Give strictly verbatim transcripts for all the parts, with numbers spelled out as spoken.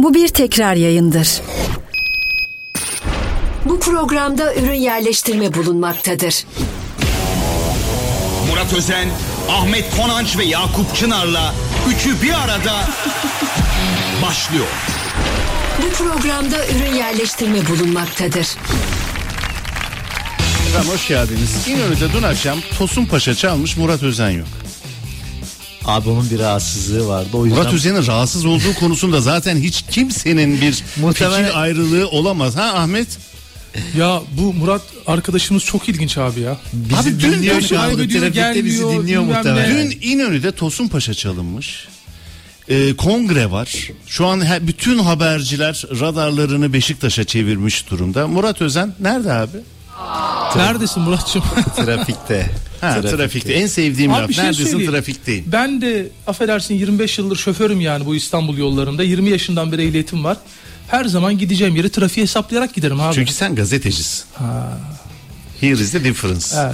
Bu bir tekrar yayındır. Bu programda ürün yerleştirme bulunmaktadır. Murat Özen, Ahmet Konanç ve Yakup Çınar'la üçü bir arada başlıyor. Bu programda ürün yerleştirme bulunmaktadır. Efendim hoş geldiniz. İnönü'de dün akşam Tosun Paşa çalmış, Murat Özen yok. Abi onun bir rahatsızlığı vardı. O yüzden... Murat Özen'in rahatsız olduğu konusunda zaten hiç kimsenin bir Muhtemelen... fikir ayrılığı olamaz. Ha Ahmet? Ya bu Murat arkadaşımız çok ilginç abi ya. Bizi abi dün dinliyor şu anda. Trafikte bizi dinliyor muhtemelen. Dün İnönü'de Tosun Paşa çalınmış. Ee, kongre var. Şu an he, bütün haberciler radarlarını Beşiktaş'a çevirmiş durumda. Murat Özen nerede abi? Neredesin Murat'cığım? Trafikte. Ha, trafikte. trafikte. En sevdiğim abi laf. Şey Neredesin? Trafikteyim. Ben de affedersin yirmi beş yıldır şoförüm yani bu İstanbul yollarında. yirmi yaşından beri ehliyetim var. Her zaman gideceğim yeri trafiği hesaplayarak giderim abi. Çünkü sen gazetecisin. Ha. Here is the difference. Evet.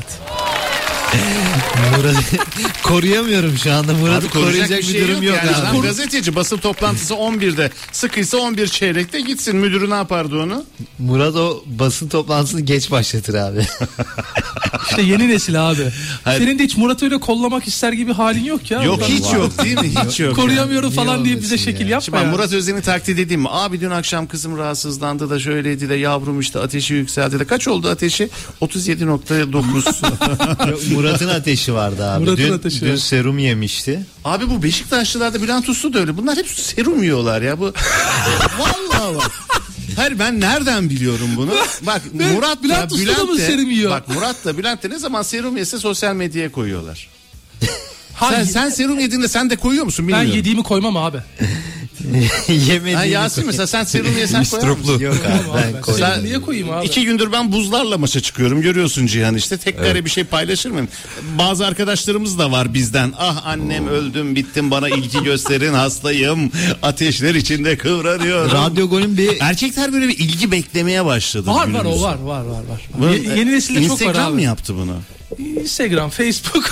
Murat'ı koruyamıyorum şu anda. Murat'ı koruyacak bir, şey bir durum yok, yok yani. Abi. Gazeteci basın toplantısı on birde, sıkıysa on bir çeyrekte gitsin. Müdürü ne yapardı onu? Murat o basın toplantısını geç başlatır abi. İşte yeni nesil abi. Hayır. Senin de hiç Murat'ı öyle kollamak ister gibi halin yok ya. Yok hiç var. Yok değil mi? Hiç yok. Koruyamıyorum yani. Falan diye bize şekil ya. yapma Şimdi ya. Murat Özen'i taklit edeyim mi? Abi dün akşam kızım rahatsızlandı da şöyleydi de yavrum işte ateşi yükseldi de. Kaç oldu ateşi? otuz yedi nokta dokuz. Murat'ın ateşi vardı abi. Murat'ın dün, ateşi dün var. serum yemişti. Abi bu Beşiktaşlılarda Bülent Uslu da öyle. Bunlar hep serum yiyorlar ya. Bu vallahi bak. Hayır ben nereden biliyorum bunu? Bak Murat Bülent da Bülent mı serum yiyor? Bak Murat da Bülent de ne zaman serum yese sosyal medyaya koyuyorlar. Ha, sen, sen serum yediğinde sen de koyuyor musun bilmiyorum. Ben yediğimi koymam abi. Yemediğimi. Yasin mesela sen serum yesen koyar mısın? Yok abi ben koyayım. Sen niye koyayım abi? İki gündür ben buzlarla maça çıkıyorum. Görüyorsun Cihan işte. Tek kare evet. Bir şey paylaşır mıyım? Bazı arkadaşlarımız da var bizden. Ah annem öldüm bittim bana ilgi gösterin hastayım. Ateşler içinde kıvranıyorum. Radyo Gol'ün bir... Erkekler böyle bir ilgi beklemeye başladı. Var var o var var var. var. Bunu, Ye- yeni nesilde çok var abi. Instagram mı yaptı bunu? Instagram, Facebook...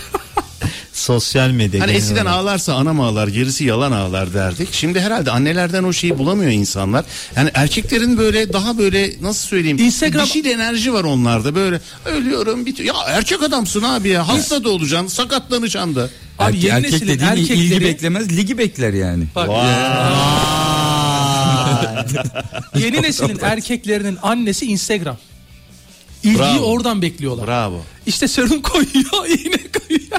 Sosyal medya. Hani eskiden olarak. Ağlarsa anam ağlar, gerisi yalan ağlar derdik. Şimdi herhalde annelerden o şeyi bulamıyor insanlar. Yani erkeklerin böyle daha böyle nasıl söyleyeyim? Instagram... Dişil enerji var onlarda. Böyle ölüyorum bitiyor. Ya erkek adamsın abi ya. Hasta da olacaksın, sakatlanacaksın da. Abi Erke, erkek dediğin erkekleri... ilgi beklemez, ligi bekler yani. Bak. Yeni neslin erkeklerinin annesi Instagram. İlgiyi Bravo. Oradan bekliyorlar. Bravo. İşte serum koyuyor, iğne koyuyor.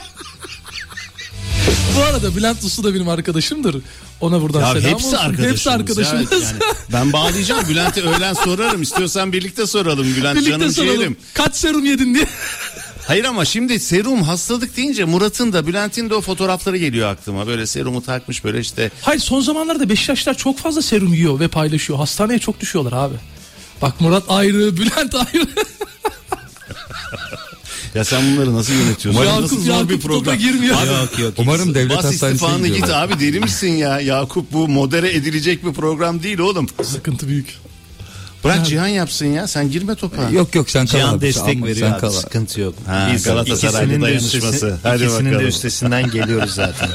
Bu arada Bülent Uslu da benim arkadaşımdır. Ona buradan ya selam hepsi olsun. Arkadaşımız hepsi arkadaşımız. Ya, yani ben bağlayacağım. Bülent'e öğlen sorarım. İstiyorsan birlikte soralım. Bülent birlikte canım soralım. Ciğerim. Kaç serum yedin diye. Hayır ama şimdi serum hastalık deyince Murat'ın da Bülent'in de o fotoğrafları geliyor aklıma. Böyle serumu takmış böyle işte. Hayır son zamanlarda Beşiktaşlar çok fazla serum yiyor ve paylaşıyor. Hastaneye çok düşüyorlar abi. Bak Murat ayrı, Bülent ayrı. Ya sen bunları nasıl yönetiyorsun? Yakup, nasıl zor Yakup bir program? Girmiyor. Abi, yok, yok, umarım devlet bas hastanesine istifanı gidiyorlar. Git abi deli misin ya? Yakup bu modere edilecek bir program değil oğlum. Sıkıntı büyük. Bırak yani. Cihan yapsın ya. Sen girme topa. Yok yok sen kal. Cihan abi. destek Ama veriyor abi. Kal. Sıkıntı yok. Ha, Biz Galatasaray'da dayanışması. Hadi ikisinin bakalım. de üstesinden geliyoruz zaten.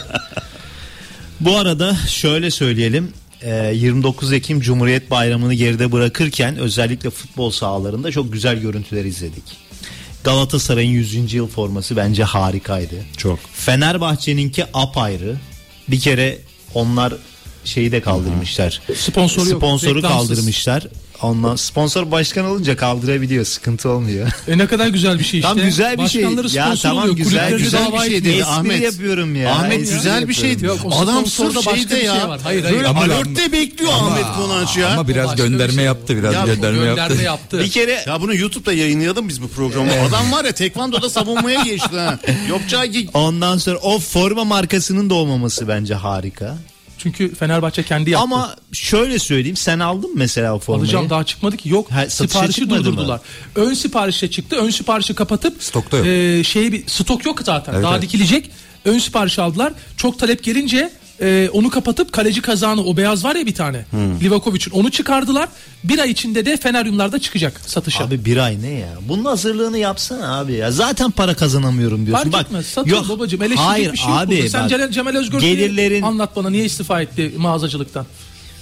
Bu arada şöyle söyleyelim. yirmi dokuz Ekim Cumhuriyet Bayramı'nı geride bırakırken özellikle futbol sahalarında çok güzel görüntüler izledik. Galatasaray'ın yüzüncü yıl forması bence harikaydı. Çok. Fenerbahçe'ninki apayrı. Bir kere onlar şeyi de kaldırmışlar. Sponsoru yok. Sponsoru Reklamsız. kaldırmışlar. Ondan sponsor başkan olunca kaldırabiliyor. Sıkıntı olmuyor. E ne kadar güzel bir şey işte. Tam güzel bir şey. Ya tamam güzel güzel bir şey dedi Ahmet. yapıyorum ya. Ahmet Espri güzel bir şey. Adam sırf şeyde ya. Şey var. Hayır hayır. Böyle alörtte bekliyor ama, Ahmet Konanç ya. Ama biraz gönderme şey yaptı. Biraz ya, gönderme, gönderme yaptı. yaptı. Bir kere ya bunu YouTube'da yayınlayalım biz bu programı. Adam var ya tekvandoda savunmaya geçti ha. Yokacağı ki. Ondan sonra o forma markasının da olmaması bence harika. Çünkü Fenerbahçe kendi yaptı. Ama şöyle söyleyeyim, sen aldın mı mesela o formayı? Alacağım, daha çıkmadı ki. Yok, ha, siparişi durdurdular. Mı? Ön siparişe çıktı. Ön siparişi kapatıp stokta yok. E, şey bir stok yok zaten. Evet, daha evet. dikilecek. Ön sipariş aldılar. Çok talep gelince e, onu kapatıp kaleci kazağını, o beyaz var ya bir tane. Hmm. Livakovic'in, onu çıkardılar. Bir ay içinde de Feneryumlarda çıkacak satışa. Abi bir ay ne ya? Bunun hazırlığını yapsana abi ya. Zaten para kazanamıyorum diyorsun. Fark bak, etmez. Satıyor yok, babacığım. Eleştirecek hayır, bir şey yok abi, burada. Sen bak, Cemal, Cemal Özgür gelirlerin... anlat bana, niye istifa etti mağazacılıktan?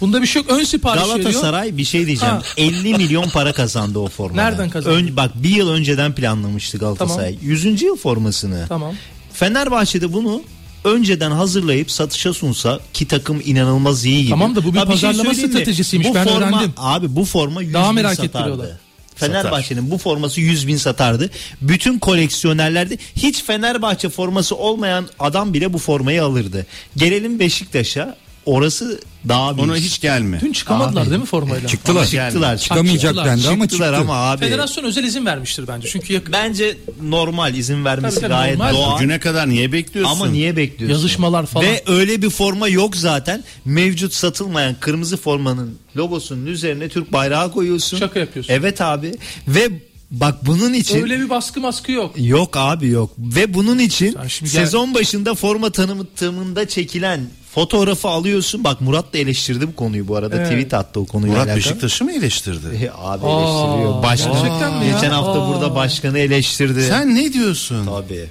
Bunda bir şey yok. Ön sipariş veriyor. Galatasaray bir şey diyeceğim. Ha. elli milyon para kazandı o formadan. Nereden kazandı? Ön, bak bir yıl önceden planlamıştı Galatasaray. Tamam. yüzüncü yıl formasını. Tamam. Fenerbahçe'de bunu önceden hazırlayıp satışa sunsa ki takım inanılmaz iyi gibi. Tamam da bu bir Ha, şey pazarlama söyleyeyim mi? stratejisiymiş, Bu ben forma, öğrendim. Abi bu forma yüz Daha bin merak satardı. ettiriyorlar. Fenerbahçe'nin bu forması yüz bin satardı. Bütün koleksiyonerlerde hiç Fenerbahçe forması olmayan adam bile bu formayı alırdı. Gelelim Beşiktaş'a. Orası daha büyük. Ona hiç gelme. Dün çıkamadılar Abi. değil mi formayla? Çıktılar. Çıktılar. Çıkamayacak Çıktılar. dendi ama çıktı. Çıktılar ama abi. Federasyon özel izin vermiştir bence. Çünkü yakın Bence normal izin vermesi Tabii, tabii, gayet normal. doğal. Güne kadar niye bekliyorsun? Ama niye bekliyorsun? yazışmalar falan. Ve öyle bir forma yok zaten. Mevcut satılmayan kırmızı formanın logosunun üzerine Türk bayrağı koyuyorsun. Şaka yapıyorsun. Evet abi. Ve bak bunun için Öyle bir baskı maskı yok. yok abi yok. Ve bunun için Sen şimdi gel- sezon başında forma tanıtımında çekilen fotoğrafı alıyorsun. Bak Murat da eleştirdi bu konuyu bu arada. Evet. Tweet attı o konuyla Murat alakalı. Beşiktaş'ı mı eleştirdi? E, Abi eleştiriyor. Aa, Başkanı, gerçekten mi ya? geçen hafta Aa. burada başkanı eleştirdi. Sen ne diyorsun? Tabii.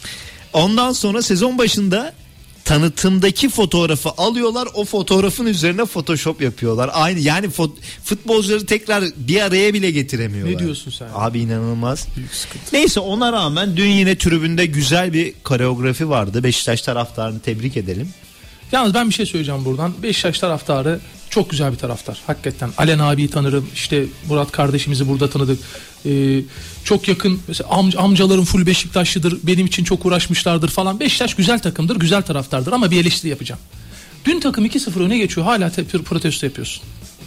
Ondan sonra sezon başında tanıtımdaki fotoğrafı alıyorlar, o fotoğrafın üzerine Photoshop yapıyorlar. Aynı yani fut, futbolcuları tekrar bir araya bile getiremiyorlar. Ne diyorsun sen? Abi inanılmaz. Neyse ona rağmen dün yine tribünde güzel bir koreografi vardı. Beşiktaş taraftarını tebrik edelim. Yalnız ben bir şey söyleyeceğim buradan. Beşiktaş taraftarı çok güzel bir taraftar. Hakikaten. Alen abiyi tanırım. İşte Murat kardeşimizi burada tanıdık. Ee, çok yakın mesela amca, amcalarım full Beşiktaşlıdır. Benim için çok uğraşmışlardır falan. Beşiktaş güzel takımdır, güzel taraftardır ama bir eleştiri yapacağım. Dün takım iki sıfır öne geçiyor. Hala te- protesto yapıyorsun.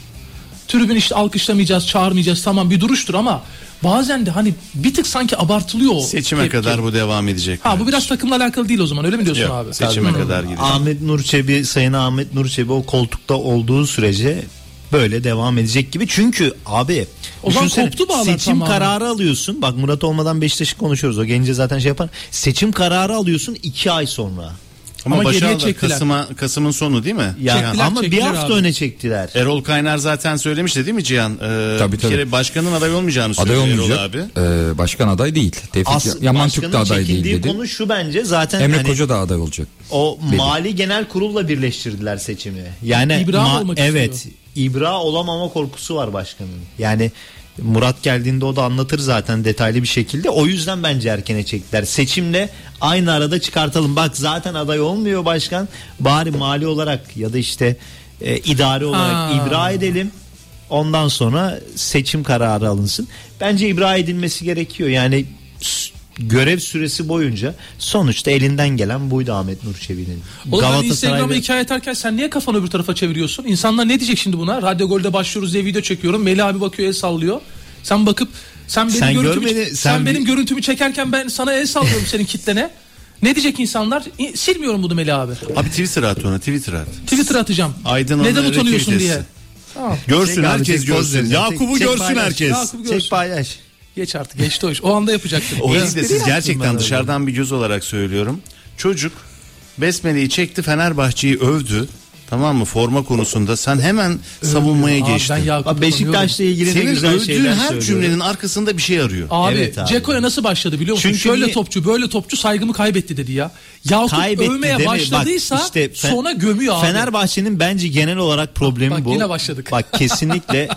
Tribün işte alkışlamayacağız, çağırmayacağız. Tamam bir duruştur ama bazen de hani bir tık sanki abartılıyor o Seçime tepki. kadar bu devam edecek. Ha bu biraz takımla alakalı değil o zaman öyle mi diyorsun Yok, abi? seçime Tabii. kadar gidecek. Ahmet Nur Çebi, Sayın Ahmet Nur Çebi o koltukta olduğu sürece böyle devam edecek gibi. Çünkü abi O zaman düşünsene, koptu bağlar seçim tamamen. kararı alıyorsun. Bak Murat olmadan Beşiktaş'ı konuşuyoruz. O gelince zaten şey yapar. Seçim kararı alıyorsun iki ay sonra. Ama, Ama başa geriye aldı. çektiler. Kasım'a, Kasım'ın sonu değil mi? Ya, Çektiler, ama bir çektiler hafta abi. öne çektiler. Erol Kaynar zaten söylemişti değil mi Cihan? Ee, Tabii, bir tabii. kere başkanın aday olmayacağını Aday söylüyor Erol olmayacak. abi. Ee, başkan aday değil. Tevfik Asıl Yaman Türk de başkanın aday değil çekildiği dedi. konu şu bence zaten Emre hani Koca da aday olacak. o dedi. mali genel kurulla birleştirdiler seçimi. Yani İbra mı olmak evet, istiyor? ibra olamama korkusu var başkanın. Yani Murat geldiğinde o da anlatır zaten detaylı bir şekilde. O yüzden bence erkene çektiler. Seçimle aynı arada çıkartalım. Bak zaten aday olmuyor başkan. Bari mali olarak ya da işte e, idari olarak Ha. ibra edelim. Ondan sonra seçim kararı alınsın. Bence ibra edilmesi gerekiyor. Yani s- görev süresi boyunca sonuçta elinden gelen buydu Ahmet Nur Çebi'nin. Oğlum ben Galatasaray'da- Instagram'a hikaye atarken sen niye kafanı öbür tarafa çeviriyorsun? İnsanlar ne diyecek şimdi buna? Radyo Gol'de başlıyoruz diye video çekiyorum. Melih abi bakıyor el sallıyor. Sen bakıp sen benim Sen görüntümü görmedi- sen, sen benim bir- görüntümü çekerken ben sana el sallıyorum senin kitlene. Ne diyecek insanlar? İ- Silmiyorum bunu Melih abi. Abi Twitter at ona, Twitter at. Twitter atacağım. Aydın Neden onları utanıyorsun retweet diye. etsin. Tamam. Görsün Çek abi, herkes çek, poz görsün. vereceksin. Yakup'u Çek, çek, görsün paylaş. herkes. Yakup görsün. Çek paylaş. Geç artık geçti o iş. O anda yapacaktım. O Ya. değil de siz yaptım ben gerçekten öyle. dışarıdan bir göz olarak söylüyorum. Çocuk Besmele'yi çekti, Fenerbahçe'yi övdü. Tamam mı? Forma konusunda sen hemen savunmaya Abi ben geçtin. Yakup'u Bak Beşiktaş'la ilgili ne Senin güzel övdüğün şeyler her söylüyor. cümlenin arkasında bir şey arıyor. Abi, Evet abi. Ceko'ya nasıl başladı biliyor musun? Çünkü Şöyle niye- topçu böyle topçu saygımı kaybetti dedi ya. Yakup Kaybetti övmeye deme. başladıysa Bak işte Fe- sonra gömüyor abi. Fenerbahçe'nin bence genel olarak problemi Bak bu. yine başladık. Bak kesinlikle.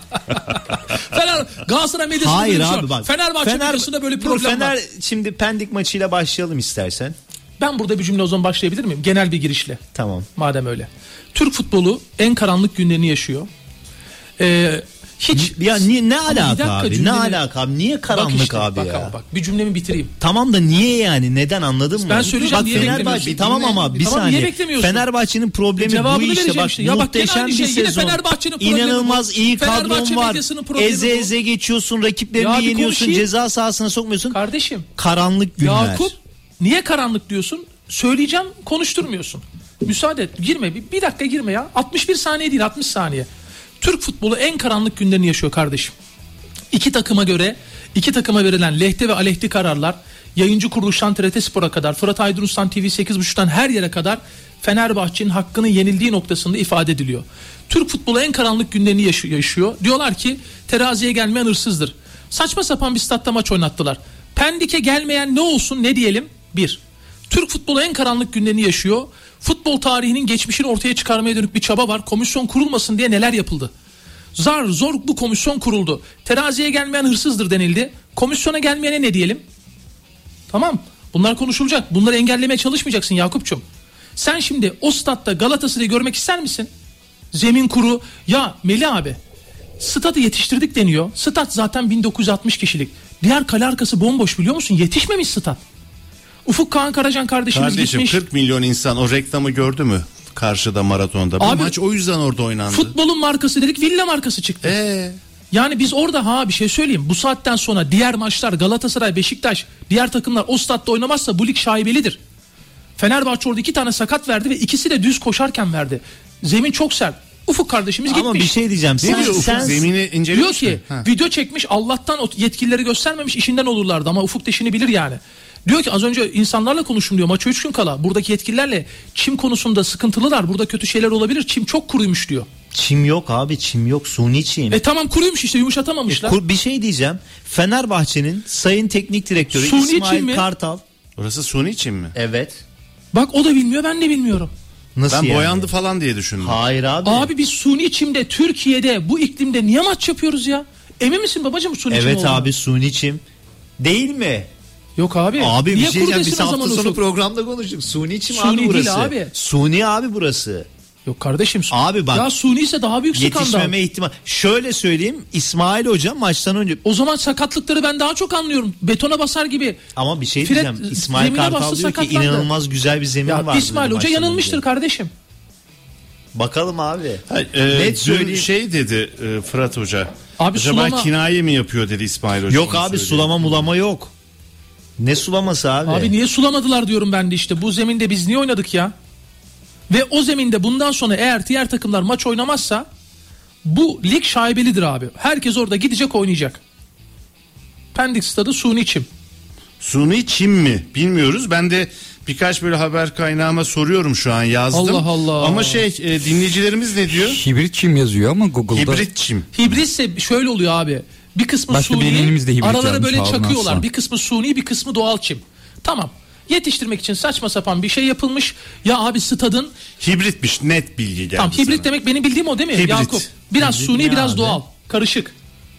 Fener, Galatasaray medyasında Hayır böyle bir şey abi var. bak. Fenerbahçe medyasında böyle bir Dur, problem Fener, var. şimdi Pendik maçıyla başlayalım istersen. Ben burada bir cümle o zaman başlayabilir miyim? Genel bir girişle. Tamam. Madem öyle. Türk futbolu en karanlık günlerini yaşıyor. Ee, hiç Ya niye, ne Ama bir alaka dakika, abi? Ne cümlemi- alaka abi? Niye Bak karanlık işte, abi bak ya? ama bak bir cümlemi bitireyim. Tamam da niye yani? Neden anladın mı? Ben söyleyeceğim, Bak niye Fenerbahçe beklemiyorsun? tamam ama Dinle. bir Tamam, saniye. niye beklemiyorsun? Fenerbahçe'nin problemi Cevabını bu işte vereceğim bak işte. Ya bak gene muhteşem aynı bir şey. Yine sezon. Fenerbahçe'nin problemi İnanılmaz bu. iyi Fenerbahçe kadron var. medyasının problemi Eze bu. eze geçiyorsun, rakiplerini Ya bir yeniyorsun, konuşayım. ceza sahasına sokmuyorsun. Kardeşim Karanlık günler. Yakup niye karanlık diyorsun? Söyleyeceğim konuşturmuyorsun. Müsaade et girme bir, bir dakika girme ya. altmış bir saniye değil altmış saniye. Türk futbolu en karanlık günlerini yaşıyor kardeşim. İki takıma göre iki takıma verilen lehte ve aleyhte kararlar yayıncı kuruluştan T R T Spor'a kadar Fırat Aydınus'tan T V sekiz buçuk'tan her yere kadar Fenerbahçe'nin hakkının yenildiği noktasında ifade ediliyor. Türk futbolu en karanlık günlerini yaşıyor. Diyorlar ki teraziye gelmeyen hırsızdır. Saçma sapan bir statta maç oynattılar. Pendik'e gelmeyen ne olsun ne diyelim? Bir. Türk futbolu en karanlık günlerini yaşıyor. Futbol tarihinin geçmişini ortaya çıkarmaya dönük bir çaba var. Komisyon kurulmasın diye neler yapıldı? Zar zor bu komisyon kuruldu. Teraziye gelmeyen hırsızdır denildi. Komisyona gelmeyene ne diyelim? Tamam. Bunlar konuşulacak. Bunları engellemeye çalışmayacaksın Yakup'cum. Sen şimdi o statta Galatasaray'ı görmek ister misin? Zemin kuru. Ya Melih abi, stadı yetiştirdik deniyor. Stat zaten bin dokuz yüz altmış kişilik. Diğer kale arkası bomboş, biliyor musun? Yetişmemiş stat. Ufuk Kağan Karacan kardeşimiz Kardeşim, gitmiş. kırk milyon insan o reklamı gördü mü? Karşıda, maratonda. Bu Abi, maç o yüzden orada oynandı. Futbolun markası dedik, villa markası çıktı. Ee, Yani biz orada ha bir şey söyleyeyim. Bu saatten sonra diğer maçlar Galatasaray, Beşiktaş, diğer takımlar o statta oynamazsa bu lig şaibelidir. Fenerbahçe orada iki tane sakat verdi ve ikisi de düz koşarken verdi. Zemin çok sert. Ufuk kardeşimiz Ama gitmiş. bir şey diyeceğim. ne Sen, diyor Ufuk? sen, Zemini incelemiş Diyor ki mi? Ha. video çekmiş, Allah'tan o yetkilileri göstermemiş, işinden olurlardı ama Ufuk da işini bilir yani. Diyor ki az önce insanlarla konuştum diyor, maça üç gün kala buradaki yetkililerle çim konusunda sıkıntılılar, burada kötü şeyler olabilir, çim çok kuruymuş diyor. çim yok abi, çim yok, suni çim. E tamam, kuruymuş işte, yumuşatamamışlar. Kur- bir şey diyeceğim. Fenerbahçe'nin sayın teknik direktörü Suni çim İsmail mi? Kartal. Orası suni için mi? Evet. Bak o da bilmiyor, ben de bilmiyorum. Nasıl Ben yani? boyandı falan diye düşündüm. Hayır abi. Abi biz suni çimde, Türkiye'de bu iklimde niye maç yapıyoruz ya? Emin misin babacığım suni çim Evet olduğunu? abi, suni çim. Değil mi? Yok abi. Abi bir niye şey diyeceğim, kuru biz desin o hafta zaman sonu Ufuk? programda konuştuk. Suni çim Suni abi değil burası. abi. Suni abi burası. Yok kardeşim. Abi bak, ya suni ise daha büyük skandal. Yetişmeme ihtimal. Şöyle söyleyeyim, İsmail Hoca maçtan önce, O zaman sakatlıkları ben daha çok anlıyorum. Betona basar gibi. ama bir şey Fred diyeceğim. İsmail zemine Kartal bastı, diyor ki sakatlandı. inanılmaz güzel bir zemin Ya var. İsmail Hoca yanılmıştır kardeşim. Bakalım abi. Hayır, Ee, net dün söyleyeyim. şey dedi e, Fırat Hoca. Abi Acaba sulama- kinaye mi yapıyor dedi İsmail Hoca. Yok onu abi, söyledi. sulama mulama yok. Ne sulaması abi? Abi niye sulamadılar diyorum ben de işte. Bu zeminde biz niye oynadık ya? Ve o zeminde bundan sonra eğer diğer takımlar maç oynamazsa bu lig şaibelidir abi. Herkes orada gidecek, oynayacak. Pendik stadı suni çim. Suni çim mi? Bilmiyoruz. Ben de birkaç böyle haber kaynağıma soruyorum, şu an yazdım. Allah Allah. Ama şey e, dinleyicilerimiz ne diyor? Hibrit çim yazıyor ama Google'da. Hibrit çim. Hibritse şöyle oluyor abi. Bir kısmı Başka suni, bilinenimiz de hibrit aralara yazmış, böyle Harun çakıyorlar. Aslan. Bir kısmı suni, bir kısmı doğal çim. Tamam. Yetiştirmek için saçma sapan bir şey yapılmış. Ya abi stadın Hibritmiş, net bilgi geldi. tam hibrit sana. demek benim bildiğim o değil mi Hibrit. Yakup? Biraz Hibrit suni, ne biraz abi? doğal. Karışık.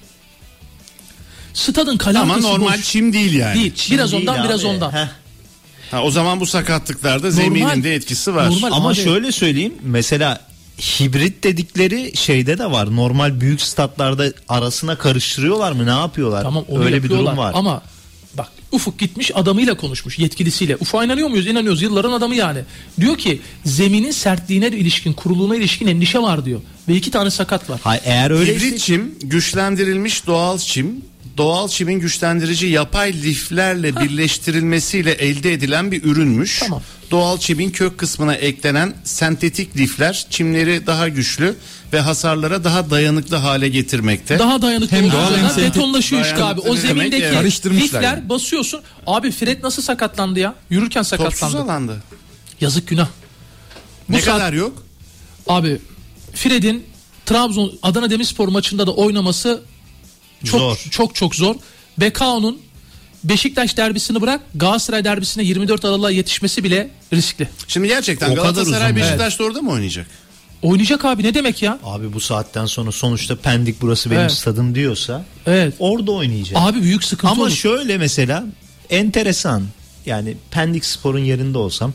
Stadın kale Ama arkası normal boş. çim değil yani. Değil. Çim biraz değil ondan abi. biraz ondan. Heh. Ha, o zaman bu sakatlıklarda zeminin de etkisi var. Normal. Ama Abi- şöyle söyleyeyim, mesela hibrit dedikleri şeyde de var. Normal büyük statlarda arasına karıştırıyorlar mı? Ne yapıyorlar? Tamam onu Öyle bir yapıyorlar. durum var. Ama bak Ufuk gitmiş adamıyla konuşmuş, yetkilisiyle. Ufuk'a inanıyor muyuz? İnanıyoruz. Yılların adamı yani. Diyor ki zeminin sertliğine ilişkin, kuruluğuna ilişkin endişe var diyor. Ve iki tane sakat var. Hayır, eğer öyle Hibrit çim güçlendirilmiş doğal çim. Doğal çimin güçlendirici yapay liflerle birleştirilmesiyle elde edilen bir ürünmüş. Tamam. Doğal çimin kök kısmına eklenen sentetik lifler çimleri daha güçlü ve hasarlara daha dayanıklı hale getirmekte. Daha dayanıklı Hem olduğu doğal hem zaman sentetik. betonlaşıyor işte abi. O Dayanıklı demek zemindeki yani. Karıştırmışlar lifler yani. basıyorsun. Abi Fred nasıl sakatlandı ya? Yürürken Topsuz sakatlandı. alanda. Yazık, günah. Bu Ne saat- kadar yok? Abi Fred'in Trabzon Adana Demirspor maçında da oynaması çok Zor. çok çok zor. Bekao'nun Beşiktaş derbisini bırak, Galatasaray derbisine yirmi dört Aralık'a yetişmesi bile riskli. Şimdi gerçekten O kadar Galatasaray uzun. Beşiktaş da orada mı oynayacak? Oynayacak abi, ne demek ya? Abi bu saatten sonra sonuçta Pendik burası benim Evet. stadım diyorsa Evet. orada oynayacak. Abi büyük sıkıntı Ama olur. şöyle mesela enteresan, yani Pendik Spor'un yerinde olsam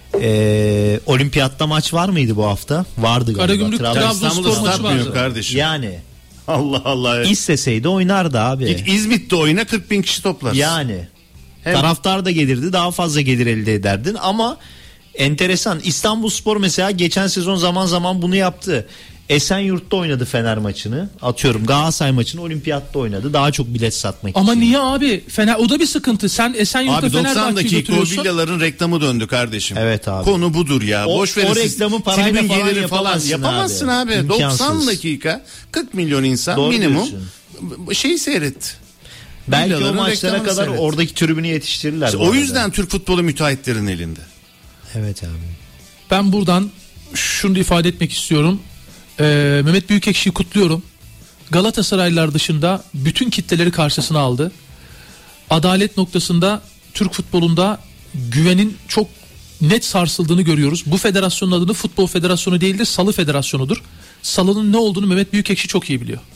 eee, olimpiyatta maç var mıydı bu hafta? Vardı galiba. Karagümrük, Trabzon- Trabzon- İstanbul'da Spor maçı stat mı yok vardı. kardeşim? Yani Allah Allah. isteseydi oynardı abi. Git İzmit'te oyna, kırk bin kişi toplarsın. Yani Hem- taraftar da gelirdi, daha fazla gelir elde ederdin ama enteresan, İstanbulspor mesela geçen sezon zaman zaman bunu yaptı. Esenyurt'ta oynadı Fener maçını. Atıyorum Galatasaray maçını olimpiyatta oynadı. Daha çok bilet satmak Ama için. niye abi? Fener, o da bir sıkıntı. Sen Esenyurt'ta Abi doksan Fenerbahçe'yi dakika o götürüyorsun. villaların reklamı döndü kardeşim. Evet abi. Konu budur ya. O- Boş verin o siz reklamı parayla tribün falan geliri falan yapamazsın yapamazsın abi. abi. İmkansız. doksan dakika kırk milyon insan Doğru minimum diyorsun. şeyi seyret. Belki o Villaların maçlara reklamını kadar seyret. oradaki tribünü yetiştirirler. İşte bu o arada. yüzden Türk futbolu müteahhitlerin elinde. Evet abi. Ben buradan şunu da ifade etmek istiyorum. Ee, Mehmet Büyükekşi'yi kutluyorum. Galatasaraylılar dışında bütün kitleleri karşısına aldı. Adalet noktasında Türk futbolunda güvenin çok net sarsıldığını görüyoruz. Bu federasyonun adını Futbol Federasyonu değildir, Salı Federasyonu'dur. Salı'nın ne olduğunu Mehmet Büyükekşi çok iyi biliyor.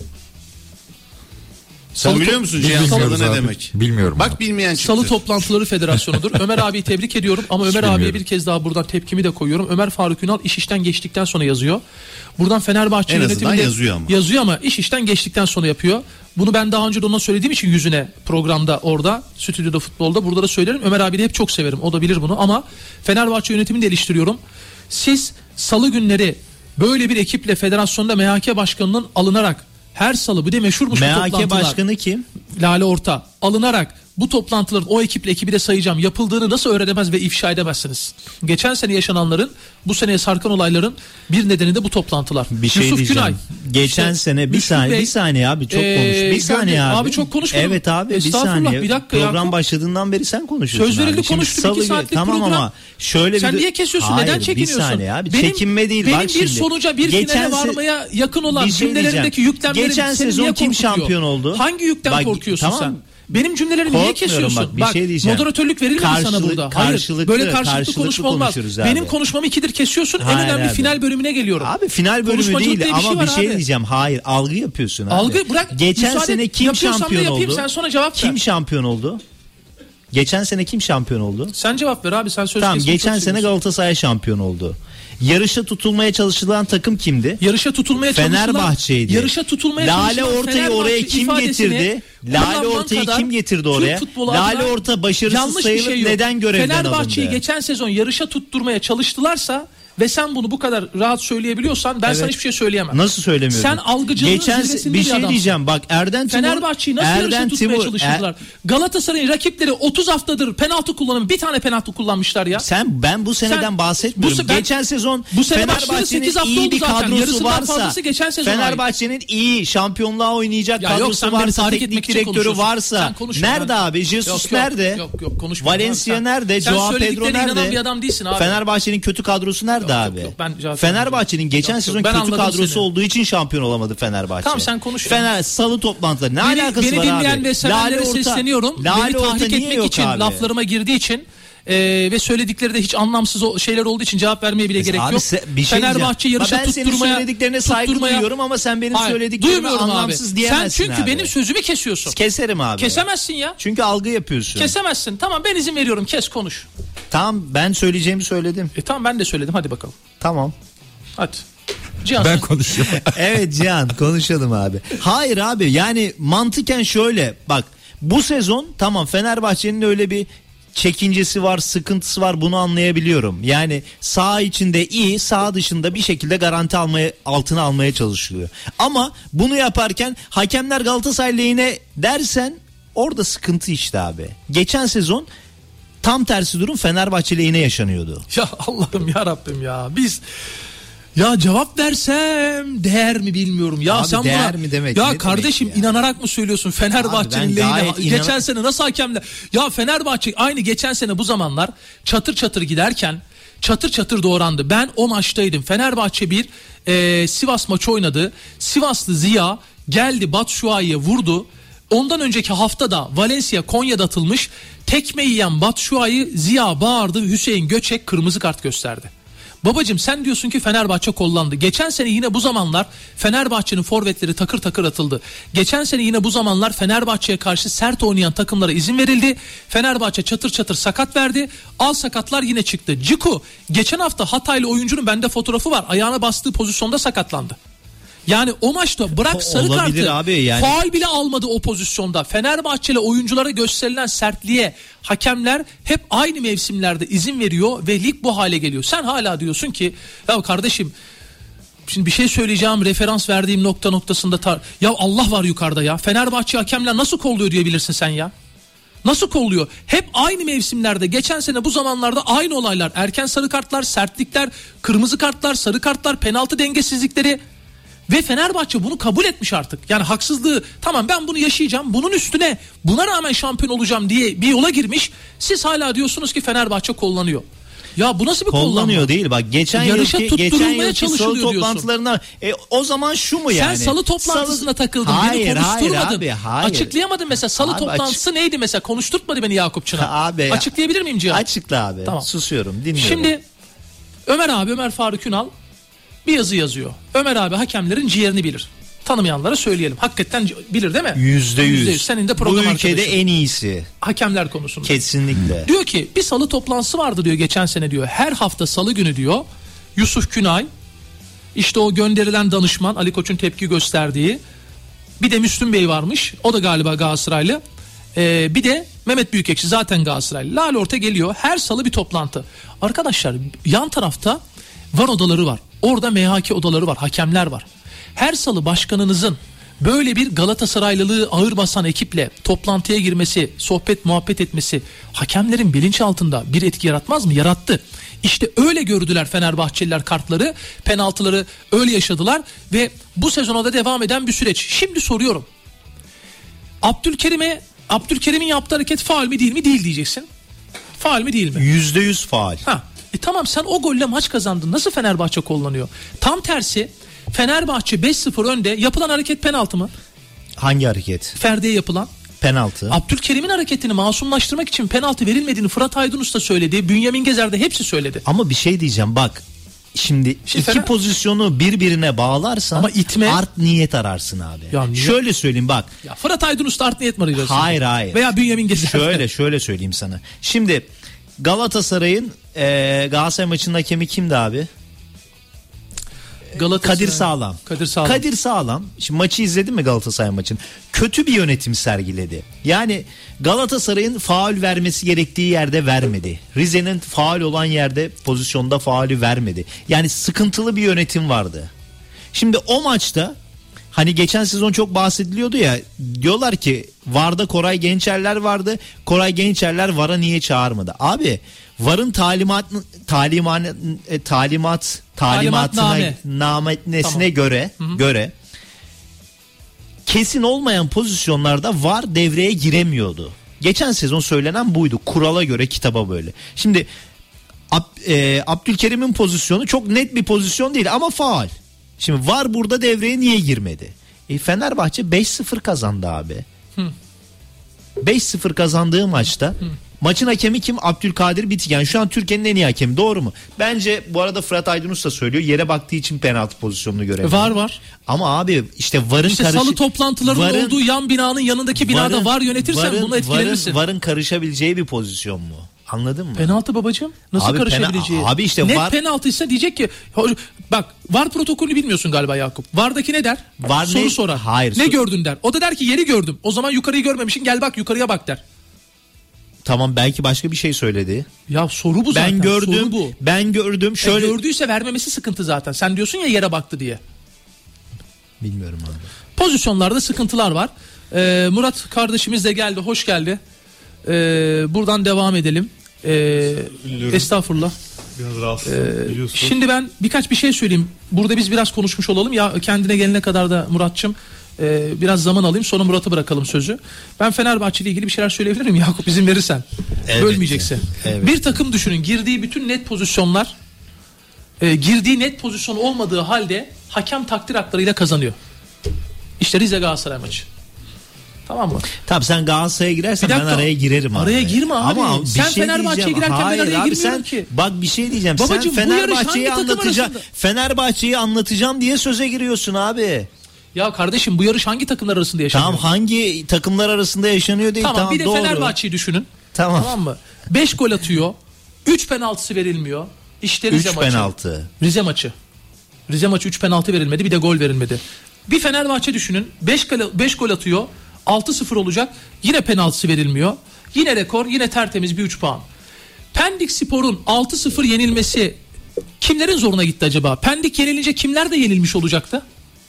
Sen Salı biliyor to- musun Cihan Bilmiyoruz Salı ne abi. demek? Bilmiyorum Bak abi. bilmeyen çıktı. Salı Toplantıları Federasyonu'dur. Ömer abiyi tebrik ediyorum ama Ömer abiye bilmiyorum. bir kez daha buradan tepkimi de koyuyorum. Ömer Faruk Ünal iş işten geçtikten sonra yazıyor. Buradan Fenerbahçe En azından yönetiminde yazıyor ama. yazıyor ama iş işten geçtikten sonra yapıyor. Bunu ben daha önce de ona söylediğim için yüzüne programda orada stüdyoda futbolda burada da söylerim. Ömer abiyi de hep çok severim. O da bilir bunu ama Fenerbahçe yönetimini de eleştiriyorum. Siz salı günleri böyle bir ekiple federasyonda M H K başkanının alınarak her salı bir de meşhurmuş bu M H K toplantılar. başkanı kim? Lale Orta alınarak bu toplantıların o ekiple ekibi de sayacağım yapıldığını nasıl öğrenemez ve ifşa edemezsiniz? Geçen sene yaşananların bu seneye sarkan olayların bir nedeni de bu toplantılar. Bir şey Yusuf diyeceğim. Günay. Geçen İşte sene bir Müslüm saniye Bey, bir saniye abi çok ee, konuş. Bir gönder- saniye abi. Abi çok konuşmadım. Evet abi bir Estağfurullah, saniye. bir dakika ya. Program başladığından beri sen konuşuyorsun. Söz verildi, abi. Şimdi konuştuk, salı iki günü- saatlik Tamam program. ama şöyle Sen bir... niye kesiyorsun? Hayır, Neden çekiniyorsun? Bir saniye abi. Benim- Çekinme değil. Benim Bak bir şimdi. sonuca bir Geçen finale se- varmaya yakın olan Bir şey cümlelerindeki diyeceğim. yüklemlerin Geçen seni sezon niye kim korkutuyor? şampiyon oldu? Hangi yükten Bak, korkuyorsun tamam. sen? Benim cümlelerimi niye Korkmuyorum kesiyorsun? bak, bir şey diyeceğim. Moderatörlük verilmedi sana Karşılık- burada. Hayır. karşılıklı- Böyle karşılıklı, karşılıklı konuşma olmaz. konuşuruz abi. Benim konuşmamı ikidir kesiyorsun. Hayır en önemli abi. final bölümüne geliyorum. Abi final bölümü Konuşmacılık değil diye bir şey ama bir var şey abi. diyeceğim. Hayır algı yapıyorsun abi. Algı bırak. Geçen müsaade sene et. kim Yapıyorsam da şampiyon yapayım, oldu? sen sonra cevap ver. Kim şampiyon oldu? Geçen sene kim şampiyon oldu? Sen cevap ver abi, sen söz Tamam kesmeyi geçen çok sene seviyorsun. Galatasaray şampiyon oldu. Yarışa tutulmaya çalışılan takım kimdi? Yarışa tutulmaya çalışılan Fenerbahçe'ydi. Yarışa tutulmaya Lale çalışılan Orta'yı oraya Fenerbahçe kim ifadesini getirdi? Lale kullanman Orta'yı kadar kim getirdi Türk oraya? futbolu Lale adına Orta başarısız yanlış bir sayılıp şey yok. neden görevden Fenerbahçe'yi alındı? geçen sezon yarışa tutturmaya çalıştılarsa ve sen bunu bu kadar rahat söyleyebiliyorsan ben Evet. sana hiçbir şey söyleyemem. Nasıl söylemiyorsun? Sen algıcılığın Geçen zirvesinde bir bir şey adamsın. diyeceğim bak Erden Timur Fenerbahçe'yi nasıl yarışa Erden tutmaya Timur- çalıştılar? Er- Galatasaray'ın rakipleri otuz haftadır penaltı kullanımı bir tane penaltı kullanmışlar ya. Sen ben bu seneden Sen- bahsetmiyorum. bu se- ben- geçen sezon bu sene başladı, Fenerbahçe'nin sekiz hafta iyi oldu bir zaten. kadrosu Yarısından varsa fazlası geçen sezona ait. Fenerbahçe'nin iyi şampiyonluğa oynayacak Ya yok, kadrosu sen beni varsa tahrik etmek teknik için direktörü konuşuyorsun. varsa Sen konuşma, nerede ben- abi? Jesus Yok, yok, nerede? Yok yok konuşma. Valencia Sen- nerede? sen Joao Pedro söylediklerine inanan nerede? bir adam değilsin abi. Fenerbahçe'nin kötü kadrosu nerede Yok, abi? yok, yok, ben cevap Fenerbahçe'nin geçen Yok, yok, sezon ben kötü anladım kadrosu seni. olduğu için şampiyon olamadı Fenerbahçe. Tamam, sen konuş ya. Fener salı toplantıları ne Beni, alakası beni var dinleyen abi? ve sevenlere Lale Orta- sesleniyorum. Lale beni Orta tahrik niye etmek yok için abi? laflarıma girdiği için e, ve söyledikleri de hiç anlamsız o şeyler olduğu için cevap vermeye bile gerek Abi yok. se- bir şey Fenerbahçe diyeceğim. yarışa Ben senin tutturmaya söylediklerine saygı tutturmaya- duyuyorum ama sen benim Hayır, söylediklerime duymuyorum anlamsız abi. diyemezsin Sen çünkü abi. benim sözümü kesiyorsun. Keserim abi. Kesemezsin ya. Çünkü algı yapıyorsun. Kesemezsin. Tamam, ben izin veriyorum. Kes, konuş. Tamam ben söyleyeceğimi söyledim. E tamam, ben de söyledim. Hadi bakalım. Tamam. Hadi. Cihan, Ben sen- konuşuyorum. Evet Cihan konuşalım abi. Hayır abi yani mantıken şöyle bak bu sezon tamam Fenerbahçe'nin öyle bir çekincesi var, sıkıntısı var, bunu anlayabiliyorum. Yani saha içinde iyi, saha dışında bir şekilde garanti almaya, altına almaya çalışıyor. Ama bunu yaparken hakemler Galatasaray lehine dersen orada sıkıntı işte abi. Geçen sezon tam tersi durum Fenerbahçe lehine yaşanıyordu. Ya Allah'ım ya Rabbim ya. Biz ya cevap versem değer mi bilmiyorum. Ya Abi sen değer buna, mi demek, ya ne demek kardeşim ya? inanarak mı söylüyorsun Abi Fenerbahçe'nin ben lehine? gayet Geçen inan- sene nasıl hakemler? Ya Fenerbahçe aynı geçen sene bu zamanlar çatır çatır giderken çatır çatır doğrandı. Ben o maçtaydım. Fenerbahçe bir e, Sivas maçı oynadı. Sivaslı Ziya geldi Batshuayi'ye vurdu. Ondan önceki haftada Valencia Konya'da atılmış. Tekme yiyen Batshuayi Ziya bağırdı. Hüseyin Göçek kırmızı kart gösterdi. Babacım sen diyorsun ki Fenerbahçe kollandı. Geçen sene yine bu zamanlar Fenerbahçe'nin forvetleri takır takır atıldı. Geçen sene yine bu zamanlar Fenerbahçe'ye karşı sert oynayan takımlara izin verildi. Fenerbahçe çatır çatır sakat verdi. Al sakatlar yine çıktı. Ciku geçen hafta Hataylı oyuncunun bende fotoğrafı var. Ayağına bastığı pozisyonda sakatlandı. Yani o maçta bırak sarı Olabilir kartı, abi yani. faul bile almadı o pozisyonda. Fenerbahçeli oyunculara gösterilen sertliğe hakemler hep aynı mevsimlerde izin veriyor ve lig bu hale geliyor. Sen hala diyorsun ki ya kardeşim şimdi bir şey söyleyeceğim, referans verdiğim nokta noktasında tar- ya Allah var yukarıda ya. Fenerbahçe hakemler nasıl kolluyor diyebilirsin sen ya. Nasıl kolluyor? Hep aynı mevsimlerde, geçen sene bu zamanlarda aynı olaylar. Erken sarı kartlar, sertlikler, kırmızı kartlar, sarı kartlar, penaltı dengesizlikleri. Ve Fenerbahçe bunu kabul etmiş artık. Yani haksızlığı, tamam ben bunu yaşayacağım, bunun üstüne buna rağmen şampiyon olacağım diye bir yola girmiş. Siz hala diyorsunuz ki Fenerbahçe kollanıyor. Ya bu nasıl bir Kullanıyor kullanma? değil bak geçen Yarışa yılki geçen tutturulmaya yılki salı çalışılıyor diyorsun. toplantılarında e, o zaman şu mu yani? Sen salı toplantısına Salı- takıldın. Hayır, beni konuşturmadın. hayır abi, hayır. Açıklayamadın mesela. Salı Abi, toplantısı neydi mesela? Konuşturtmadı beni Yakup Çınar. Abi, Açıklayabilir miyim Cihan? Açıkla abi. Tamam. Susuyorum, dinliyorum. Şimdi Ömer abi, Ömer Faruk Ünal bir yazı yazıyor. Ömer abi hakemlerin ciğerini bilir. Tanımayanlara söyleyelim. Hakikaten bilir değil mi? Yüzde yüz. Senin de Bu program ülkede arkadaşın. en iyisi. Hakemler konusunda. Kesinlikle. Diyor ki bir salı toplantısı vardı diyor geçen sene diyor. Her hafta salı günü diyor Yusuf Günay, işte o gönderilen danışman Ali Koç'un tepki gösterdiği, bir de Müslüm Bey varmış, o da galiba Galatasaraylı, ee, bir de Mehmet Büyükekşi zaten Galatasaraylı. Lale Orta geliyor, her salı bir toplantı. Arkadaşlar yan tarafta var odaları var, orada M H K odaları var, hakemler var. Her salı başkanınızın böyle bir Galatasaraylılığı ağır basan ekiple toplantıya girmesi, sohbet muhabbet etmesi hakemlerin bilinçaltında bir etki yaratmaz mı? Yarattı. İşte öyle gördüler Fenerbahçeliler kartları, penaltıları öyle yaşadılar ve bu sezona da devam eden bir süreç. Şimdi soruyorum. Abdülkerim'e Abdülkerim'in yaptığı hareket faul mi değil mi? Değil diyeceksin. Faul mi değil mi? Yüzde yüz faul. Ha, e tamam sen o golle maç kazandın. Nasıl Fenerbahçe kullanıyor? Tam tersi Fenerbahçe beş sıfır önde, yapılan hareket penaltı mı? Hangi hareket? Ferdi'ye yapılan. Penaltı. Abdülkerim'in hareketini masumlaştırmak için penaltı verilmediğini Fırat Aydınus da söyledi. Bünyamin Gezer de hepsi söyledi. Ama bir şey diyeceğim bak. Şimdi Şimdi iki Fener- pozisyonu birbirine bağlarsan Ama itme- art niyet ararsın abi. Ya niye? Şöyle söyleyeyim bak. Ya Fırat Aydınus da art niyet mi arıyorsun? Hayır hayır. Veya Bünyamin Gezer. Şöyle şöyle söyleyeyim sana. Şimdi Galatasaray'ın e, Galatasaray maçının hakemi kimdi abi? Galatasaray. Kadir Sağlam. Kadir Sağlam. Kadir Sağlam. Şimdi maçı izledin mi Galatasaray maçını? Kötü bir yönetim sergiledi. Yani Galatasaray'ın faul vermesi gerektiği yerde vermedi. Rize'nin faul olan yerde pozisyonda faulü vermedi. Yani sıkıntılı bir yönetim vardı. Şimdi o maçta hani geçen sezon çok bahsediliyordu ya, diyorlar ki V A R'da Koray Gençerler vardı. Koray Gençerler V A R'a niye çağırmadı? Abi V A R'ın talimat talimat e, talimat talimatına Talimatname. nametnesine Tamam. göre Hı hı. göre kesin olmayan pozisyonlarda V A R devreye giremiyordu. Geçen sezon söylenen buydu. Kurala göre, kitaba böyle. Şimdi Ab- e, Abdülkerim'in pozisyonu çok net bir pozisyon değil ama faul. Şimdi V A R burada devreye niye girmedi? E, Fenerbahçe beş sıfır kazandı abi. Hı. beş sıfır kazandığı maçta Hı. maçın hakemi kim? Abdülkadir Bitik. Yani şu an Türkiye'nin en iyi hakemi, doğru mu? Bence bu arada Fırat Aydınus da söylüyor, yere baktığı için penaltı pozisyonunu göremiyor. Var var. Ama abi işte V A R'ın İşte karışı... salı toplantılarının V A R'ın- olduğu yan binanın yanındaki binada V A R'ın- var yönetirsen V A R'ın- bunu etkilenirsin. V A R'ın, V A R'ın karışabileceği bir pozisyon mu? Anladın mı? Penaltı babacığım. Nasıl Abi karışabileceği? pena- abi işte Net var- penaltıysa diyecek ki bak V A R protokolünü bilmiyorsun galiba Yakup. V A R'daki ne der? V A R Soru ne- sorar. Hayır, Ne sor- gördün der. O da der ki yeri gördüm. O zaman yukarıyı görmemişsin, gel bak yukarıya bak der. Tamam, belki başka bir şey söyledi. Ya soru bu zaten. Ben gördüm. Soru bu. Ben gördüm. Şöyle E, gördüyse vermemesi sıkıntı zaten. Sen diyorsun ya yere baktı diye. bilmiyorum abi. Pozisyonlarda sıkıntılar var. Ee, Murat kardeşimiz de geldi. Hoş geldi. Ee, buradan devam edelim. Ee, estağfurullah. Biraz rahatsız. Ee, biliyorsun. şimdi ben birkaç bir şey söyleyeyim. Burada biz biraz konuşmuş olalım. Ya kendine gelene kadar da Muratçım e, biraz zaman alayım, sonra Murat'a bırakalım sözü. Ben Fenerbahçe ile ilgili bir şeyler söyleyebilir miyim Yakup, izin verirsen? Evet. Bölmeyecekse. Evet. Bir takım düşünün, girdiği bütün net pozisyonlar e, girdiği net pozisyon olmadığı halde hakem takdir haklarıyla kazanıyor. İşte Rize Galatasaray maçı. Tamam mı? Tamam, sen Galatasaray'a girersen Bir ben dakika. araya girerim abi. Araya girme abi. Ama bir Sen şey Fenerbahçe'ye diyeceğim. girerken ben Hayır araya abi, girmiyorum sen, ki. Bak bir şey diyeceğim. Babacım, sen bu yarış Fenerbahçe'yi hangi takım anlatacaksın. arasında? Fenerbahçe'yi anlatacağım diye söze giriyorsun abi. Ya kardeşim, bu yarış hangi takımlar arasında yaşanıyor? Tamam, hangi takımlar arasında yaşanıyor değil. Tamam, Tamam, bir de doğru. Fenerbahçe'yi düşünün. Tamam. Tamam mı? beş gol atıyor. üç penaltısı verilmiyor. İşte Rize üç maçı. penaltı. Rize maçı. Rize maçı üç penaltı verilmedi, bir de gol verilmedi. Bir Fenerbahçe düşünün. beş gol atıyor. altı sıfır olacak. Yine penaltısı verilmiyor. Yine rekor, yine tertemiz bir üç puan. Pendik Spor'un altı sıfır yenilmesi kimlerin zoruna gitti acaba? Pendik yenilince kimler de yenilmiş olacaktı?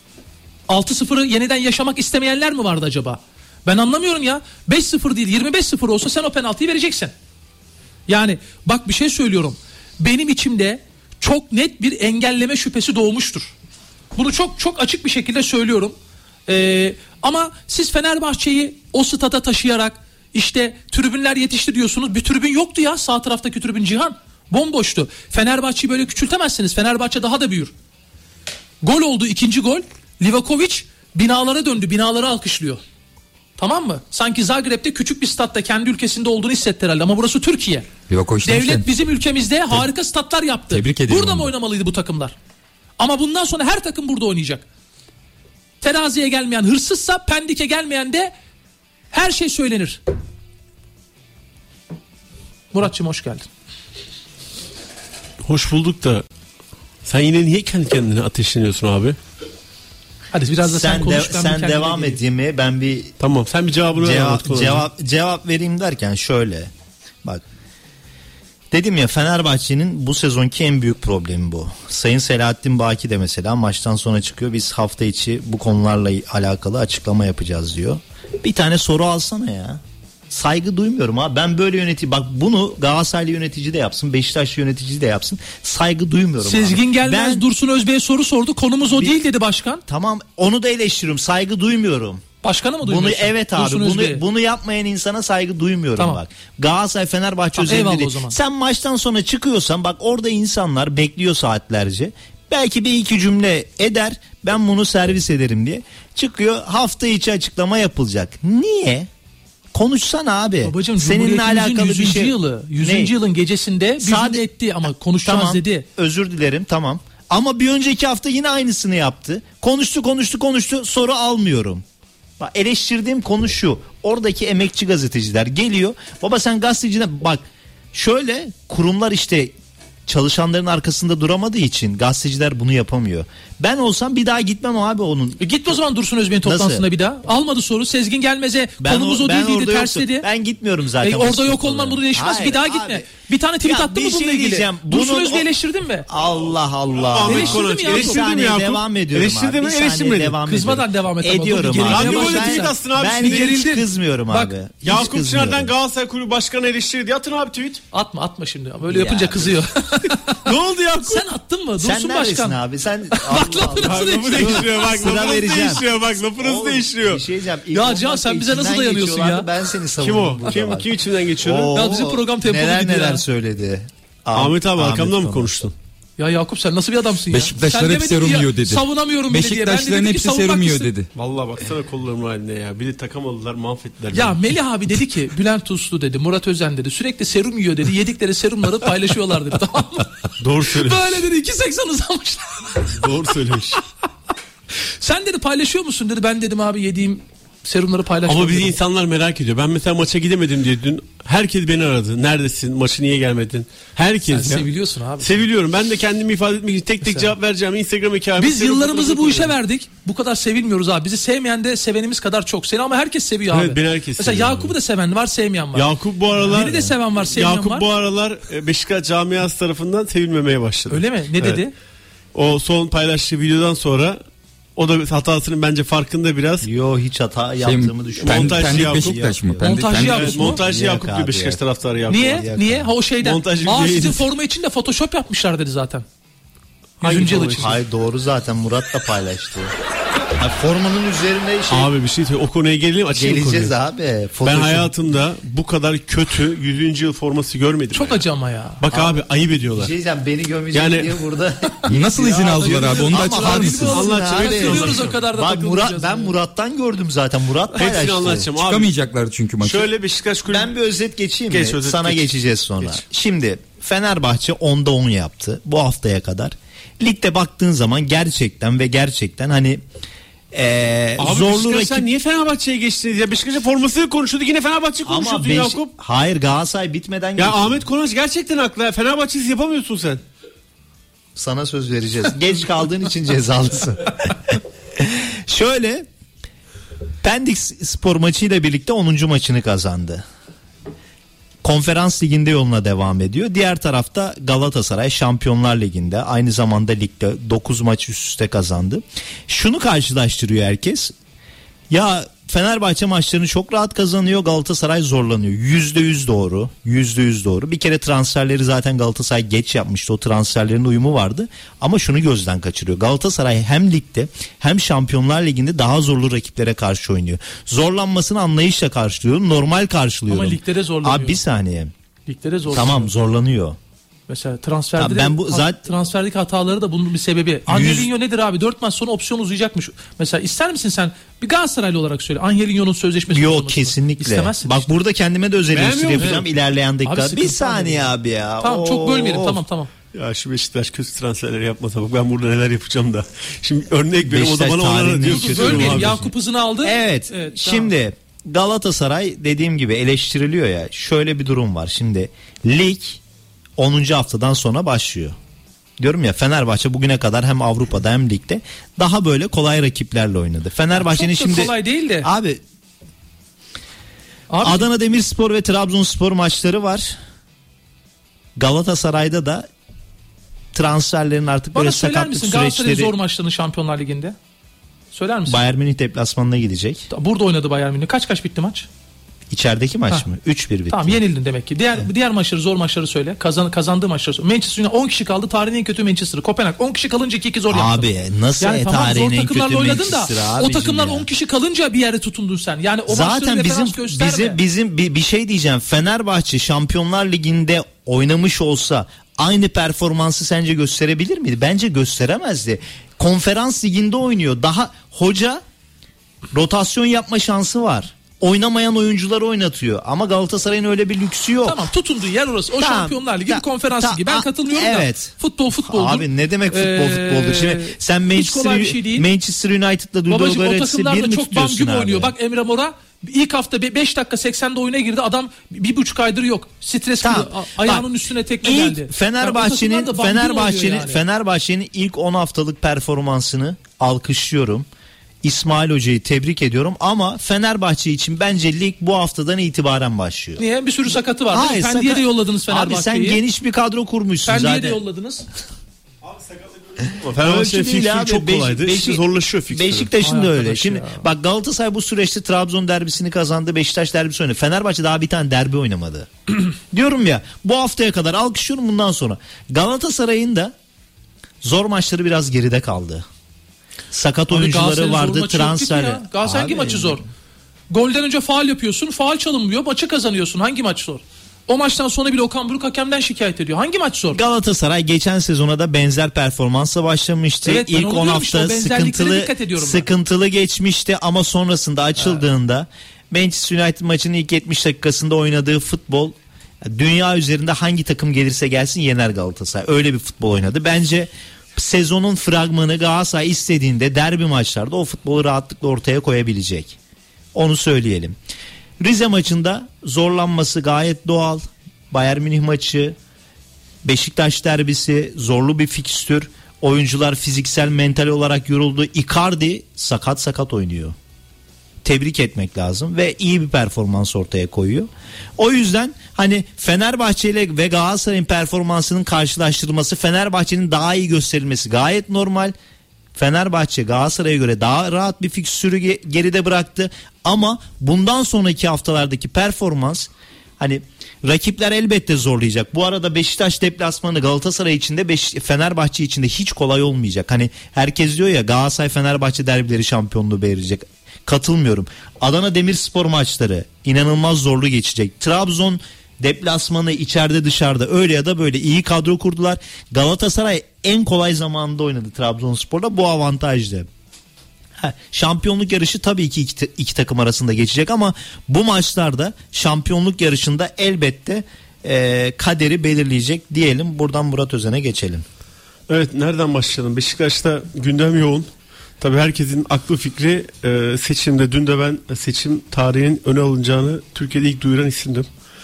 altı sıfırı yeniden yaşamak istemeyenler mi vardı acaba? Ben anlamıyorum ya. beş sıfır değil yirmi beş sıfır olsa sen o penaltıyı vereceksin. Yani bak, bir şey söylüyorum. Benim içimde çok net bir engelleme şüphesi doğmuştur. Bunu çok çok açık bir şekilde söylüyorum. Ee, ama siz Fenerbahçe'yi o stada taşıyarak işte tribünler yetişti diyorsunuz. Bir tribün yoktu ya, sağ taraftaki tribün Cihan. Bomboştu. Fenerbahçe'yi böyle küçültemezsiniz. Fenerbahçe daha da büyür. Gol oldu, ikinci gol. Livakovic binalara döndü. Binaları alkışlıyor. Tamam mı? Sanki Zagreb'de küçük bir statta kendi ülkesinde olduğunu hissetti herhalde. Ama burası Türkiye. Devlet bizim ülkemizde harika statlar yaptı. Tebrik ediyorum. Burada mı oynamalıydı bu takımlar? Ama bundan sonra her takım burada oynayacak. Teraziye gelmeyen hırsızsa, Pendik'e gelmeyen de her şey söylenir. Muratçım hoş geldin. Hoş bulduk da sen yine niye kendi kendine ateşleniyorsun abi? Hadi biraz da sen, sen konuş. De, ben sen devam edeyim mi? Ben bir tamam sen bir cevabını cevap, cevap, cevap vereyim derken şöyle. Bak. Dedim ya, Fenerbahçe'nin bu sezonki en büyük problemi bu. Sayın Selahattin Baki de mesela maçtan sonra çıkıyor. Biz hafta içi bu konularla alakalı açıklama yapacağız diyor. Bir tane soru alsana ya. Saygı duymuyorum ha. Ben böyle yönetici, bak bunu Galatasaraylı yönetici de yapsın, Beşiktaşlı yönetici de yapsın. Saygı duymuyorum. Sezgin abi. Gelmez ben, Dursun Özbey'e soru sordu. Konumuz o bir, değil dedi başkan. Tamam, onu da eleştiriyorum. Saygı duymuyorum. Başkanı mı Bunu duymuyorsun? evet abi. Dursun Bunu Özbey'e. bunu yapmayan insana saygı duymuyorum Tamam. bak. Galatasaray Fenerbahçe Tamam, özelinde eyvallah değil. o zaman. Sen maçtan sonra çıkıyorsan bak, orada insanlar bekliyor saatlerce. Belki bir iki cümle eder. Ben bunu servis ederim diye. Çıkıyor, hafta içi açıklama yapılacak. Niye? Konuşsana abi. Babacığım, seninle alakalı bir şey. yılı, yüzüncü Ne? yılın gecesinde bir Sade- cümle etti ama konuşacağız Tamam, dedi. özür dilerim, tamam. Ama bir önceki hafta yine aynısını yaptı. Konuştu konuştu konuştu, soru almıyorum. Bak, eleştirdiğim konu şu. Oradaki emekçi gazeteciler geliyor. Baba sen gazetecine bak. Şöyle kurumlar işte çalışanların arkasında duramadığı için gazeteciler bunu yapamıyor. Ben olsam bir daha gitmem abi onun. E gitme o zaman Dursun Özbey'in toplantısına Nasıl? bir daha. Almadı soru. Sezgin Gelmez'e Ben konumuz o- o ben değil dedi, orada ters yoktum. dedi. Ben gitmiyorum zaten. E, orada yok olman bunu değişmez. Hayır Bir daha abi. gitme. Bir tane tweet Ya attı bir mı bununla şey ilgili? diyeceğim. Dursun Bunun Özbey'i o- eleştirdin mi? Allah Allah. Ahmet Eleştirdin Konaç mi Yakup? Bir eleştirdin mi saniye Yakup? devam ediyorum Eleştirdin abi. mi Bir saniye eleştirmedin? devam Kızmadan ediyorum. devam et ama. Ediyorum Dur, abi. Hangi gerilmeye golü başladın tweet sen. attın abi? Ben Şimdi hiç gerildin. kızmıyorum Bak, abi. Hiç Yakup kızmıyorum. Çınar'dan Galatasaray Kulübü Başkanı eleştirdi diye atın abi tweet. Atma atma şimdi. Böyle Ya. yapınca kızıyor. Ne oldu Yakup? Sen attın mı? Dursun Sen neredesin Başkan. abi? Sen Bak lafı nasıl Lafı değişti? değişiyor bak Sıra lafınız vereceğim. değişiyor bak lafınız Oğlum, değişiyor. Bir şey diyeceğim. İlk Ya on Can, sen dakika bize nasıl içinden dayanıyorsun geçiyorlardı, ya? Ben seni Kim savundum. o? Kim, kim içinden geçiyordu? Oo, Ya bizim program tempolu neler gidiyor neler ya. söyledi. Ahmet abi Ahmet arkamdan mı Konaç. konuştun? Ya Yakup sen nasıl bir adamsın ya? Beşiktaşlar Sen hep demedin ki ya, serumluyor dedi. Savunamıyorum beni diye. Ben Beşiktaşların dedim ki hepsi savunmak serumluyor istedim. dedi. Vallahi baksana kollarımın haline ya. Bir de takamadılar mahvettiler. Ya beni. Melih abi dedi ki Bülent Uslu dedi, Murat Özen dedi, sürekli serum yiyor dedi, yedikleri serumları paylaşıyorlar dedi, tamam mı? Doğru söylemiş. Böyle dedi iki seksen uzamışlar. Doğru söylemiş. Sen dedi paylaşıyor musun dedi, ben dedim abi yediğim serumları paylaşmıyorum. Ama bizi dedim. insanlar merak ediyor. Ben mesela maça gidemedim diye dün herkes beni aradı. Neredesin? Maçı niye gelmedin? Herkes Sen ya. seviliyorsun abi. Seviliyorum. Ben de kendimi ifade etmek için tek tek Mesela. cevap vereceğim. Instagram hikayemi. Biz yıllarımızı bu işe verdik. Bu kadar sevilmiyoruz abi. Bizi sevmeyen de sevenimiz kadar çok. Seni ama herkes seviyor Evet, abi. beni herkes Mesela seviyor Yakup'u da seven var, sevmeyen var. Yakup bu aralar Beni de seven var, sevmeyen Yakup var. bu aralar e, Beşiktaş camiası tarafından sevilmemeye başladı. Öyle mi? Ne Evet. dedi? O son paylaştığı videodan sonra o da hatasının bence farkında biraz. Yo, hiç hata yaptığımı düşünmüyorum. Montajcı Pendik Yakup. Beşiktaş mı? Montajcı Pendik- Yakup. Evet, mu? montajcı Yok Yakup abi diyor Beşiktaş ya. taraftarı Yakup. Niye? Niye? Ha o şeyden. Montajcı Aa değil. sizin forma için de Photoshop yapmışlar dedi zaten. Hangi yüzüncü yıl forma için. için? Hayır, doğru zaten, Murat da paylaştı. Ha, formanın üzerinde şey Abi bir şey söyle. O konuya gelelim açayım geleceğiz konuyu. abi. Ben Photoshop- hayatımda bu kadar kötü yüzüncü yıl forması görmedim. Çok ya. acı ama ya. Bak abi, ayıp ediyorlar. Bir şey diyeceğim, beni gömecek Yani- diye burada. Nasıl izin aldılar abi? Onu da Ama açıklar abi, mısınız? olsun Anlatacağım, abi. hepsini Takılıyoruz o kadar da Bak takılmayacağız Murat, ben ya. Murat'tan gördüm zaten. Murat Hepsini paylaştı. anlatacağım abi. Çıkamayacaklar çünkü maçı. Şöyle Beşiktaş kulübü. Ben bir özet geçeyim Geç, mi? özet Sana geç. geçeceğiz sonra. Geç. Şimdi Fenerbahçe onda on yaptı bu haftaya kadar. Ligde baktığın zaman gerçekten ve gerçekten hani eee Abi zorlu Beşiktaş rakip. sen niye Fenerbahçe'ye geçtiniz ya? Beşiktaş'ın formasını konuşuyorduk, yine Fenerbahçe Ama konuşuyordun beş... Yakup. Hayır, Galatasaray bitmeden Ya geçti. Ahmet Konaç gerçekten haklı. ya. Fenerbahçe'siz yapamıyorsun sen. Sana söz vereceğiz. Geç kaldığın için cezalısın. Şöyle, Pendik Spor maçıyla birlikte onuncu maçını kazandı. Konferans Ligi'nde yoluna devam ediyor. Diğer tarafta Galatasaray Şampiyonlar Ligi'nde, aynı zamanda ligde dokuz maç üst üste kazandı. Şunu karşılaştırıyor herkes. Ya Fenerbahçe maçlarını çok rahat kazanıyor, Galatasaray zorlanıyor. Yüzde yüz doğru. Yüzde yüz doğru. Bir kere transferleri zaten Galatasaray geç yapmıştı. O transferlerin uyumu vardı. Ama şunu gözden kaçırıyor. Galatasaray hem ligde hem Şampiyonlar Ligi'nde daha zorlu rakiplere karşı oynuyor. Zorlanmasını anlayışla karşılıyorum. Normal karşılıyorum. Ama ligde de zorlanıyor. Abi bir saniye. Ligde de zor. Tamam, zorlanıyor. Mesela transferde Ya ben bu de, zaten- transferdeki hataları da bunun bir sebebi. Angelinho nedir abi? dört maç sonra opsiyon uzayacakmış. Mesela ister misin sen bir Galatasaraylı olarak söyle. Angelinho'nun sözleşmesi Yok uzamasını. kesinlikle. İstemezsin Bak işte. burada kendime de özel Beğenmiyor eleştiri musun? yapacağım ilerleyen dakika. sıkıntı Bir saniye var. abi ya. Tamam çok Oo. bölmeyelim tamam tamam. Ya şu Beşiktaş kötü transferleri yapmasa bak ben burada neler yapacağım da. Şimdi örnek verim o da Beşiktaş bana onlara tarihinin diyor en ki kötü Bölmeyelim. abi. Yakup hızını aldı. Evet. tamam. Şimdi Galatasaray dediğim gibi eleştiriliyor ya. Şöyle bir durum var. Şimdi lig onuncu haftadan sonra başlıyor. Diyorum ya Fenerbahçe bugüne kadar hem Avrupa'da hem ligde daha böyle kolay rakiplerle oynadı. Fenerbahçe'nin Çok da şimdi kolay değil de. Abi, Abi, Adana Demirspor ve Trabzonspor maçları var. Galatasaray'da da transferlerin artık bana böyle söyler sakatlık misin Galatasaray'ın süreçleri. zor maçlarını Şampiyonlar Ligi'nde? Söyler misin? Bayern Münih deplasmanına gidecek. Burada oynadı Bayern Münih. Kaç kaç bitti maç? İçerideki maç Ha. mı? üç bir bitti. Tamam yenildin demek ki. Diğer diğer maçları zor maçları söyle. Kazan kazandığı maçları söyle. Manchester United on kişi kaldı. Tarihin en kötü Manchester'ı. Kopenhag on kişi kalınca iki iki zor yaptın. Abi nasıl Yani e, tamam tarihin zor en takımlarla kötü oynadın da Manchester o abicim takımlar ya. on kişi kalınca bir yere tutundun sen. Yani o maçları Zaten bizim referans gösterme. bizim bizim bir, bir şey diyeceğim. Fenerbahçe Şampiyonlar Ligi'nde oynamış olsa aynı performansı sence gösterebilir miydi? Bence gösteremezdi. Konferans liginde oynuyor. Daha hoca rotasyon yapma şansı var. Oynamayan oyuncuları oynatıyor. Ama Galatasaray'ın öyle bir lüksü yok. Tamam tutunduğu yer orası. O Tamam, Şampiyonlar Ligi ta- bir konferans ta- ligi. Ben a- katılmıyorum evet. da. Futbol futboldur. Abi ne demek futbol Ee, futboldur? Şimdi sen hiç kolay bir Manchester, şey değil. Manchester United'la Dudu Babacım o Goretz'i takımlar bir da mi çok bam tutuyorsun gibi abi? oynuyor. Bak Emre Mora ilk hafta beş dakika seksende oyuna girdi. Adam bir buçuk aydır yok. Stres Tamam. kırıyor. A- ayağının Bak, üstüne tekme İlk geldi. Fenerbahçe'nin Yani o takımlar da bam gibi Fenerbahçe'nin oynuyor yani. Fenerbahçe'nin ilk on haftalık performansını alkışlıyorum. İsmail Hoca'yı tebrik ediyorum ama Fenerbahçe için bence lig bu haftadan itibaren başlıyor. Niye? Bir sürü sakatı var. Hayır, Pendik'e sakat- de yolladınız Abi Fenerbahçe'yi. sen geniş bir kadro kurmuşsun Pendik'e zaten. de yolladınız. Fenerbahçe'nin Ölçü değil fikri abi. çok Beş- kolaydı. Beşik- Şimdi zorlaşıyor fikri. Beşiktaş'ın Ay da öyle. arkadaş Şimdi ya. bak Galatasaray bu süreçte Trabzon derbisini kazandı. Beşiktaş derbisi oynadı. Fenerbahçe daha bir tane derbi oynamadı. Diyorum ya bu haftaya kadar alkışlıyorum bundan sonra. Galatasaray'ın da zor maçları biraz geride kaldı. Sakat Abi oyuncuları Galatasaray'ın zor vardı, maçı yok ki transfer. ya. Galatasaray hangi Abi, maçı zor? Golden önce faul yapıyorsun. Faul çalınmıyor. Maçı kazanıyorsun. Hangi maç zor? O maçtan sonra bile Okan Buruk hakemden şikayet ediyor. Hangi maç zor? Galatasaray geçen sezona da benzer performansla başlamıştı. Evet, ben İlk onu on diyorum işte, o hafta benzerliklere sıkıntılı dikkat ediyorum ben. sıkıntılı geçmişti ama sonrasında açıldığında Manchester United maçının ilk yetmiş dakikasında oynadığı futbol dünya üzerinde hangi takım gelirse gelsin yener Galatasaray. Öyle bir futbol oynadı. Bence sezonun fragmanı Galatasaray istediğinde derbi maçlarda o futbolu rahatlıkla ortaya koyabilecek. Onu söyleyelim. Rize maçında zorlanması gayet doğal. Bayern Münih maçı, Beşiktaş derbisi, zorlu bir fikstür. Oyuncular fiziksel, mental olarak yoruldu. Icardi sakat sakat oynuyor. Tebrik etmek lazım ve iyi bir performans ortaya koyuyor. O yüzden hani Fenerbahçe ile ve Galatasaray'ın performansının karşılaştırılması, Fenerbahçe'nin daha iyi gösterilmesi gayet normal. Fenerbahçe Galatasaray'a göre daha rahat bir fikstürü ge- geride bıraktı ama bundan sonraki haftalardaki performans hani rakipler elbette zorlayacak. Bu arada Beşiktaş deplasmanı Galatasaray için de Beş- Fenerbahçe için de hiç kolay olmayacak. Hani herkes diyor ya Galatasaray Fenerbahçe derbileri şampiyonluğu belirleyecek. Katılmıyorum. Adana Demirspor maçları inanılmaz zorlu geçecek. Trabzon deplasmanı içeride dışarıda öyle ya da böyle iyi kadro kurdular. Galatasaray en kolay zamanında oynadı Trabzonspor'da, bu avantajlı. Ha, şampiyonluk yarışı tabii ki iki, iki takım arasında geçecek ama bu maçlarda şampiyonluk yarışında elbette e, kaderi belirleyecek diyelim. Buradan Murat Özen'e geçelim. Evet, nereden başlayalım? Beşiktaş'ta gündem yoğun. Tabii herkesin aklı fikri e, seçimde. Dün de ben seçim tarihinin öne alınacağını Türkiye'de ilk duyuran isimdim.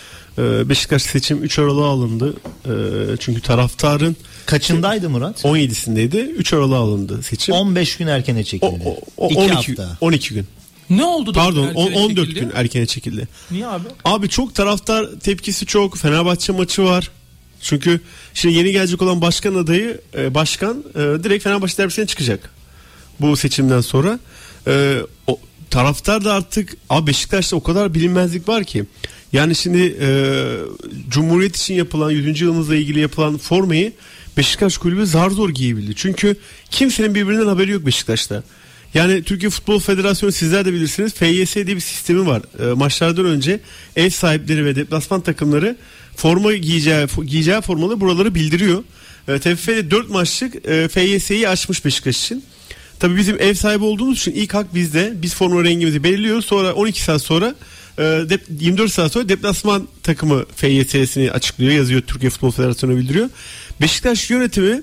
E, Beşiktaş seçim üç Aralık'a alındı. E, çünkü taraftarın Kaçındaydı Murat? on yedisindeydi. üç Aralık'a alındı seçim. on beş gün erkene çekildi. O, o, o, İki on iki, hafta. on iki gün. Ne oldu da Pardon, erkene on dört çekildi? gün erkene çekildi. Niye abi? Abi çok taraftar tepkisi çok. Fenerbahçe maçı var. Çünkü şimdi yeni gelecek olan başkan adayı e, başkan e, direkt Fenerbahçe derbisine çıkacak. Bu seçimden sonra. E, o taraftar da artık abi Beşiktaş'ta o kadar bilinmezlik var ki. Yani şimdi e, Cumhuriyet için yapılan yüzüncü yılımızla ilgili yapılan formayı Beşiktaş kulübü zar zor giyebildi. Çünkü kimsenin birbirinden haberi yok Beşiktaş'ta. Yani Türkiye Futbol Federasyonu, sizler de bilirsiniz, F Y S diye bir sistemi var. E, maçlardan önce ev sahipleri ve deplasman takımları forma giyeceği giyeceği formaları buraları bildiriyor. E, T F F'de dört maçlık e, F Y S'yi açmış Beşiktaş için. Tabii bizim ev sahibi olduğumuz için ilk hak bizde. Biz forma rengimizi belirliyoruz. Sonra on iki saat sonra e, yirmi dört saat sonra deplasman takımı F Y S'sini açıklıyor, yazıyor, Türkiye Futbol Federasyonu bildiriyor. Beşiktaş yönetimi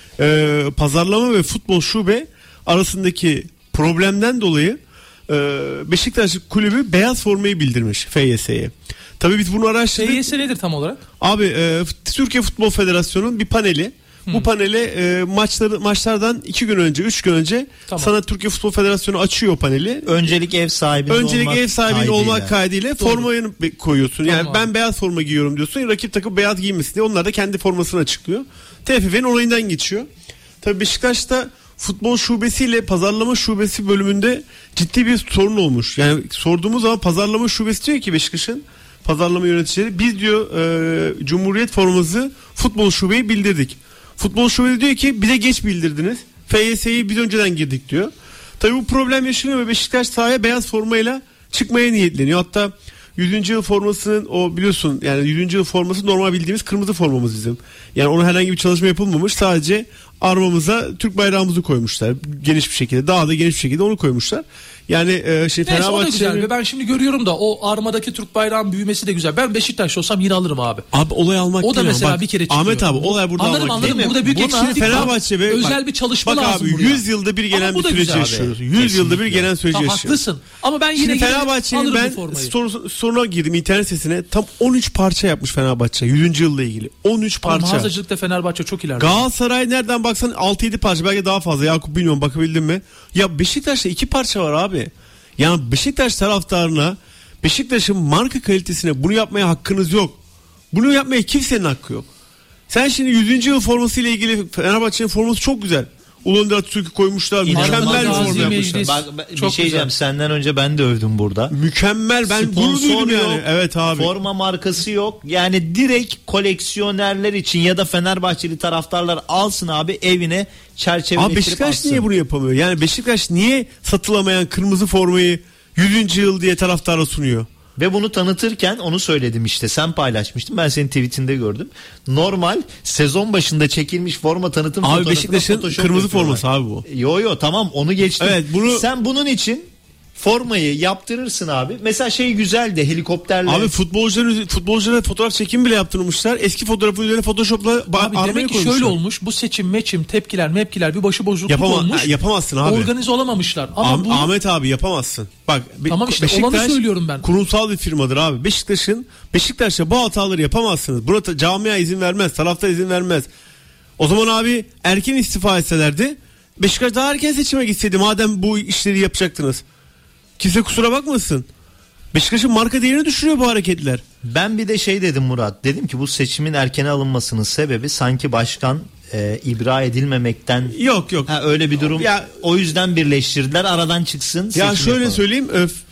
e, pazarlama ve futbol şube arasındaki problemden dolayı e, Beşiktaş kulübü beyaz formayı bildirmiş F Y S'ye. Tabii biz bunu araştırdık. F Y S nedir tam olarak? Abi e, Türkiye Futbol Federasyonu'nun bir paneli. Hmm. Bu panele e, maçları maçlardan iki gün önce, üç gün önce tamam. sana Türkiye Futbol Federasyonu açıyor o paneli. Öncelik ev sahibi Öncelik olmak ev sahibi kaydıyla. olmak kaydıyla formayı koyuyorsun. Yani tamam. ben beyaz forma giyiyorum diyorsun. Rakip takım beyaz giymesin diye onlar da kendi formasını açıklıyor. T F F'nin olayından geçiyor. Tabii Beşiktaş'ta futbol şubesiyle pazarlama şubesi bölümünde ciddi bir sorun olmuş. Yani sorduğumuz zaman pazarlama şubesi diyor ki Beşiktaş'ın pazarlama yöneticileri biz diyor e, Cumhuriyet forması futbol şubeyi bildirdik. Futbol şubesi diyor ki bize geç bildirdiniz. F Y S'yi biz önceden girdik diyor. Tabii bu problem yaşanıyor ve Beşiktaş sahaya beyaz formayla çıkmaya niyetleniyor. Hatta yüzüncü yıl formasının o biliyorsun yani yüzüncü yıl forması normal bildiğimiz kırmızı formamız bizim. Yani ona herhangi bir çalışma yapılmamış. Sadece armamıza Türk bayrağımızı koymuşlar. Geniş bir şekilde. Daha da geniş bir şekilde onu koymuşlar. Yani e, şey Neyse o da güzel. Fenerbahçe'nin... Ben şimdi görüyorum da o armadaki Türk bayrağının büyümesi de güzel. Ben Beşiktaşlı olsam yine alırım abi. Abi olay almak o da değil mesela bak, bir kere çıkıyor. Ahmet abi olay burada anlarım, almak anlarım. değil. Burada büyük Buna eksiklik Fenerbahçe ve özel bak, bir çalışma bak lazım abi, buraya. yüz yılda bir gelen bir süreci yaşıyoruz. yüz yılda bir gelen süreci tamam, yaşıyoruz. haklısın. Ama ben yine Şimdi Fenerbahçe'nin ben sor, soruna girdim internet sitesine. Tam on üç parça yapmış Fenerbahçe yüzüncü yılla ilgili. on üç parça. Ama mağazacılıkta Fenerbahçe çok ileride. Galatasaray nereden baksan altı yedi parça, belki daha fazla. Yakup bilmiyorum, bakabildin mi? Ya Beşiktaş'ta iki parça var abi. Yani Beşiktaş taraftarına, Beşiktaş'ın marka kalitesine bunu yapmaya hakkınız yok. Bunu yapmaya kimsenin hakkı yok. Sen şimdi yüzüncü yıl forması ile ilgili Fenerbahçe'nin forması çok güzel. Ulu Önder Atatürk'ü koymuşlar. İnanılmaz Mükemmel bir Gazi forma Meclis. yapmışlar. Bak, bir şey diyeceğim, senden önce ben de övdüm burada. Mükemmel, ben gurur Sponsor duydum yani. yok, Evet abi. forma markası yok. Yani direkt koleksiyonerler için ya da Fenerbahçeli taraftarlar alsın abi, evine çerçeveleştirip Abi Beşiktaş atsın. niye bunu yapamıyor? Yani Beşiktaş niye satılamayan kırmızı formayı yüzüncü yıl diye taraftara sunuyor? Ve bunu tanıtırken onu söyledim işte, sen paylaşmıştın, ben senin tweetinde gördüm. Normal sezon başında çekilmiş forma tanıtım abi fotoğrafına Beşiktaş'ın Photoshop kırmızı yapıyorlar. forması abi bu. Yo yo tamam, onu geçtim. Evet, bunu... Sen bunun için formayı yaptırırsın abi. Mesela şey güzeldi, helikopterle. Abi futbolcuların futbolculara fotoğraf çekimi bile yaptırmışlar. Eski fotoğrafın üzerine Photoshop'la abi demek ki koymuşlar. şöyle olmuş. Bu seçim, meçim, tepkiler, mepkiler bir başıboşlukluk Yapama, olmuş. Yapamazsın abi. Organize olamamışlar. Ama Ah- bu... Ahmet abi yapamazsın. Bak tamam işte olanı söylüyorum ben. Kurumsal bir firmadır abi. Beşiktaş'ın Beşiktaş'ta bu hataları yapamazsınız. Buna ta- camia izin vermez, taraftar izin vermez. O zaman abi erken istifa etselerdi, Beşiktaş daha erken seçime gitseydi madem bu işleri yapacaktınız. Kimse kusura bakmasın. Beşiktaş'ın marka değerini düşürüyor bu hareketler. Ben bir de şey dedim Murat. Dedim ki bu seçimin erkene alınmasının sebebi sanki başkan e, ibra edilmemekten. Yok yok. Ha, öyle bir durum. Ya, o yüzden birleştirdiler. Aradan çıksın. Ya şöyle yapalım. söyleyeyim.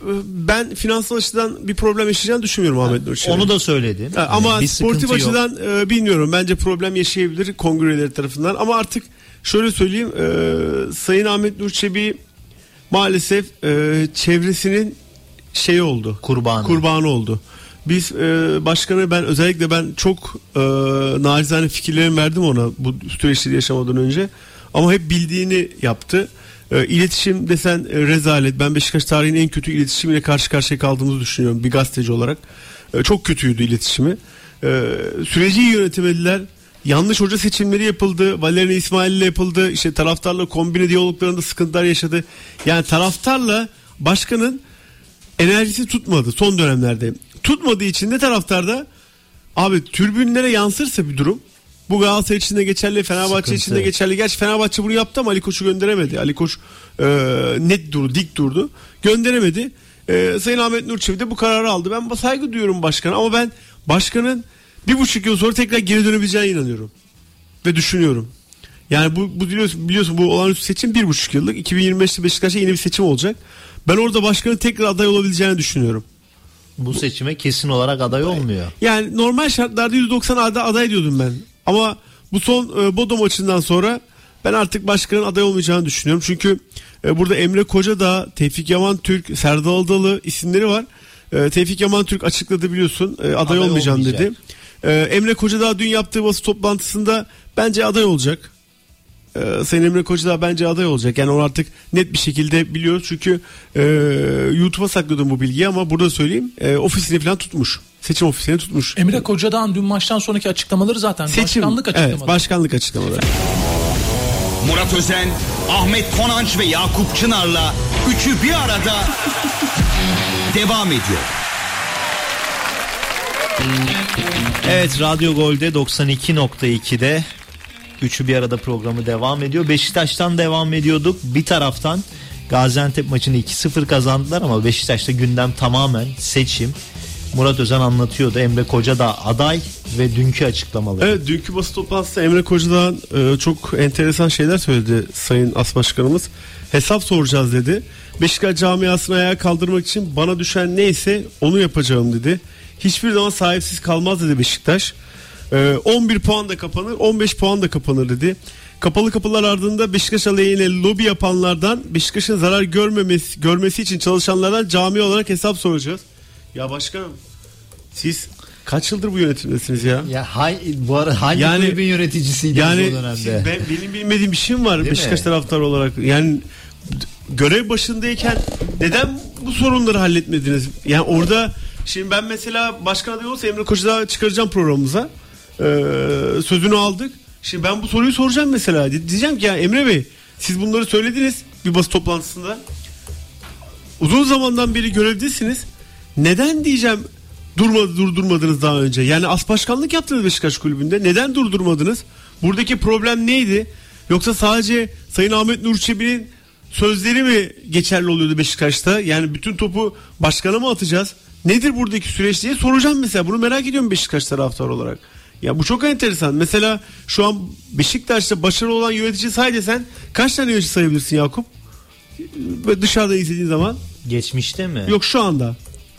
Ben finansal açıdan bir problem yaşayacağını düşünmüyorum Ahmet Nur Çebi. Onu da söyledim. Ha, ama yani sportif açıdan e, bilmiyorum. Bence problem yaşayabilir kongreleri tarafından. Ama artık şöyle söyleyeyim. E, Sayın Ahmet Nur Çebi maalesef e, çevresinin şey oldu. Kurbanı. Kurbanı oldu. Biz e, başkanı ben özellikle ben çok e, narizane fikirlerimi verdim ona bu süreçleri yaşamadan önce. Ama hep bildiğini yaptı. E, iletişim desen e, rezalet. Ben Beşiktaş tarihinin en kötü iletişimiyle karşı karşıya kaldığımızı düşünüyorum bir gazeteci olarak. E, çok kötüydü iletişimi. E, süreci iyi yönetemediler. Yanlış hoca seçimleri yapıldı. Valerian İsmail ile yapıldı. İşte taraftarla kombine diyaloglarında sıkıntılar yaşadı. Yani taraftarla başkanın enerjisi tutmadı son dönemlerde. Tutmadığı için de taraftarda abi tribünlere yansırsa bir durum. Bu Galatasaray için de geçerli, Fenerbahçe için de geçerli. Gerçi Fenerbahçe bunu yaptı ama Ali Koç'u gönderemedi. Ali Koç e, net durdu, dik durdu. Gönderemedi. E, Sayın Ahmet Nur Çebi de bu kararı aldı. Ben saygı duyuyorum başkana ama ben başkanın bir buçuk yıl sonra tekrar geri dönebileceğine inanıyorum. Ve düşünüyorum. Yani bu, bu biliyorsun, biliyorsun bu olağanüstü seçim bir buçuk yıllık. iki bin yirmi beşte Beşiktaş'ta yeni bir seçim olacak. Ben orada başkanın tekrar aday olabileceğini düşünüyorum. Bu seçime kesin olarak aday olmuyor. Yani normal şartlarda yüzde doksan aday, aday diyordum ben. Ama bu son e, Bodo maçından sonra ben artık başkanın aday olmayacağını düşünüyorum. Çünkü e, burada Emre Kocadağ, Tevfik Yaman Türk, Serdal Adalı isimleri var. E, Tevfik Yaman Türk açıkladı biliyorsun. E, aday, aday olmayacağım dedi. Ee, Emre Kocadağ dün yaptığı basın toplantısında bence aday olacak. Ee, Sayın Emre Kocadağ bence aday olacak. Yani onu artık net bir şekilde biliyoruz. Çünkü e, YouTube'a sakladım bu bilgiyi ama burada söyleyeyim. E, ofisini falan tutmuş. Seçim ofisini tutmuş. Emre Kocadağ'ın dün maçtan sonraki açıklamaları zaten Seçim, başkanlık açıklamaları. Evet, başkanlık açıklamaları. Murat Özen, Ahmet Konanç ve Yakup Çınar'la üçü bir arada devam ediyor. Evet, Radyo Gol'de doksan iki nokta iki'de Üçü bir arada programı devam ediyor. Beşiktaş'tan devam ediyorduk. Bir taraftan Gaziantep maçını iki sıfır kazandılar ama Beşiktaş'ta gündem tamamen seçim. Murat Özen anlatıyordu. Emre Kocadağ aday ve dünkü açıklamaları. Evet, dünkü basın toplantısında Emre Kocadağ e, çok enteresan şeyler söyledi Sayın As Başkanımız. Hesap soracağız dedi. Beşiktaş camiasını ayağa kaldırmak için bana düşen neyse onu yapacağım dedi. Hiçbir zaman sahipsiz kalmaz dedi Beşiktaş. Ee, on bir puan da kapanır, on beş puan da kapanır dedi. Kapalı kapılar ardında Beşiktaş aleyhine lobi yapanlardan, Beşiktaş'ın zarar görmemesi görmesi için çalışanlardan cami olarak hesap soracağız. Ya başkanım, siz kaç yıldır bu yönetimdesiniz ya? Ya hay, bu ara hangi yani, kulübün yöneticiydiniz yani, o dönemde? Ben, benim bilmediğim bir şeyim var Değil Beşiktaş mi? taraftarı olarak. Yani görev başındayken neden bu sorunları halletmediniz? Yani orada şimdi ben mesela başkan adayı olsa Emre Kocadağ'ı çıkaracağım programımıza. Ee, sözünü aldık. Şimdi ben bu soruyu soracağım mesela. Diyeceğim ki ya Emre Bey, siz bunları söylediniz bir basın toplantısında. Uzun zamandan beri görevdesiniz. Neden diyeceğim durmadı, durdurmadınız daha önce? Yani as başkanlık yaptınız Beşiktaş Kulübü'nde. Neden durdurmadınız? Buradaki problem neydi? Yoksa sadece Sayın Ahmet Nur Çebi'nin sözleri mi geçerli oluyordu Beşiktaş'ta? Yani bütün topu başkana mı atacağız? Nedir buradaki süreç diye soracağım mesela. Bunu merak ediyorum Beşiktaş taraftarı olarak. Ya bu çok enteresan. Mesela şu an Beşiktaş'ta başarılı olan yönetici say desen kaç tane yönetici sayabilirsin Yakup? Böyle dışarıda izlediğin zaman. Geçmişte mi? Yok, şu anda.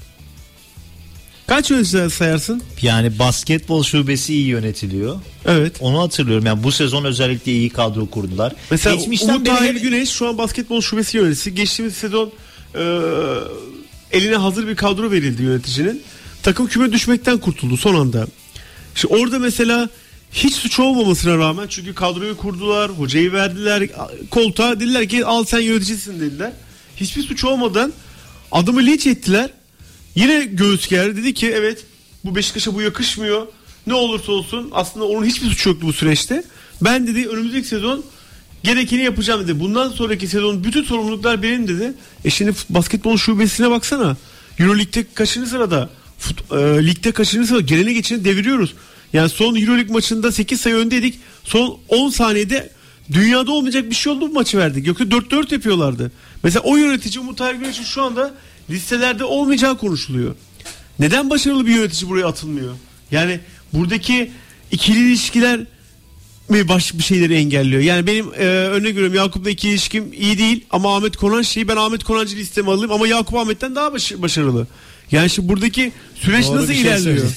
Kaç yöneticiler sayarsın? Yani basketbol şubesi iyi yönetiliyor. Evet. Onu hatırlıyorum. Yani bu sezon özellikle iyi kadro kurdular. Mesela Geçmişten Umut beri Tahir hep- Güneş şu an basketbol şubesi yöneticisi. Geçtiğimiz sezon e, eline hazır bir kadro verildi yöneticinin. Takım küme düşmekten kurtuldu son anda. Şimdi orada mesela hiç suç olmamasına rağmen, çünkü kadroyu kurdular, hocayı verdiler koltuğa, dediler ki al sen yöneticisin dediler. Hiçbir suç olmadan adamı linç ettiler. Yine göğüs gerdi, dedi ki evet bu Beşiktaş'a bu yakışmıyor. Ne olursa olsun aslında onun hiçbir suçu yoktu bu süreçte. Ben dedi önümüzdeki sezon gerekeni yapacağım dedi. Bundan sonraki sezon bütün sorumluluklar benim dedi. E şimdi basketbol şubesine baksana. Euroleague'de kaçıncı sırada? Fut, e, ligde kaçıncı sırada? Geleni geçeni deviriyoruz. Yani son Euroleague maçında sekiz sayı öndeydik. Son on saniyede dünyada olmayacak bir şey oldu, bu maçı verdik. Yoksa dört dört yapıyorlardı. Mesela o yönetici Umut Tahir Güneş'in şu anda listelerde olmayacağı konuşuluyor. Neden başarılı bir yönetici buraya atılmıyor? Yani buradaki ikili ilişkiler mi baş bir şeyleri engelliyor? Yani benim e, örnek veriyorum, Yakup'la ikili ilişkim iyi değil ama Ahmet Konan şeyi, ben Ahmet Konancı listeme alayım ama Yakup Ahmet'ten daha baş, başarılı. Yani şimdi buradaki süreç Doğru nasıl bir şey ilerliyor? söyledin.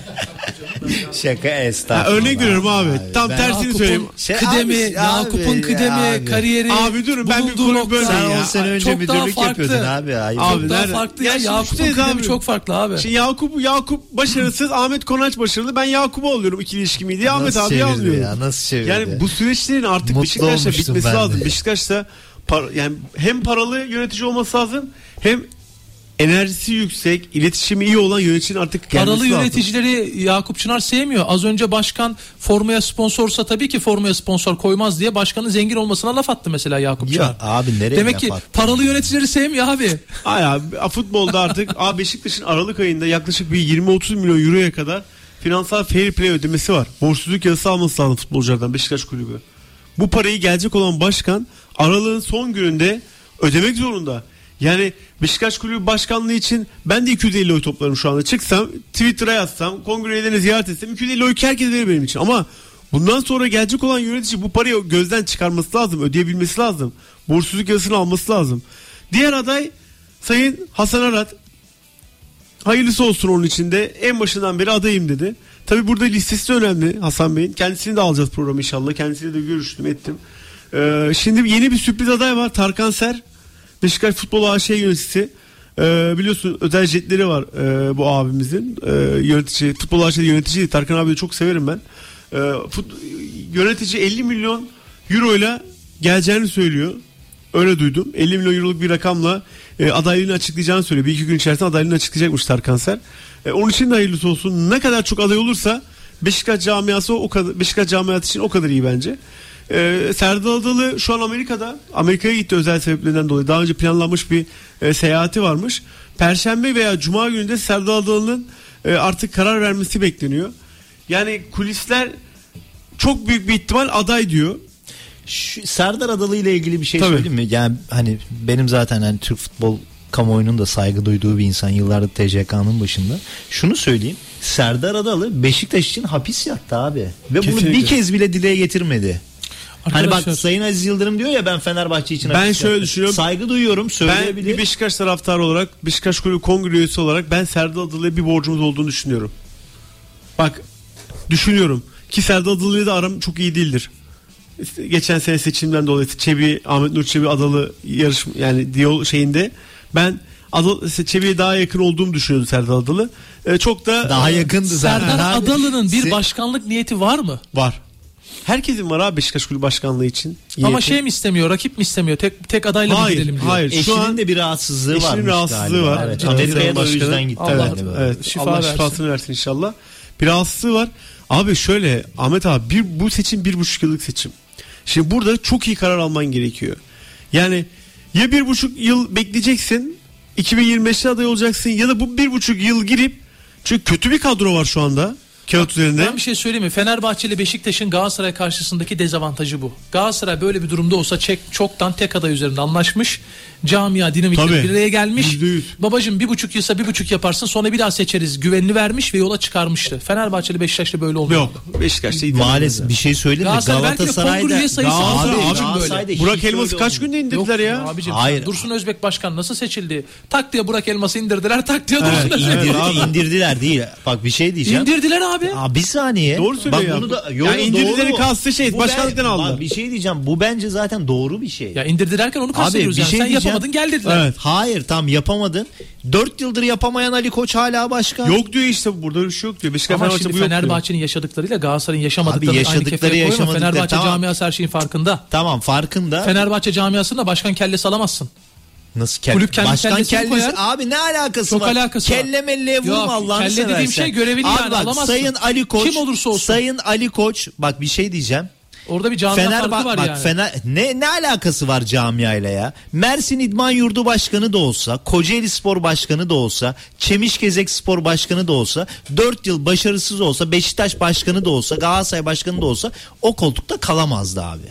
Şaka, Ha, estağfurullah. örnek veriyorum abi. Tam Ben- tersini Yakup'un söyleyeyim. Şey, kıdemi, abi, Yakup'un abi, kıdemi, abi. kariyeri. Abi durun, ben bir bulunduğu konu nokta- böyle Sen ya. on sene önce Çok daha müdürlük farklı. yapıyordun abi. Ayıp. Abi Çok daha nerede? farklı Ya ya. şimdi Yakup'un işte kıdemi abi. çok farklı abi. Şimdi Yakup Yakup başarısız, Ahmet Konanç başarılı. Ben Yakup'u alıyorum ikili ilişkimi diye. Ahmet Nasıl abi çevirdi almıyorum. ya, nasıl çevirdi? Yani bu süreçlerin artık Mutlu Beşiktaş'ta olmuştum bitmesi ben de. lazım. Beşiktaş'ta par- yani hem paralı yönetici olması lazım, hem enerjisi yüksek, iletişimi iyi olan yöneticinin artık gelmesi Paralı lazım. yöneticileri Yakup Çınar sevmiyor. Az önce başkan formaya sponsorsa tabii ki formaya sponsor koymaz diye başkanın zengin olmasına laf attı mesela Yakup Çınar. Ya abi nereye Demek ki laf attın? paralı yöneticileri sevmiyor abi. Ay abi, futbolda artık abi Beşiktaş'ın Aralık ayında yaklaşık bir yirmi otuz milyon euroya kadar finansal fair play ödemesi var. Borçsuzluk yazısı alması lazım futbolculardan Beşiktaş kulübü. Bu parayı gelecek olan başkan Aralık'ın son gününde ödemek zorunda. Yani Beşiktaş Kulübü Başkanlığı için ben de iki yüz elli oy toplarım şu anda. Çıksam Twitter'a yazsam, kongre üyelerini ziyaret etsem iki yüz elli oy herkes verir benim için. Ama bundan sonra gelecek olan yönetici bu parayı gözden çıkarması lazım, ödeyebilmesi lazım. Borçsuzluk yazısını alması lazım. Diğer aday Sayın Hasan Arat. Hayırlısı olsun onun için de, en başından beri adayım dedi. Tabi burada listesi de önemli Hasan Bey'in. Kendisini de alacağız programı inşallah. Kendisiyle de görüştüm ettim. Ee, şimdi yeni bir sürpriz aday var, Tarkan Ser. Beşiktaş Futbol A Ş yöneticisi. Ee, biliyorsun özel jetleri var e, bu abimizin. E, yönetici, futbol aşırı yönetici. Tarkan abiyi çok severim ben. E, fut, yönetici elli milyon euro ile geleceğini söylüyor. Öyle duydum. elli milyon euroluk bir rakamla e, adaylığını açıklayacağını söylüyor. Bir iki gün içerisinde adaylığını açıklayacakmış Tarkan Ser. E, onun için de hayırlısı olsun. Ne kadar çok aday olursa Beşiktaş camiası o kadar, Beşiktaş camiası için o kadar iyi bence. Ee, Serdar Adalı şu an Amerika'da. Amerika'ya gitti özel sebeplerden dolayı. Daha önce planlanmış bir e, seyahati varmış. Perşembe veya Cuma gününde Serdar Adalı'nın e, artık karar vermesi bekleniyor. Yani kulisler çok büyük bir ihtimal aday diyor. Şu Serdar Adalı ile ilgili bir şey Tabii. söyleyeyim mi? Yani hani benim zaten hani Türk futbol kamuoyunun da saygı duyduğu bir insan, yıllardır T C K'nın başında. Şunu söyleyeyim. Serdar Adalı Beşiktaş için hapis yattı abi. Ve Kesinlikle. bunu bir kez bile dile getirmedi. Arkadaşlar, Hani bak Sayın Aziz Yıldırım diyor ya ben Fenerbahçe için Ben hapis şöyle yattım. düşünüyorum. Saygı duyuyorum, Ben söyleyebilir. bir Beşiktaş taraftarı olarak, Beşiktaş Kulübü Kongre üyesi olarak ben Serdar Adalı'ya bir borcumuz olduğunu düşünüyorum. Bak düşünüyorum ki Serdar Adalı'yla da aram çok iyi değildir. İşte geçen sene seçimden dolayı Çebi, Ahmet Nur Çebi Adalı yarış yani diyal şeyinde ben Adalı, Çebi'ye daha yakın olduğumu düşünüyordum Serdar Adalı. Ee, çok da Daha yakındı zaten. Serdar abi. Adalı'nın bir Se- başkanlık niyeti var mı? var. Herkesin var abi Beşiktaş Kulübü Başkanlığı için. Ama Niyeti. şey mi istemiyor, rakip mi istemiyor? Tek tek adayla mı Hayır, gidelim diyor. hayır. Şu Eşinin an de bir rahatsızlığı eşinin varmış rahatsızlığı galiba. var. Evet. Evet. Amerika'ya da o Başkanı. yüzden gitti. Allah- galiba. Evet, Şifa Allah versin. şifasını versin inşallah. Bir rahatsızlığı var. Abi şöyle Ahmet abi bir, bu seçim bir buçuk yıllık seçim. Şimdi burada çok iyi karar alman gerekiyor. Yani ya bir buçuk yıl bekleyeceksin iki bin yirmi beşte aday olacaksın ya da bu bir buçuk yıl girip çünkü kötü bir kadro var şu anda kağıt üzerinde. Ben bir şey söyleyeyim mi? Fenerbahçe ile Beşiktaş'ın Galatasaray karşısındaki dezavantajı bu. Galatasaray böyle bir durumda olsa çek, çoktan tek aday üzerinde anlaşmış. Camia dinamikle Tabii. bir araya gelmiş. Yüzde yüz. Babacım bir buçuk yılsa bir buçuk yaparsın sonra bir daha seçeriz. Güvenini vermiş ve yola çıkarmıştı. Fenerbahçe ile Beşiktaş'la böyle olmuyor. Yok Beşiktaş'ta iddia Maalesef bir şey söyleyeyim mi? Galatasaray belki de Galatasaray'da kongre üye sayısı Abi, azaldığı için Galatasaray'da böyle. hiç Burak öyle Elmas'ı kaç olmuyor. günde indirdiler Yok ya? abicim, Hayır. Dursun Özbek Başkan nasıl seçildi? Tak diye Burak Elmas'ı indirdiler, tak diye Dursun Evet, Özbek. evet. İndirdi, abi. indirdiler değil. Bak bir şey diyeceğim. İndirdiler abi. Aa, bir saniye. Doğru söylüyor Bak ya. bunu da Ya indirdilerin kastı şey, Bu başkanlıktan ben- aldı. Bak bir şey diyeceğim. Bu bence zaten doğru bir şey. Ya indirdilerken onu Abi kastediyoruz bir yani. şey Sen diyeceğim. yapamadın gel dediler. Evet. Hayır tam yapamadın. Dört yıldır yapamayan Ali Koç hala başkan. Yok diyor işte burada bir şey yok diyor. Beşiktaş Ama Fenerbahçe şimdi bu yok diyor. Fenerbahçe'nin yaşadıklarıyla Galatasaray'ın yaşamadıklarını Abi aynı yaşadıkları, kefeye koyma. yaşamadıkları, Fenerbahçe tamam. camiası her şeyin farkında. Tamam farkında. Fenerbahçe camiasında başkan kellesi alamazsın. Nasıl kelle? Kulüp kendi Başkan kellesini kellesi. koyar. Abi ne alakası Çok var? alakası var. Kelle melleye vurma Yok, Allah'ını kelle seversen. dediğim şey görevini Abi yani, bak, alamazsın. Sayın Ali Koç. Kim olursa olsun. Sayın Ali Koç bak bir şey diyeceğim. Orada bir camia Fener farkı var bak yani. Fener ne ne alakası var camiayla ya? Mersin İdman Yurdu Başkanı da olsa, Kocaeli Spor Başkanı da olsa, Çemişgezek Spor Başkanı da olsa, dört yıl başarısız olsa, Beşiktaş Başkanı da olsa, Galatasaray Başkanı da olsa o koltukta kalamazdı abi.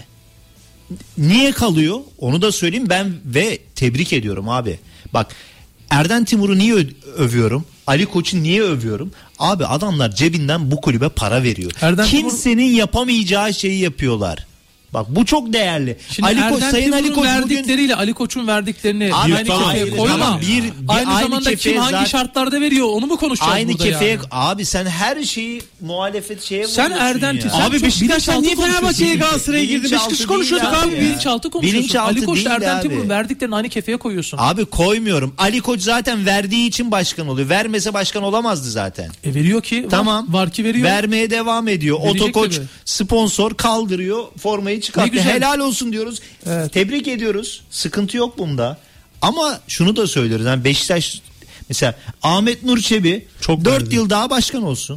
Niye kalıyor? Onu da söyleyeyim ben ve tebrik ediyorum abi. Bak Erden Timur'u niye ö- övüyorum? Ali Koç'u niye övüyorum? Abi adamlar cebinden bu kulübe para veriyor. Erden Kimsenin yapamayacağı şeyi yapıyorlar. Bak bu çok değerli. Şimdi Ali Koç, Erden Sayın Ali Timur'un Koç bugün verdikleriyle Ali Koç'un verdiklerini Abi, aynı tamam, kefeye hayır, koyma. tamam, bir- bir aynı aynı zamanda kim kefeye hangi zaten- şartlarda veriyor onu mu konuşacağız aynı burada kefeye yani? abi sen her şeyi muhalefet şeye Sen vuruyorsun Erden ya. Timur- sen Abi çok Beşiktaş'tan niye bilinçaltı Fenerbahçe'ye konuşuyorsun. Galatasaray'a girdi? Bilinçaltı Beşiktaş değil konuşuyorduk abi. abi. Ya. Bilinçaltı konuşuyorsun. Bilinçaltı Ali Koç değil Erden abi. Timur'un verdiklerini aynı kefeye koyuyorsun. Abi koymuyorum. Ali Koç zaten verdiği için başkan oluyor. Vermese başkan olamazdı zaten. E veriyor ki. Tamam. Var, var ki veriyor. Vermeye devam ediyor. Verecek Otokoç tabii. sponsor kaldırıyor. Formayı Ne çıkartıyor. güzel. Helal olsun diyoruz. Evet. Tebrik ediyoruz. Sıkıntı yok bunda. Ama şunu da söylüyoruz. Yani Beşiktaş mesela Ahmet Nur Çebi Çok dört verdi. yıl daha başkan olsun.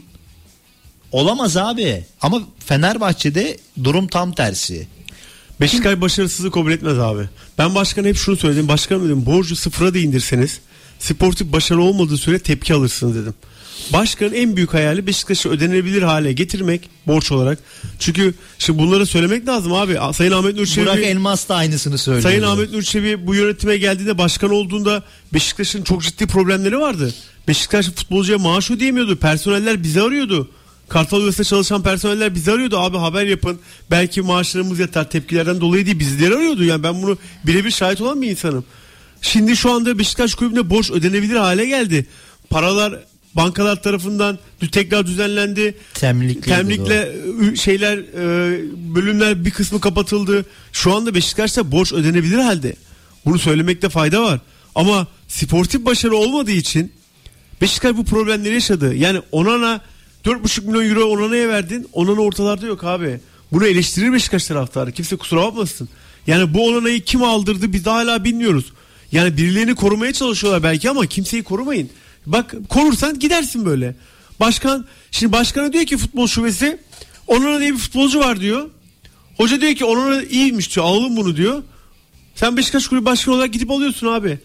Olamaz abi. Ama Fenerbahçe'de durum tam tersi. Beşiktaş başarısızlığı kabul etmez abi. Ben başkana hep şunu söyledim. Başkanım dedim borcu sıfıra da indirseniz sportif başarı olmadığı süre tepki alırsınız dedim. Başkanın en büyük hayali Beşiktaş'ı ödenebilir hale getirmek borç olarak. Çünkü şimdi bunları söylemek lazım abi. Sayın Ahmet Nur Çebi, Burak Elmas da aynısını söylüyor. Sayın Ahmet Nur Çebi bu yönetime geldiğinde başkan olduğunda Beşiktaş'ın çok ciddi problemleri vardı. Beşiktaş futbolcuya maaş ödeyemiyordu. Personeller bizi arıyordu. Kartal Üniversitesi'nde çalışan personeller bizi arıyordu. Abi haber yapın. Belki maaşlarımız yeter. Tepkilerden dolayı değil bizleri arıyordu. Yani ben bunu birebir şahit olan bir insanım. Şimdi şu anda Beşiktaş kulübüne borç ödenebilir hale geldi. Paralar bankalar tarafından tekrar düzenlendi. Temlikle. Temlikle ü- şeyler e, bölümler bir kısmı kapatıldı. Şu anda Beşiktaş'ta borç ödenebilir halde. Bunu söylemekte fayda var. Ama sportif başarı olmadığı için Beşiktaş bu problemleri yaşadı. Yani Onana dört buçuk milyon euro Onana'ya verdin. Onana ortalarda yok abi. Bunu eleştirir Beşiktaş taraftarı. Kimse kusura bakmasın. Yani bu Onana'yı kim aldırdı biz de hala bilmiyoruz. Yani birilerini korumaya çalışıyorlar belki ama kimseyi korumayın. Bak korursan gidersin böyle. Başkan, şimdi başkana diyor ki futbol şubesi, Onana diye bir futbolcu var diyor. Hoca diyor ki Onana iyiymiş diyor, alalım bunu diyor. Sen Beşiktaş kulübü başkanı olarak gidip alıyorsun abi.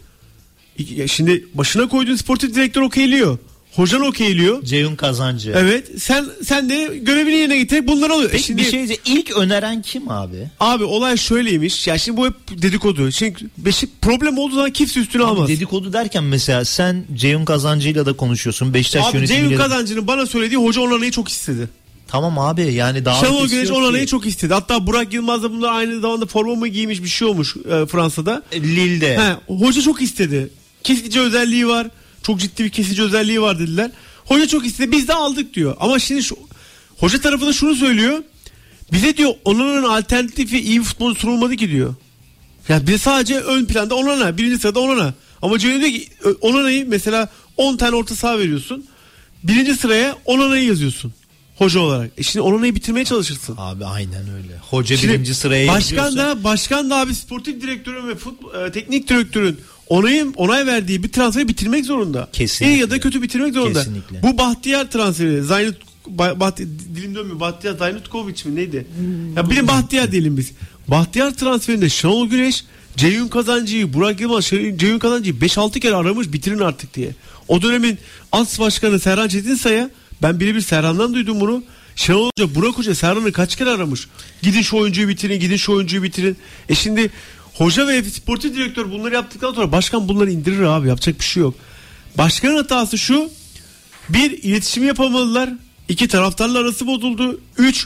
Şimdi başına koyduğun sportif direktör okeyliyor. Hocan okeyliyor. Ceyhun Kazancı. Evet. Sen sen de görevini yerine getirip bunları alıyor. Peki e şimdi, bir şey diyeceğim. İlk öneren kim abi? Abi olay şöyleymiş. Ya şimdi bu hep dedikodu. Şimdi Beşik problem olduğu zaman kimse üstüne Abi almaz. dedikodu derken mesela sen Ceyhun Kazancı'yla da konuşuyorsun. Beşiktaş Abi yönetimiyle... Ceyhun Kazancı'nın bana söylediği hoca Onana'yı çok istedi. Tamam abi yani daha Şenol ötesi Güneş yok Onana'yı ki. çok istedi. Hatta Burak Yılmaz da bunlar aynı zamanda forma mı giymiş bir şey olmuş e, Fransa'da. Lille'de. He, hoca çok istedi. Kesici özelliği var. Çok ciddi bir kesici özelliği var dediler. Hoca çok istedi. Biz de aldık diyor. Ama şimdi şu, hoca tarafı da şunu söylüyor. Bize diyor Onana'nın alternatifi iyi bir futbol sunulmadı ki diyor. Yani bize sadece ön planda Onana. Birinci sırada Onana. Ama Ceyhun diyor ki Onana'yı mesela on tane orta saha veriyorsun. Birinci sıraya Onana'yı yazıyorsun. Hoca olarak. E şimdi Onana'yı bitirmeye çalışırsın. Abi aynen öyle. Hoca Şimdi birinci sıraya başkan yazıyorsa... da başkan da abi sportif direktörün ve futbol, e, teknik direktörün onayım onay verdiği bir transferi bitirmek zorunda. Kesinlikle. İyi ya da kötü bitirmek zorunda. Kesinlikle. Bu Bahtiyar transferi, Zaynut Bahtiyar, dilim dönmüyor. Bahtiyar Zaynutkovic mi neydi? Ya bir de Bahtiyar diyelim biz. Bahtiyar transferinde Şenol Güneş, Ceyhun Kazancı'yı, Burak Yılmaz, Ceyhun Kazancı'yı beş altı kere aramış bitirin artık diye. O dönemin as başkanı Serhan Çetinsay'a ben birebir Serhan'dan duydum bunu. Şenol Hoca, Burak Hoca Serhan'ı kaç kere aramış. Gidin şu oyuncuyu bitirin, gidin şu oyuncuyu bitirin. E şimdi hoca ve sportif direktör bunları yaptıktan sonra başkan bunları indirir abi. Yapacak bir şey yok. Başkanın hatası şu. Bir, iletişim yapamadılar. İki, taraftarla arası bozuldu. Üç,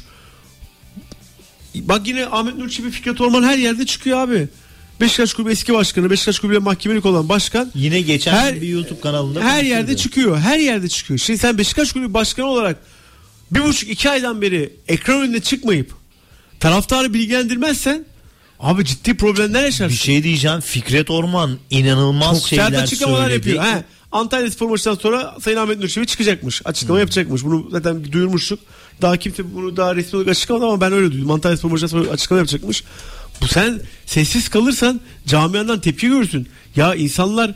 bak yine Ahmet Nur Çebi, Fikret Orman her yerde çıkıyor abi. Beşiktaş Kulübü eski başkanı, Beşiktaş Kulübü'yle mahkemelik olan başkan Yine geçen her, bir YouTube kanalında her konuşuyordu. yerde çıkıyor. Her yerde çıkıyor. Şimdi sen Beşiktaş Kulübü başkanı olarak bir buçuk iki aydan beri ekran önünde çıkmayıp taraftarı bilgilendirmezsen abi ciddi problemler yaşarsın. Bir şey diyeceğim. Fikret Orman inanılmaz Çok şeyler sert açıklamalar söyledi. yapıyor. He. Antalya Spor maçından sonra Sayın Ahmet Nur Çebi çıkacakmış. Açıklama hmm. yapacakmış. Bunu zaten duyurmuştuk. Daha kimse bunu daha resmi olarak açıklamadı ama ben öyle duydum. Antalya Spor maçından sonra açıklama yapacakmış. Bu sen sessiz kalırsan camiandan tepki görürsün. Ya insanlar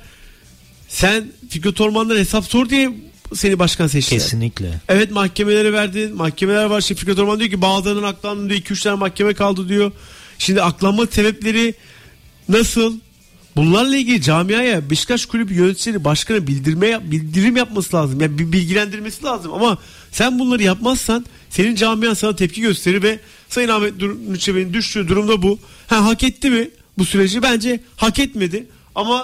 sen Fikret Orman'dan hesap sor diye seni başkan seçtiler. Kesinlikle. Evet mahkemelere verdin. Mahkemeler var. Şimdi Fikret Orman diyor ki bazılarının aklandı diyor. iki üç tane mahkeme kaldı diyor. Şimdi aklanma sebepleri nasıl? Bunlarla ilgili camiaya Beşiktaş Kulübü yöneticileri başkanı bildirme bildirim yapması lazım. Yani bir bilgilendirmesi lazım ama sen bunları yapmazsan senin camian sana tepki gösterir ve Sayın Ahmet Nur Çebi'nin düştüğü durumda bu. Ha, hak etti mi bu süreci? Bence hak etmedi ama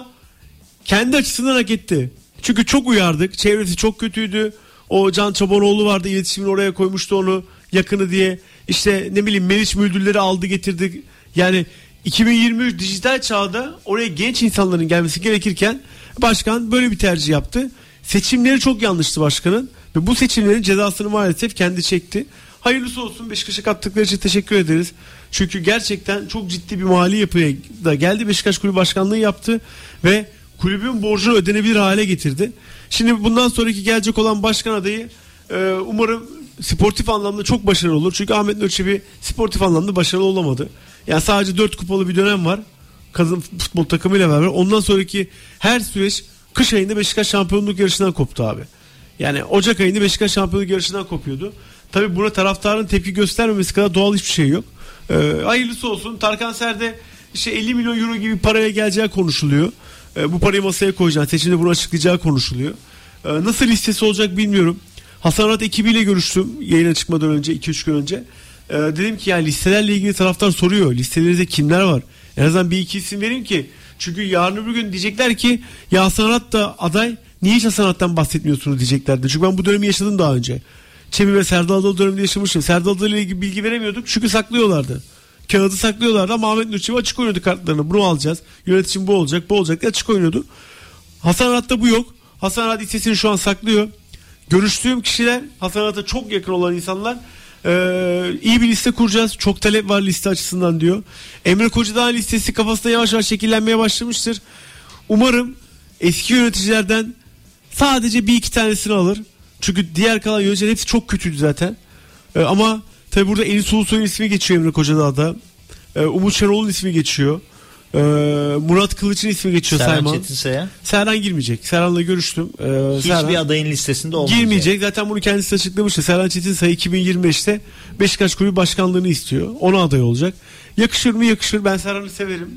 kendi açısından hak etti. Çünkü çok uyardık. Çevresi çok kötüydü. O Can Çabanoğlu vardı, iletişimin oraya koymuştu onu yakını diye. İşte ne bileyim Meriç Müldürleri aldı getirdik. Yani iki bin yirmi üç dijital çağda oraya genç insanların gelmesi gerekirken başkan böyle bir tercih yaptı. Seçimleri çok yanlıştı başkanın ve bu seçimlerin cezasını maalesef kendi çekti. Hayırlısı olsun, Beşiktaş'a kattıkları için teşekkür ederiz. Çünkü gerçekten çok ciddi bir mali yapıya da geldi. Beşiktaş Kulübü Başkanlığı yaptı ve kulübün borcunu ödenebilir hale getirdi. Şimdi bundan sonraki gelecek olan başkan adayı e, umarım sportif anlamda çok başarılı olur. Çünkü Ahmet Nur Çebi sportif anlamda başarılı olamadı. Yani sadece dört kupalı bir dönem var. Kadın futbol takımıyla beraber. Ondan sonraki her süreç kış ayında Beşiktaş şampiyonluk yarışından koptu abi. Yani Ocak ayında Beşiktaş şampiyonluk yarışından kopuyordu. Tabii buna taraftarın tepki göstermemesi kadar doğal hiçbir şey yok. Ee, hayırlısı olsun. Tarkan Ser'de işte elli milyon euro gibi paraya geleceği konuşuluyor. Ee, bu parayı masaya koyacağı, seçimde bunu açıklayacağı konuşuluyor. Ee, nasıl listesi olacak bilmiyorum. Hasan Arat ekibiyle görüştüm yayına çıkmadan önce, iki üç gün önce. Ee, dedim ki yani listelerle ilgili taraftar soruyor. Listelerinizde kimler var? En azından bir iki isim verin ki. Çünkü yarın öbür gün diyecekler ki ya Hasan Arat da aday, niye hiç Hasan Arat'tan bahsetmiyorsunuz diyeceklerdi. Çünkü ben bu dönemi yaşadım daha önce. Çebi ve Serdal Adalı döneminde yaşamıştım. Serdal Adalı ile ilgili bilgi veremiyorduk çünkü saklıyorlardı. Kağıdı saklıyorlardı ama Ahmet Nur Çebi açık oynuyordu kartlarını. Bunu alacağız. Yönetim bu olacak, bu olacak diye açık oynuyordu. Hasan Arat'ta bu yok. Hasan Arat listesini şu an saklıyor. Görüştüğüm kişiler, Hasan Arat'a çok yakın olan insanlar, Ee, iyi bir liste kuracağız. Çok talep var liste açısından diyor. Emre Kocadağ listesi kafasında yavaş yavaş şekillenmeye başlamıştır. Umarım eski yöneticilerden sadece bir iki tanesini alır. Çünkü diğer kalan yöneticiler hepsi çok kötüydü zaten. Ee, ama tabi burada Enis Ulusoy'un ismi geçiyor Emre Kocadağ'da. Ee, Umut Şenol'un ismi geçiyor. Ee, Murat Kılıç'ın ismi geçiyor. Serhan Sayman. Çetinsay'a. Serhan girmeyecek. Serhan'la görüştüm. Ee, Hiçbir Serhan adayın listesinde olmayacak. girmeyecek. Zaten bunu kendisi açıklamıştı. Serhan Çetinsay iki bin yirmi beşte Beşiktaş Kulübü Başkanlığı'nı istiyor. Ona aday olacak. Yakışır mı? Yakışır. Ben Serhan'ı severim.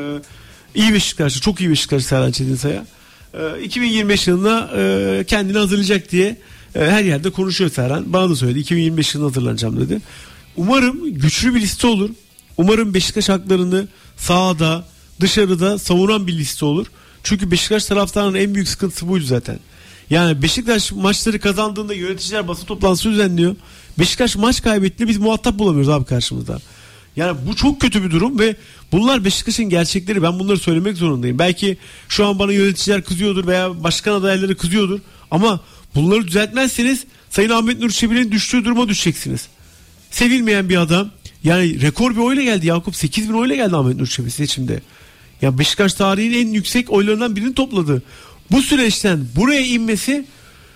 Ee, iyi Beşiktaşlı. Çok iyi Beşiktaşlı Serhan Çetinsay'a. Ee, iki bin yirmi beş yılında e, kendini hazırlayacak diye e, her yerde konuşuyor Serhan. Bana da söyledi. iki bin yirmi beş yılında hazırlanacağım dedi. Umarım güçlü bir liste olur. Umarım Beşiktaş haklarını sahada, dışarıda savunan bir liste olur. Çünkü Beşiktaş taraftarının en büyük sıkıntısı buydu zaten. Yani Beşiktaş maçları kazandığında yöneticiler basın toplantısı düzenliyor. Beşiktaş maç kaybettiğinde biz muhatap bulamıyoruz abi karşımızda. Yani bu çok kötü bir durum ve bunlar Beşiktaş'ın gerçekleri. Ben bunları söylemek zorundayım. Belki şu an bana yöneticiler kızıyordur veya başkan adayları kızıyordur. Ama bunları düzeltmezseniz Sayın Ahmet Nur Çebi'nin düştüğü duruma düşeceksiniz. Sevilmeyen bir adam. Yani rekor bir oyla geldi Yakup. sekiz bin oyla geldi Ahmet Nur Çebi seçimde. Ya Beşiktaş tarihinin en yüksek oylarından birini topladı. Bu süreçten buraya inmesi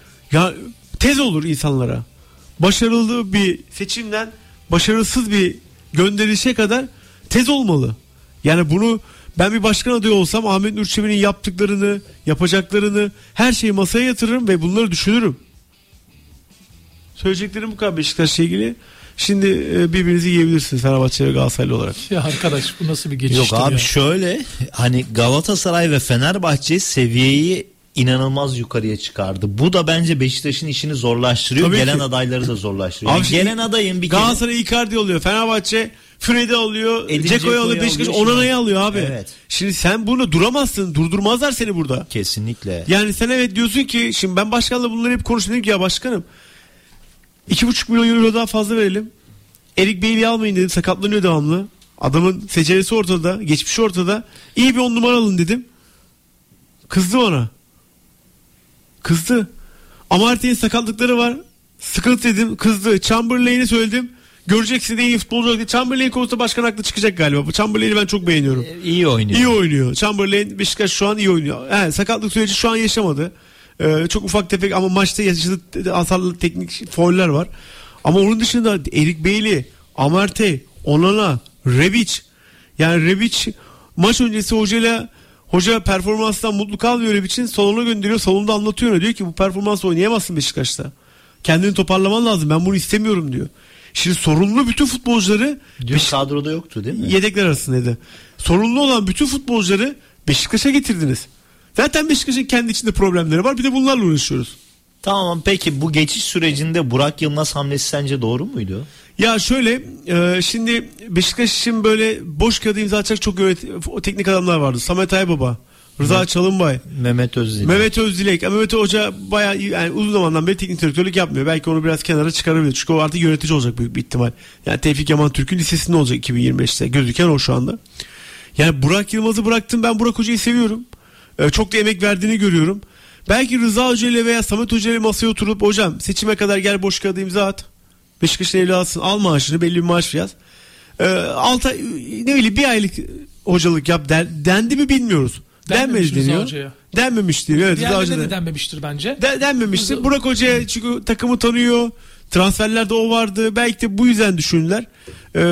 ya tez olur insanlara. Başarılı bir seçimden başarısız bir gönderilişe kadar tez olmalı. Yani bunu ben bir başkan adayı olsam Ahmet Nur Çebi'nin yaptıklarını, yapacaklarını her şeyi masaya yatırırım ve bunları düşünürüm. Söyleyeceklerim bu kadar Beşiktaş'la ilgili. Şimdi birbirinizi yiyebilirsiniz Fenerbahçe ve Galatasaraylı olarak. Ya arkadaş bu nasıl bir geçiştir Yok abi ya? şöyle hani Galatasaray ve Fenerbahçe seviyeyi inanılmaz yukarıya çıkardı. Bu da bence Beşiktaş'ın işini zorlaştırıyor. Tabii gelen ki. adayları da zorlaştırıyor. Abi Yani gelen adayın bir Galatasaray kere... Icardi oluyor. Fenerbahçe Fred'i alıyor. Edin Ceko'yu alıyor. Dzeko'yu Beşiktaş alıyor. Onana'yı alıyor abi. Evet. Şimdi sen bunu duramazsın. Durdurmazlar seni burada. kesinlikle. Yani sen evet diyorsun ki şimdi ben başkanla bunları hep konuştum. Dedim ki ya başkanım iki buçuk milyon euro daha fazla verelim. Erik Bailey'i almayın dedim. Sakatlanıyor devamlı. Adamın seceresi ortada. Geçmişi ortada. İyi bir on numara alın dedim. Kızdı bana. Kızdı. Amartey'in sakatlıkları var. Sıkıntı dedim. Kızdı. Chamberlain'i söyledim. Göreceksin de iyi futbolcu olacak. Chamberlain konusunda başkan haklı çıkacak galiba. Bu Chamberlain'i ben çok beğeniyorum. Ee, iyi oynuyor. İyi oynuyor. Chamberlain Beşiktaş şu an iyi oynuyor. He, sakatlık süreci şu an yaşamadı. Ee, çok ufak tefek ama maçta yaşadığı hasarlı teknik fauller var. Ama onun dışında Erik Bailey, Amartey, Onana, Rebic. Yani Rebic maç öncesi hocayla hoca performanstan mutlu kalmıyor Rebic'in. Salona gönderiyor. Salonda anlatıyor. Diyor ki bu performansla oynayamazsın Beşiktaş'ta. Kendini toparlaman lazım. Ben bunu istemiyorum diyor. Şimdi sorunlu bütün futbolcuları Dün Beş... kadroda yoktu değil mi? Yedekler arasındaydı. Sorunlu olan bütün futbolcuları Beşiktaş'a getirdiniz. Zaten Beşiktaş'ın kendi içinde problemleri var. Bir de bunlarla uğraşıyoruz. Tamam peki bu geçiş sürecinde Burak Yılmaz hamlesi sence doğru muydu? Ya şöyle e, şimdi Beşiktaş için böyle boş kağıda imza atacak çok yönet- o teknik adamlar vardı. Samet Aybaba, Rıza Mehmet, Çalınbay, Mehmet Özdilek. Mehmet Özdilek. Mehmet Hoca bayağı yani uzun zamandan beri teknik direktörlük yapmıyor. Belki onu biraz kenara çıkarabilir. Çünkü o artık yönetici olacak büyük bir ihtimal. Yani Tevfik Yaman Türk'ün listesinde olacak iki bin yirmi beşte. Gözüken o şu anda. Yani Burak Yılmaz'ı bıraktım. Ben Burak Hoca'yı seviyorum. E, çok da emek verdiğini görüyorum. Belki Rıza Hoca ile veya Samet Hoca ile masaya oturup hocam seçime kadar gel boş kağıda imza at. Beşiktaş'ın evlatsın. Al maaşını belli bir maaş yaz. Ee, altı, ne bileyim bir aylık hocalık yap der, dendi mi bilmiyoruz. Denmemiş Denmedi deniyor. Hoca'ya. Denmemiş diyor. Evet, Diğerlerine de denmemiştir bence. De, denmemiştir. Rıza... Burak Hoca çünkü takımı tanıyor. Transferlerde o vardı. Belki de bu yüzden düşündüler. Ee,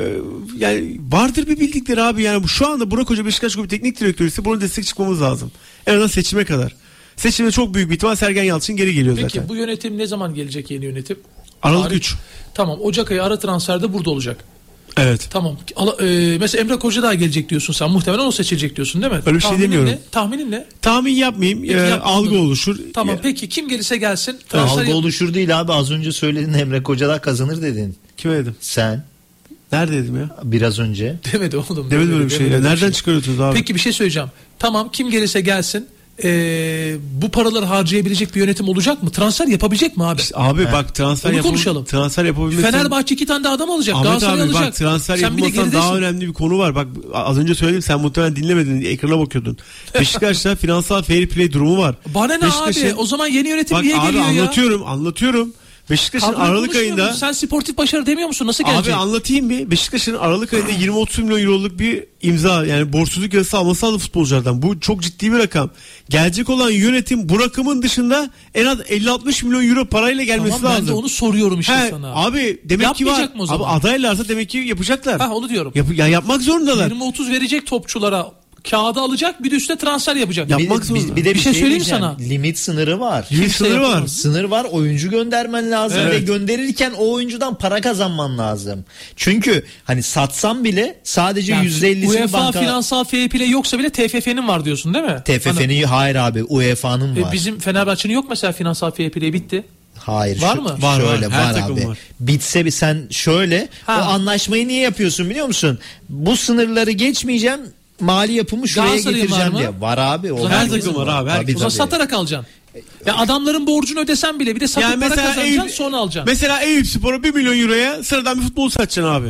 yani vardır bir bildikleri abi. Yani şu anda Burak Hoca Beşiktaş Kulübü teknik direktörü ise buna destek çıkmamız lazım. En azından seçime kadar. Seçimde çok büyük bir ihtimal Sergen Yalçın geri geliyor Peki, zaten. Peki bu yönetim ne zaman gelecek, yeni yönetim? Aralık üç. Tamam, Ocak ayı ara transferde burada olacak. Evet. Tamam. Ala, e, mesela Emre Kocadağ gelecek diyorsun sen. Muhtemelen o seçilecek diyorsun değil mi? Öyle bir şey Tahminin demiyorum. Ne? Tahminin ne? Tahmin yapmayayım. Peki, Ee, yap, algı anladım. oluşur. Tamam Ya, peki kim gelirse gelsin. Transfer Algı yap- oluşur değil abi, az önce söyledin Emre Kocadağ kazanır dedin. kime dedim? Sen Nerede dedim ya? biraz önce. Demedi oğlum. Demedim öyle bir demedi şey. Ya. öyle bir Nereden şey. çıkarıyorsunuz abi? Peki bir şey söyleyeceğim. Tamam, kim gelirse gelsin. Ee, bu paraları harcayabilecek bir yönetim olacak mı? Transfer yapabilecek mi abi? İşte abi He. bak transfer Onu yapalım. konuşalım. Transfer yapabilmek. Fenerbahçe iki tane de adam alacak. Ahmet Galatasaray abi alacak. bak transfer Sen bir de yapılmasından daha geridesin. önemli bir konu var. Bak az önce söyledim, sen muhtemelen dinlemedin, ekrana bakıyordun. Beşiktaş'ta finansal fair play durumu var. Bana ne abi? O zaman yeni yönetim bak, niye abi geliyor ya? anlatıyorum anlatıyorum. Beşiktaş'ın Kadroyu Aralık konuşmuyor ayında musun? Sen sportif başarı demiyor musun? Nasıl gelecek? abi anlatayım mı? Beşiktaş'ın Aralık ayında yirmi otuz milyon euroluk bir imza yani borçsuzluk yazısı alması aldı futbolculardan. Bu çok ciddi bir rakam. Gelecek olan yönetim bu rakamın dışında en az elli altmış milyon euro parayla gelmesi Tamam, lazım. ben de onu soruyorum işte He, sana. abi demek ki var. Yapmayacak mı o zaman? Abi adaylarsa demek ki yapacaklar. Ha, onu diyorum. Yap, ya yapmak zorundalar. yirmi otuz verecek topçulara, kağıda alacak, bir de üstüne transfer yapacak. Yap- Bir, Yapmak de- zorunda. bir, bir de bir, Bir şey şey, söyleyeyim diyeceğim. sana. Limit sınırı var. Limit sınırı var. yapamaz. Sınır var. Oyuncu göndermen lazım Evet. ve gönderirken o oyuncudan para kazanman lazım. Çünkü hani satsan bile sadece Yani yüzde ellisini UEFA banka... finansal fair play yoksa bile T F F'nin var diyorsun değil mi? T F F'nin hayır abi U E F A'nın Hani, var. e, bizim Fenerbahçe'nin yok mesela finansal fair play, bitti. Hayır. Var şu- mı? Var, şöyle var. Her var, takım abi. var. Bitse bir sen şöyle Ha. o anlaşmayı niye yapıyorsun biliyor musun? Bu sınırları geçmeyeceğim. Mali yapımı şuraya Galatasaray'ın getireceğim var mı? diye. Var abi. O Her takım var abi, Tabii, herkes. O zaman tabii. satarak alacaksın. Ya adamların borcunu ödesen bile bir de satıp Yani para mesela kazanacaksın, Eyüp- sonra alacaksın. Mesela Eyüp Spor'a bir milyon euroya sıradan bir futbol satacaksın abi.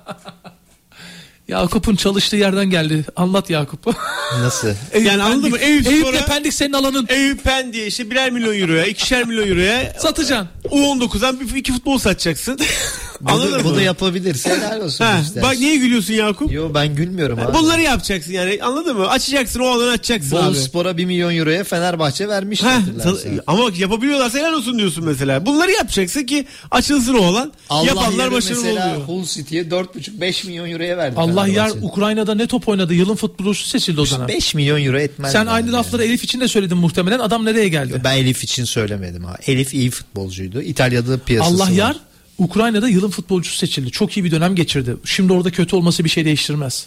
Yakup'un çalıştığı yerden geldi. Anlat Yakup. Nasıl? Yani anladın mı? Eyüp Eyüp'le Spor'a Pendik senin alanın. Eyüp Pendik'e işte birer milyon euroya, ikişer milyon euroya Satacaksın. U on dokuzdan bir iki futbol satacaksın. Anladın Bunu, mı? bunu yapabilirse helal olsun Ha, işte. bak niye gülüyorsun Yakup? Yo ben gülmüyorum abi. Bunları yapacaksın yani anladın mı? Açacaksın o alanı açacaksın Bol abi. Spor'a bir milyon euroya Fenerbahçe vermiş. Heh, hatırlarsan. sana- ama bak yapabiliyorlarsa helal olsun diyorsun mesela. Bunları yapacaksın ki açılsın o alan. Allah Yapanlar yarı başarılı mesela oluyor. Hull City'ye dört buçuk beş milyon euroya verdi. Allah yar Fenerbahçe. Ukrayna'da ne top oynadı. Yılın futbolcusu seçildi o zaman. beş milyon euro etmez. Sen yani. aynı lafları Elif için de söyledin muhtemelen. Adam nereye geldi? Ben Elif için söylemedim ha. Elif iyi futbolcuydu. İtalya'da piyasası Allah var. yar Ukrayna'da yılın futbolcusu seçildi. Çok iyi bir dönem geçirdi. Şimdi orada kötü olması bir şey değiştirmez.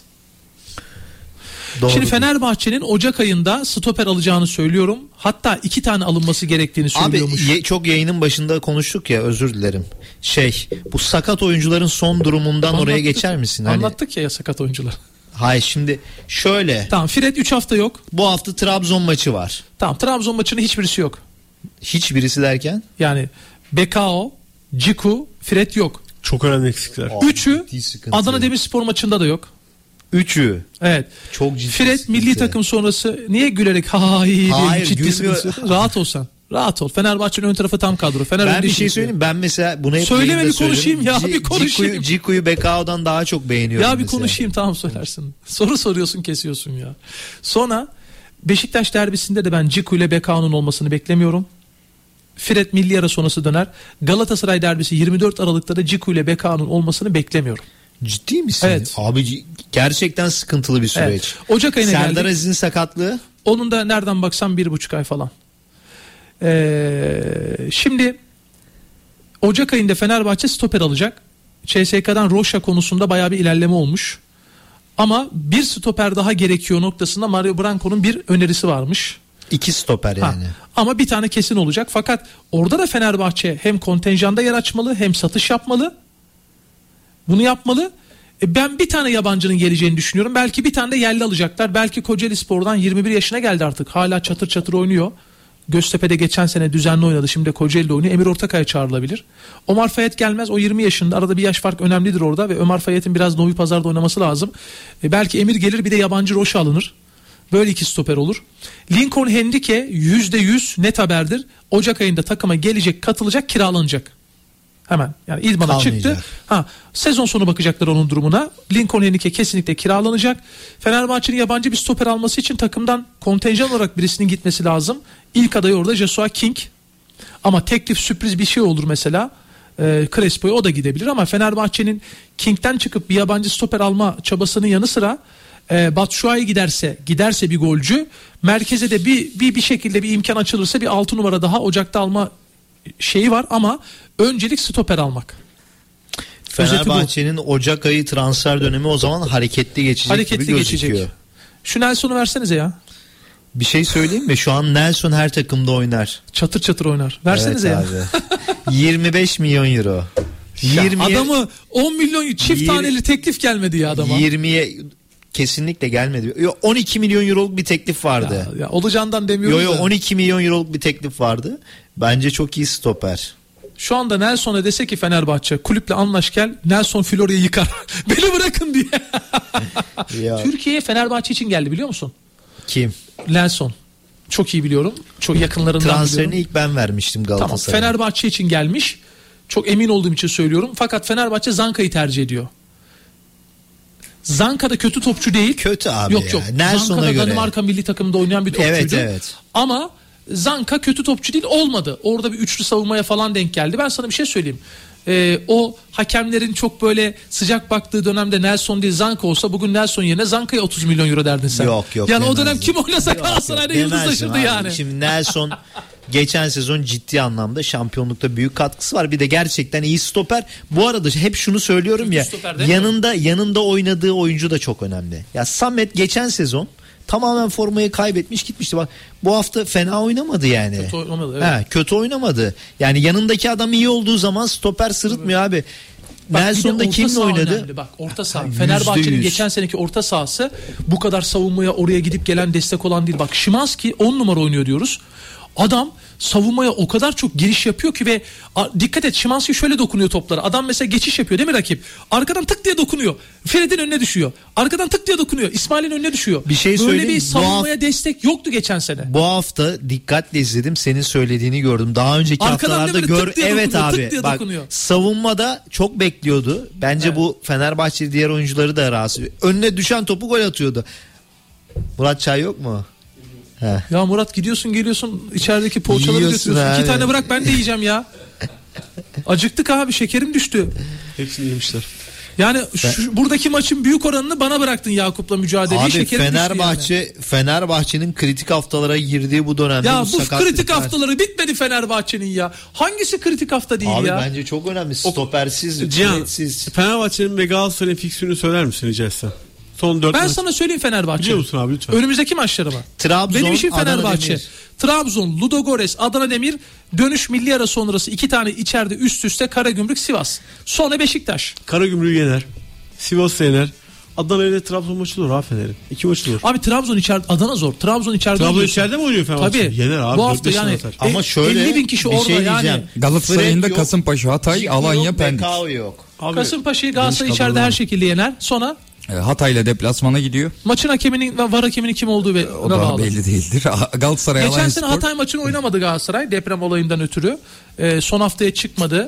Doğru. Şimdi Fenerbahçe'nin Ocak ayında stoper alacağını söylüyorum. Hatta iki tane alınması gerektiğini Abi söylüyormuş. ye- çok yayının başında konuştuk ya, özür dilerim. Şey, bu sakat oyuncuların son durumundan oraya Anlattık. geçer misin? Hani, Anlattık ya, ya sakat oyuncular. hayır şimdi şöyle. Tamam, Fred üç hafta yok. Bu hafta Trabzon maçı var. Tamam, Trabzon maçının hiçbirisi yok. Hiçbirisi derken? Yani Bekao, Ciku, Fred yok. Çok önemli eksikler. Üçü ciddi sıkıntı. Adana Demirspor maçında da yok. Üçü. Evet. Çok ciddi Fred sıkıntı. milli takım sonrası niye gülerek ha ha iyi diye Hayır, ciddi gülmüyor. sıkıntı. Rahat olsan. Rahat ol. Fenerbahçe'nin ön tarafı tam kadro. Fener Ben önde bir işi şey yapıyor. söyleyeyim. Ben mesela bunu hep Söyleme, yayında bir konuşayım söylüyorum. ya, bir Ci- konuşayım. Ciku'yu- Ciku'yu Bekao'dan daha çok beğeniyorum. Ya bir mesela. konuşayım, tamam söylersin. Soru soruyorsun, kesiyorsun ya. Sonra Beşiktaş derbisinde de ben Ciku ile Bekao'nun olmasını beklemiyorum. Fred milli ara sonrası döner. Galatasaray derbisi yirmi dört Aralık'ta da Ciku ile Bekao'nun olmasını beklemiyorum. Ciddi misin? Evet. Abi c- gerçekten sıkıntılı bir süreç. Evet. Ocak ayına Serdar geldik. Aziz'in sakatlığı. Onun da nereden baksan bir buçuk ay falan. Ee, şimdi Ocak ayında Fenerbahçe stoper alacak. C S K'dan Rocha konusunda bayağı bir ilerleme olmuş. Ama bir stoper daha gerekiyor noktasında Mario Branco'nun bir önerisi varmış. İki stoper Ha, yani. ama bir tane kesin olacak. Fakat orada da Fenerbahçe hem kontenjanda yer açmalı hem satış yapmalı. Bunu yapmalı. E ben bir tane yabancının geleceğini düşünüyorum. Belki bir tane de yerli alacaklar. Belki Kocaeli Spor'dan yirmi bir yaşına geldi artık. Hala çatır çatır oynuyor. Göztepe'de geçen sene düzenli oynadı. Şimdi de Kocaeli'de oynuyor. Emir Ortakaya çağrılabilir. Omar Fayet gelmez. O yirmi yaşında. Arada bir yaş fark önemlidir orada. Ve Ömer Fayet'in biraz Novi Pazar'da oynaması lazım. E belki Emir gelir, bir de yabancı Rocha alınır. Böyle iki stoper olur. Lincoln Henrique yüzde yüz net haberdir. Ocak ayında takıma gelecek, katılacak, kiralanacak. Hemen yani idmana Kalmayacak. çıktı. Ha, sezon sonu bakacaklar onun durumuna. Lincoln Henrique kesinlikle kiralanacak. Fenerbahçe'nin yabancı bir stoper alması için takımdan kontenjan olarak birisinin gitmesi lazım. İlk aday orada Joshua King. Ama teklif sürpriz bir şey olur mesela. E, Crespo'ya o da gidebilir ama Fenerbahçe'nin King'den çıkıp bir yabancı stoper alma çabasının yanı sıra e, Batshuayi giderse giderse bir golcü, merkeze de bir, bir bir şekilde bir imkan açılırsa bir altı numara daha Ocak'ta alma şeyi var ama öncelik stoper almak. Fenerbahçe'nin Ocak ayı transfer dönemi o zaman hareketli geçecek Hareketli gibi geçecek. gözüküyor. Şu Nelson'u versenize ya. Bir şey söyleyeyim mi? Şu an Nelson her takımda oynar. Çatır çatır oynar. Versenize Evet ya. abi. yirmi beş milyon euro. yirmiye Adamı on milyon çift Yir- taneli teklif gelmedi ya adama. yirmiye kesinlikle gelmedi. Yo, on iki milyon euroluk bir teklif vardı. Ya, ya olacağından demiyorum Yo yo da. on iki milyon euroluk bir teklif vardı. Bence çok iyi stoper. Şu anda Nelson'a dese ki Fenerbahçe kulüple anlaş gel, Nelson Florya'yı yıkar. Beni bırakın diye. Ya, Türkiye'ye Fenerbahçe için geldi biliyor musun? kim? Nelson. Çok iyi biliyorum. Çok yakınlarından Transferini biliyorum. ilk ben vermiştim Tamam, Galatasaray'a. Fenerbahçe için gelmiş. Çok emin olduğum için söylüyorum. Fakat Fenerbahçe Zanka'yı tercih ediyor. Zanka da kötü topçu değil. Kötü abi yok, ya. Yok Nelson'a Zanka da göre. Danimarka milli takımında oynayan bir topçuydu. Evet, evet. Ama Zanka kötü topçu değil, olmadı. Orada bir üçlü savunmaya falan denk geldi. Ben sana bir şey söyleyeyim. Ee, o hakemlerin çok böyle sıcak baktığı dönemde Nelson değil Zanka olsa bugün Nelson yerine Zanka'ya otuz milyon euro derdin sen. Yok yok. Yani o demezdim. dönem kim oynasa Galatasaray'da yıldızlaşırdı yani. Şimdi Nelson geçen sezon ciddi anlamda şampiyonlukta büyük katkısı var. Bir de gerçekten iyi stoper. Bu arada hep şunu söylüyorum Kötü ya. stoper değil mi? Yanında yanında oynadığı oyuncu da çok önemli. Ya Samet geçen sezon tamamen formayı kaybetmiş gitmişti. Bak bu hafta fena oynamadı yani. Kötü oynamadı, evet. Ha, kötü oynamadı. Yani yanındaki adam iyi olduğu zaman stoper sırıtmıyor abi. Bak, Nelson da kimle oynadı? Önemli. Bak orta saha. Ha, Fenerbahçe'nin yüzde yüz. geçen seneki orta sahası bu kadar savunmaya oraya gidip gelen destek olan değil. Bak Szymanski on numara oynuyor diyoruz. Adam savunmaya o kadar çok giriş yapıyor ki ve a, dikkat et Szymanski şöyle dokunuyor toplara. Adam mesela geçiş yapıyor değil mi rakip? Arkadan tık diye dokunuyor. Ferit'in önüne düşüyor. Arkadan tık diye dokunuyor. İsmail'in önüne düşüyor. Bir şey Böyle söyleyeyim bir mi? savunmaya Bu destek yoktu geçen sene. Bu hafta dikkatle izledim. Senin söylediğini gördüm. Daha önceki Arkadan haftalarda değil mi? gör. Tık diye Evet dokunuyor, abi. tık diye Bak dokunuyor. savunmada çok bekliyordu. Bence Evet. bu Fenerbahçe diğer oyuncuları da rahatsız. Önüne düşen topu gol atıyordu. Murat Çay yok mu? He. Ya Murat gidiyorsun geliyorsun içerideki poğaçaları Yiyorsun götürüyorsun. abi. İki tane bırak ben de yiyeceğim ya. Acıktık abi, şekerim düştü. Hepsini yemişler. Yani şu, buradaki maçın büyük oranını bana bıraktın Yakup'la mücadeleyi. Abi şekerim Fenerbahçe düştü Fenerbahçe'nin kritik haftalara girdiği bu dönemde yani. Ya bu sakatlıklar- kritik haftaları bitmedi Fenerbahçe'nin ya. Hangisi kritik hafta değil Abi ya? bence çok önemli. Stopersiz, Cihan, ücretsiz. Fenerbahçe'nin ve Galatasaray'ın fiksürünü söyler misin rica etsem? Son dört Ben maç. sana söyleyeyim Fenerbahçe. Biliyor musun abi lütfen? Önümüzdeki maçları mı? Trabzon, Benim işim Adana Fenerbahçe. Demir. Trabzon, Ludogorets, Adana Demir, dönüş milli ara sonrası iki tane içeride üst üste Karagümrük, Sivas. Sonra Beşiktaş. Karagümrük'ü yener. Sivas'ı yener. Adana ile Trabzon maçı da olur ha Fener'in. İki maçı da olur. Abi Trabzon içeride, Adana zor. Trabzon içeride Trabzon oynuyorsun. içeride mi oynuyor Fenerbahçe? Tabii. Yener abi. Bu dört hafta beş yani tane atar. Ama e, şöyle elli bin kişi bir orada şey yani. diyeceğim. Galatasaray'ın da Fred yok, Kasımpaşa, Hatay, Zico Alanya, yok, Pendik. Bekao yok. Abi, Kasımpaşa'yı Galatasaray geniş içeride kadrolar. her şekilde yener. Sonra E, Hatay'la deplasmana gidiyor. maçın hakeminin ve var hakeminin kim olduğu ve O ona da bağlı. belli değildir. Galatasaray, Geçen Alanya sene Spor. Hatay maçını oynamadı Galatasaray deprem olayından ötürü. Ee, son haftaya çıkmadı.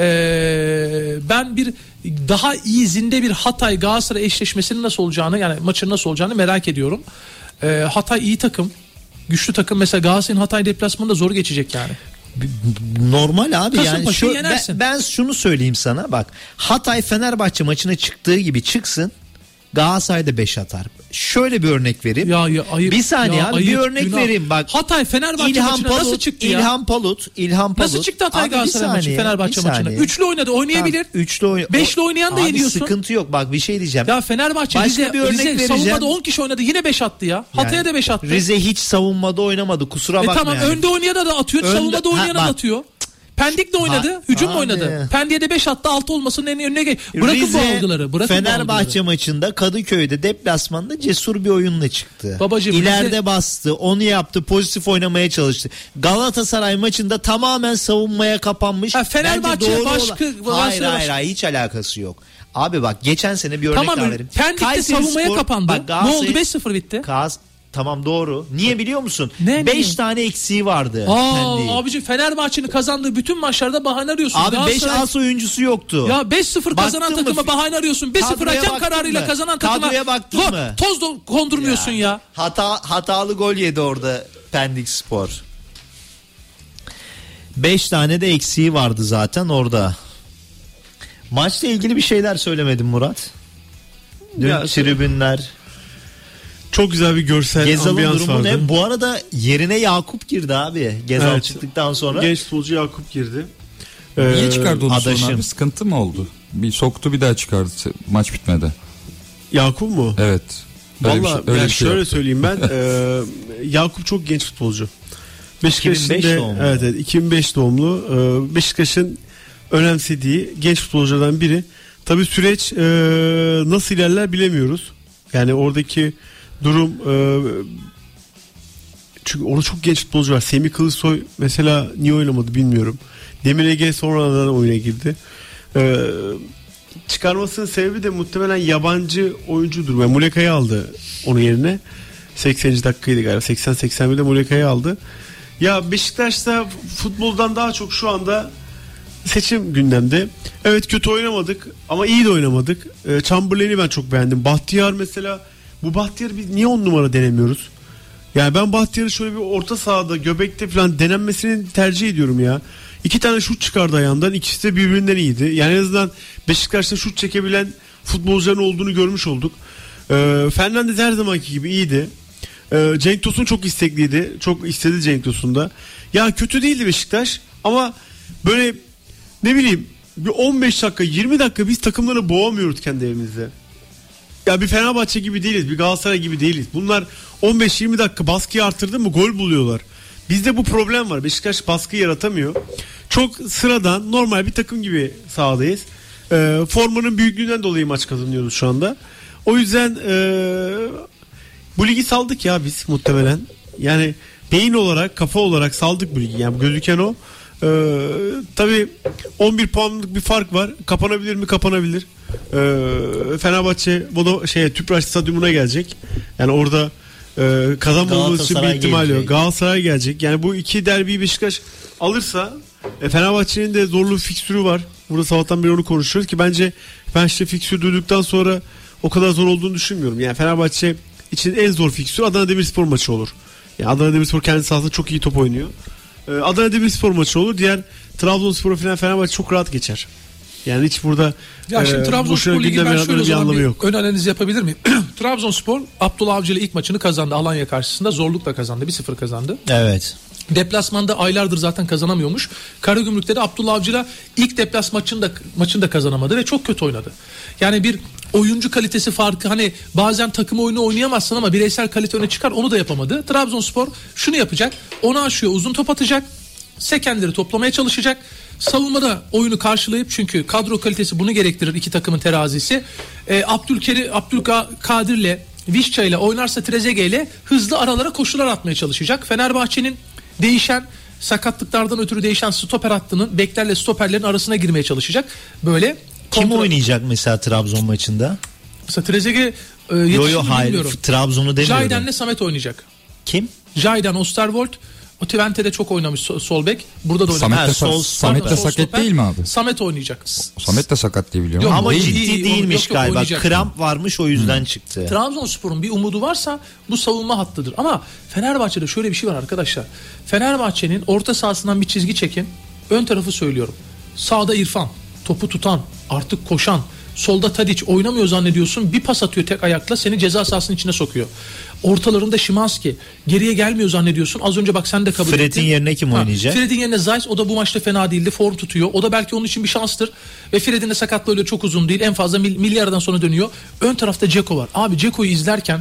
Ee, ben bir daha iyi zinde bir Hatay Galatasaray eşleşmesinin nasıl olacağını, yani maçın nasıl olacağını merak ediyorum. Ee, Hatay iyi takım. Güçlü takım. Mesela Galatasaray'ın Hatay deplasmanında zor geçecek yani. Normal abi yani Kasımpaşa'yı şu, yenersin. ben, ben şunu söyleyeyim sana bak Hatay Fenerbahçe maçına çıktığı gibi çıksın Galatasaray'da beş atar. Şöyle bir örnek vereyim. Ya, ya ayıp. Bir saniye ya, abi ayıp, bir örnek günah. vereyim bak. Hatay Fenerbahçe İlhan maçına Palut, nasıl çıktı ya? İlhan Palut, İlhan Palut. Nasıl çıktı Hatay Abi bir Galatasaray maçı saniye, Fenerbahçe bir maçına? saniye. Üçlü oynadı, oynayabilir. Tamam, üçlü oyn- Beşli oynayan da Abi yeniyorsun. sıkıntı yok bak bir şey diyeceğim. Ya Fenerbahçe Başka Rize, bir örnek Rize vereceğim. savunmada on kişi oynadı, yine beş attı ya. Hatay'a Yani da beş attı. Rize hiç savunmada oynamadı kusura E bakma tamam, yani. önde oynayana da atıyor, Önde- savunmada oynayana Ha, da bak. atıyor. Pendik de oynadı, Ha, hücum abi. oynadı. Pendik'e de beş attı, altı olmasının en önüne geç. Bırakın Rize, bu algıları. Bırakın bu Fenerbahçe algıları. maçında Kadıköy'de deplasmanda cesur bir oyunla çıktı. Babacığım, İleride Rize- bastı, onu yaptı, pozitif oynamaya çalıştı. Galatasaray maçında tamamen savunmaya kapanmış. Ha, Fenerbahçe Bence doğru başka- olan- Galatasaray Hayır hayır başka- hayır hiç alakası yok. Abi bak geçen sene bir örnek Tamam, daha vereyim. Pendik'te Kayseri savunmaya Spor- kapandı. Bak, Ne Galatasaray- oldu? beş sıfır bitti. Kaz, tamam doğru. Niye biliyor musun? Ne, beş niye? tane eksiği vardı. Aa, Pendik'in. abici Fenerbahçe'nin kazandığı bütün maçlarda bahane arıyorsun. Abi beş Galatasaray- as oyuncusu yoktu. Ya beş sıfır kazanan Baktın mı? takıma bahane arıyorsun. bir sıfır Kadroya hakem baktın kararıyla mı? kazanan takıma Kadroya baktın zor, mı? toz da kondurmuyorsun ya. Hata hatalı gol yedi orada Pendik Spor. beş tane de eksiği vardı zaten orada. Maçla ilgili bir şeyler söylemedim Murat. Dün Ya, tribünler, Çok güzel bir görsel Gezal'ın ambiyans durumu vardı. ne? Bu arada yerine Yakup girdi abi. Gezal Evet. çıktıktan sonra. Genç futbolcu Yakup girdi. Niye Ee, çıkardı onu adaşım. sonra abi? Sıkıntı mı oldu? Bir soktu bir daha çıkardı maç bitmedi. Yakup mu? Evet. Öyle bir Valla şey- öyle yani bir şey şöyle yaptı. söyleyeyim ben. e, Yakup çok genç futbolcu. Beşiktaş'ın iki bin beş de- doğumlu. Evet, evet iki bin beş doğumlu. E, Beşiktaş'ın önemsediği genç futbolculardan biri. Tabii süreç e, nasıl ilerler bilemiyoruz. Yani oradaki durum e, çünkü orada çok genç futbolcu var. Semih Kılıçsoy mesela niye oynamadı bilmiyorum. Demir Ege sonradan oyuna girdi. E, çıkarmasının sebebi de muhtemelen yabancı oyuncudur. Yani Muleka'yı aldı onun yerine. sekseninci dakikaydı galiba. seksen seksen birde Muleka'yı aldı. Ya Beşiktaş'ta futboldan daha çok şu anda seçim gündemde. Evet kötü oynamadık ama iyi de oynamadık. E, Chamberlain'i ben çok beğendim. Bahtiyar mesela, bu Bahtiyar'ı biz niye on numara denemiyoruz? Yani ben Bahtiyar'ı şöyle bir orta sahada, göbekte falan denenmesini tercih ediyorum ya. İki tane şut çıkardı ayağından, ikisi de birbirinden iyiydi. Yani en azından Beşiktaş'ta şut çekebilen futbolcuların olduğunu görmüş olduk. E, Fernandes her zamanki gibi iyiydi. E, Cenk Tosun çok istekliydi. Çok istedi Cenk Tosun da. Ya kötü değildi Beşiktaş ama böyle ne bileyim bir on beş dakika yirmi dakika biz takımları boğamıyoruz kendi evimizde. Ya bir Fenerbahçe gibi değiliz, bir Galatasaray gibi değiliz. Bunlar on beş yirmi dakika baskıyı artırdı mı gol buluyorlar. Bizde bu problem var. Beşiktaş baskı yaratamıyor. Çok sıradan normal bir takım gibi sahadayız. Ee, formanın büyüklüğünden dolayı maç kazanıyoruz şu anda. O yüzden ee, bu ligi saldık ya biz muhtemelen. Yani beyin olarak, kafa olarak saldık bu ligi. Yani gözüken o. Ee, tabii on bir puanlık bir fark var. Kapanabilir mi? Kapanabilir. Ee, Fenerbahçe bunu şey Tüpraş Stadyumuna gelecek. Yani orada e, kazanmamız için bir ihtimal yok. Galatasaray gelecek. Yani bu iki derbiyi Beşiktaş alırsa e, Fenerbahçe'nin de zorlu fikstürü var. Burada sabahtan beri onu konuşuyoruz ki bence ben işte fikstürü duyduktan sonra o kadar zor olduğunu düşünmüyorum. Yani Fenerbahçe için en zor fikstür Adana Demirspor maçı olur. Yani Adana Demirspor kendi sahasında çok iyi top oynuyor. Adana Demirspor maçı olur. Diğer Trabzonspor falan Fenerbahçe çok rahat geçer. Yani hiç burada ya şimdi e, Trabzonspor Ligi ben şöyle o zaman bir yok. ön analiz yapabilir miyim? Trabzonspor Abdullah Avcı ile ilk maçını kazandı. Alanya karşısında zorlukla kazandı. bir sıfır kazandı. Evet. Deplasmanda aylardır zaten kazanamıyormuş. Karagümrük'te de Abdullah Avcı'yla ilk deplas maçında maçında kazanamadı ve çok kötü oynadı. Yani bir oyuncu kalitesi farkı, hani bazen takım oyunu oynayamazsın ama bireysel kalite öne çıkar, onu da yapamadı. Trabzonspor şunu yapacak. Onu aşıyor, uzun top atacak. Sekenleri toplamaya çalışacak. Savunmada oyunu karşılayıp, çünkü kadro kalitesi bunu gerektirir, iki takımın terazisi. Ee, Abdülkerim, Abdülkadir'le Vişça ile oynarsa Trezeguet ile hızlı aralara koşular atmaya çalışacak. Fenerbahçe'nin değişen sakatlıklardan ötürü değişen stoper hattının beklerle stoperlerin arasına girmeye çalışacak. Böyle kim kontra... oynayacak mesela Trabzon maçında? Mesela Trezeguet e, yetişti mi bilmiyorum. Trabzon'u demiyorum. Jayden'le Samet oynayacak. Kim? Jayden, Osterwold. O Twente'de çok oynamış sol bek. Burada da oynamış. Samet de, ha, sol, Samet de sakat stoper, değil mi abi? Samet oynayacak. Samet de sakat diye biliyorum. Yok, ama değil, ciddi değil, değilmiş yok, yok, galiba. oynayacak. Kramp varmış, o yüzden hmm. çıktı. Trabzonspor'un bir umudu varsa bu savunma hattıdır. Ama Fenerbahçe'de şöyle bir şey var arkadaşlar. Fenerbahçe'nin orta sahasından bir çizgi çekin. Ön tarafı söylüyorum. Sağda İrfan, topu tutan, artık koşan. Solda Tadic oynamıyor zannediyorsun. Bir pas atıyor tek ayakla, seni ceza sahasının içine sokuyor. Ortalarında Szymanski. Geriye gelmiyor zannediyorsun. Az önce bak sen de kabul ettin. Fred'in yerine kim ha, oynayacak? Fred'in yerine Zayt. O da bu maçta fena değildi. Form tutuyor. O da belki onun için bir şanstır. Ve Fred'in de sakatlığı öyle çok uzun değil. En fazla mil, milyardan sonra dönüyor. Ön tarafta Dzeko var. Abi Dzeko'yu izlerken,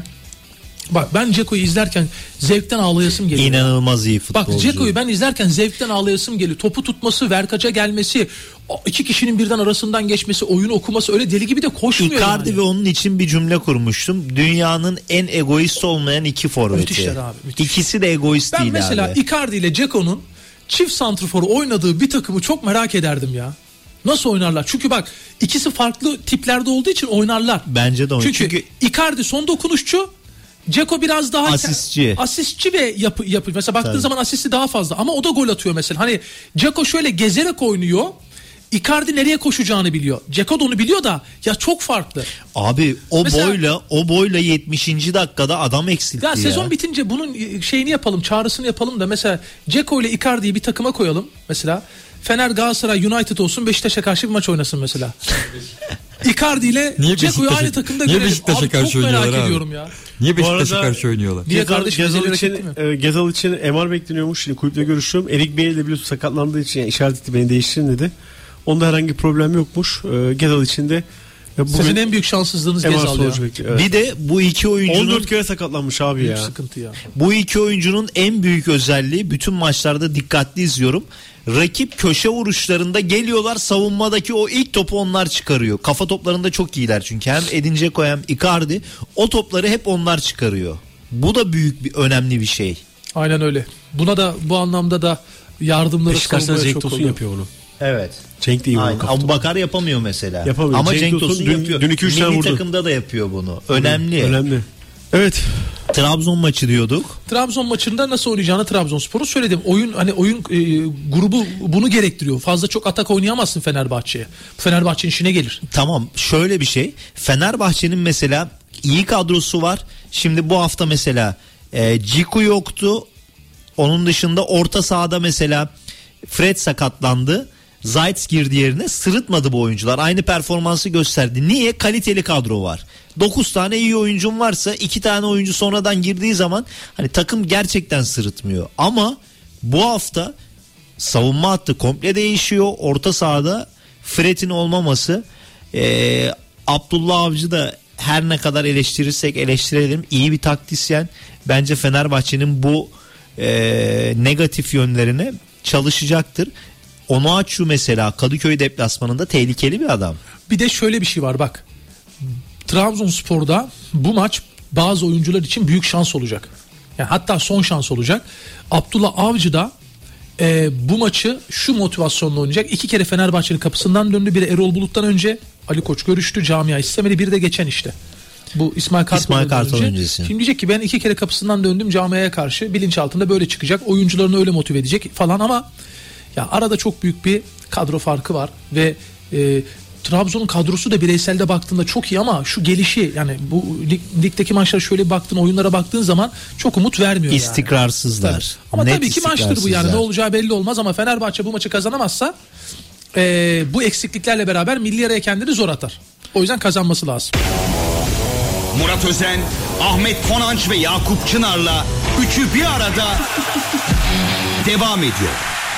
bak ben Dzeko'yu izlerken zevkten ağlayasım geliyor. İnanılmaz iyi futbolcu. Bak Dzeko'yu ben izlerken zevkten ağlayasım geliyor. Topu tutması, verkaca gelmesi, iki kişinin birden arasından geçmesi, oyunu okuması, öyle deli gibi de koşmuyor. Icardi yani. Ve onun için bir cümle kurmuştum. Dünyanın en egoist olmayan iki forveti. Müthişler abi. Müthiş. İkisi de egoist ben değil abi. Ben mesela Icardi ile Dzeko'nun çift santrfor oynadığı bir takımı çok merak ederdim ya. Nasıl oynarlar? Çünkü bak ikisi farklı tiplerde olduğu için oynarlar. Bence de oynar. Çünkü, Çünkü Icardi son dokunuşçu, Dzeko biraz daha asistçi. Asistçi ve yapı yapı. Mesela baktığın Tabii. zaman asisti daha fazla ama o da gol atıyor mesela. Hani Dzeko şöyle gezerek oynuyor. Icardi nereye koşacağını biliyor. Dzeko da onu biliyor da ya çok farklı. Abi o mesela, boyla o boyla yetmişinci dakikada adam eksiltti ya. Ya sezon bitince bunun şeyini yapalım, çağrısını yapalım da mesela Dzeko ile Icardi'yi bir takıma koyalım mesela. Fener, Galatasaray, United olsun, Beşiktaş'a karşı bir maç oynasın mesela. Icardi ile Dzeko'yu aynı takımda niye görelim. Beşiktaş'a Abi karşı çok merak oynuyorlar ediyorum abi? ya. Niye Beşiktaş'a karşı oynuyorlar? Niye Gezal, kardeşim? Gezal için, e, Gezal için M R bekleniyormuş. Şimdi kulüple görüşüyorum. Erik Bey ile biliyorsun sakatlandığı için yani işaret etti, beni değiştirin dedi. Onda herhangi bir problem yokmuş. E, Gezal için de sizin en büyük şanssızlığınız Gezal ya. Evet. Bir de bu iki oyuncunun on dört kere sakatlanmış abi büyük ya. Sıkıntı ya. Bu iki oyuncunun en büyük özelliği, bütün maçlarda dikkatli izliyorum. Rakip köşe vuruşlarında geliyorlar, savunmadaki o ilk topu onlar çıkarıyor. Kafa toplarında çok iyiler çünkü hem Edin Dzeko hem Icardi o topları hep onlar çıkarıyor. Bu da büyük bir önemli bir şey. Aynen öyle. Buna da bu anlamda da yardımları savunmaya çok çok Tosun oluyor. yapıyor bunu. Evet. Cenk de iyi Aynen. Abubakar yapamıyor mesela. Yapamıyor. Ama Cenk, Cenk Tosun Tosun dün, yapıyor. dün iki üç tane Milli vurdu. takımda da yapıyor bunu. Önemli. Önemli. Evet. Trabzon maçı diyorduk. Trabzon maçında nasıl oynayacağını Trabzonspor'u söyledim. Oyun hani oyun e, grubu bunu gerektiriyor. Fazla çok atak oynayamazsın Fenerbahçe'ye. Fenerbahçe'nin işine gelir. Tamam, şöyle bir şey. Fenerbahçe'nin mesela iyi kadrosu var. Şimdi bu hafta mesela e, Ciku yoktu. Onun dışında orta sahada mesela Fred sakatlandı. Zayt girdi yerine, sırıtmadı bu oyuncular. Aynı performansı gösterdi. Niye? Kaliteli kadro var. dokuz tane iyi oyuncun varsa iki tane oyuncu sonradan girdiği zaman hani takım gerçekten sırıtmıyor. Ama bu hafta savunma hattı komple değişiyor. Orta sahada Fred'in olmaması, ee, Abdullah Avcı da her ne kadar eleştirirsek eleştirelim, iyi bir taktisyen. Bence Fenerbahçe'nin bu ee, negatif yönlerine çalışacaktır. Onuachu mesela Kadıköy deplasmanında tehlikeli bir adam. Bir de şöyle bir şey var bak. Trabzonspor'da bu maç bazı oyuncular için büyük şans olacak. Yani hatta son şans olacak. Abdullah Avcı da e, bu maçı şu motivasyonla oynayacak. İki kere Fenerbahçe'nin kapısından döndü. Biri Erol Bulut'tan önce Ali Koç görüştü. Camia istemedi. Biri de geçen işte. Bu İsmail Kartal, İsmail Kartal önce. öncesi. Şimdi diyecek ki ben iki kere kapısından döndüm camiaya karşı. Bilinçaltında böyle çıkacak. Oyuncularını öyle motive edecek falan ama ya arada çok büyük bir kadro farkı var ve e, Trabzon'un kadrosu da bireyselde baktığında çok iyi ama şu gelişi yani bu lig, ligdeki maçlara şöyle bir baktın, oyunlara baktığın zaman çok umut vermiyor. İstikrarsızlar. Yani. Tabii. Ama Net tabii ki maçtır bu, yani ne olacağı belli olmaz ama Fenerbahçe bu maçı kazanamazsa e, bu eksikliklerle beraber milli araya kendini zor atar. O yüzden kazanması lazım. Murat Özen, Ahmet Konanç ve Yakup Çınar'la üçü bir arada devam ediyor.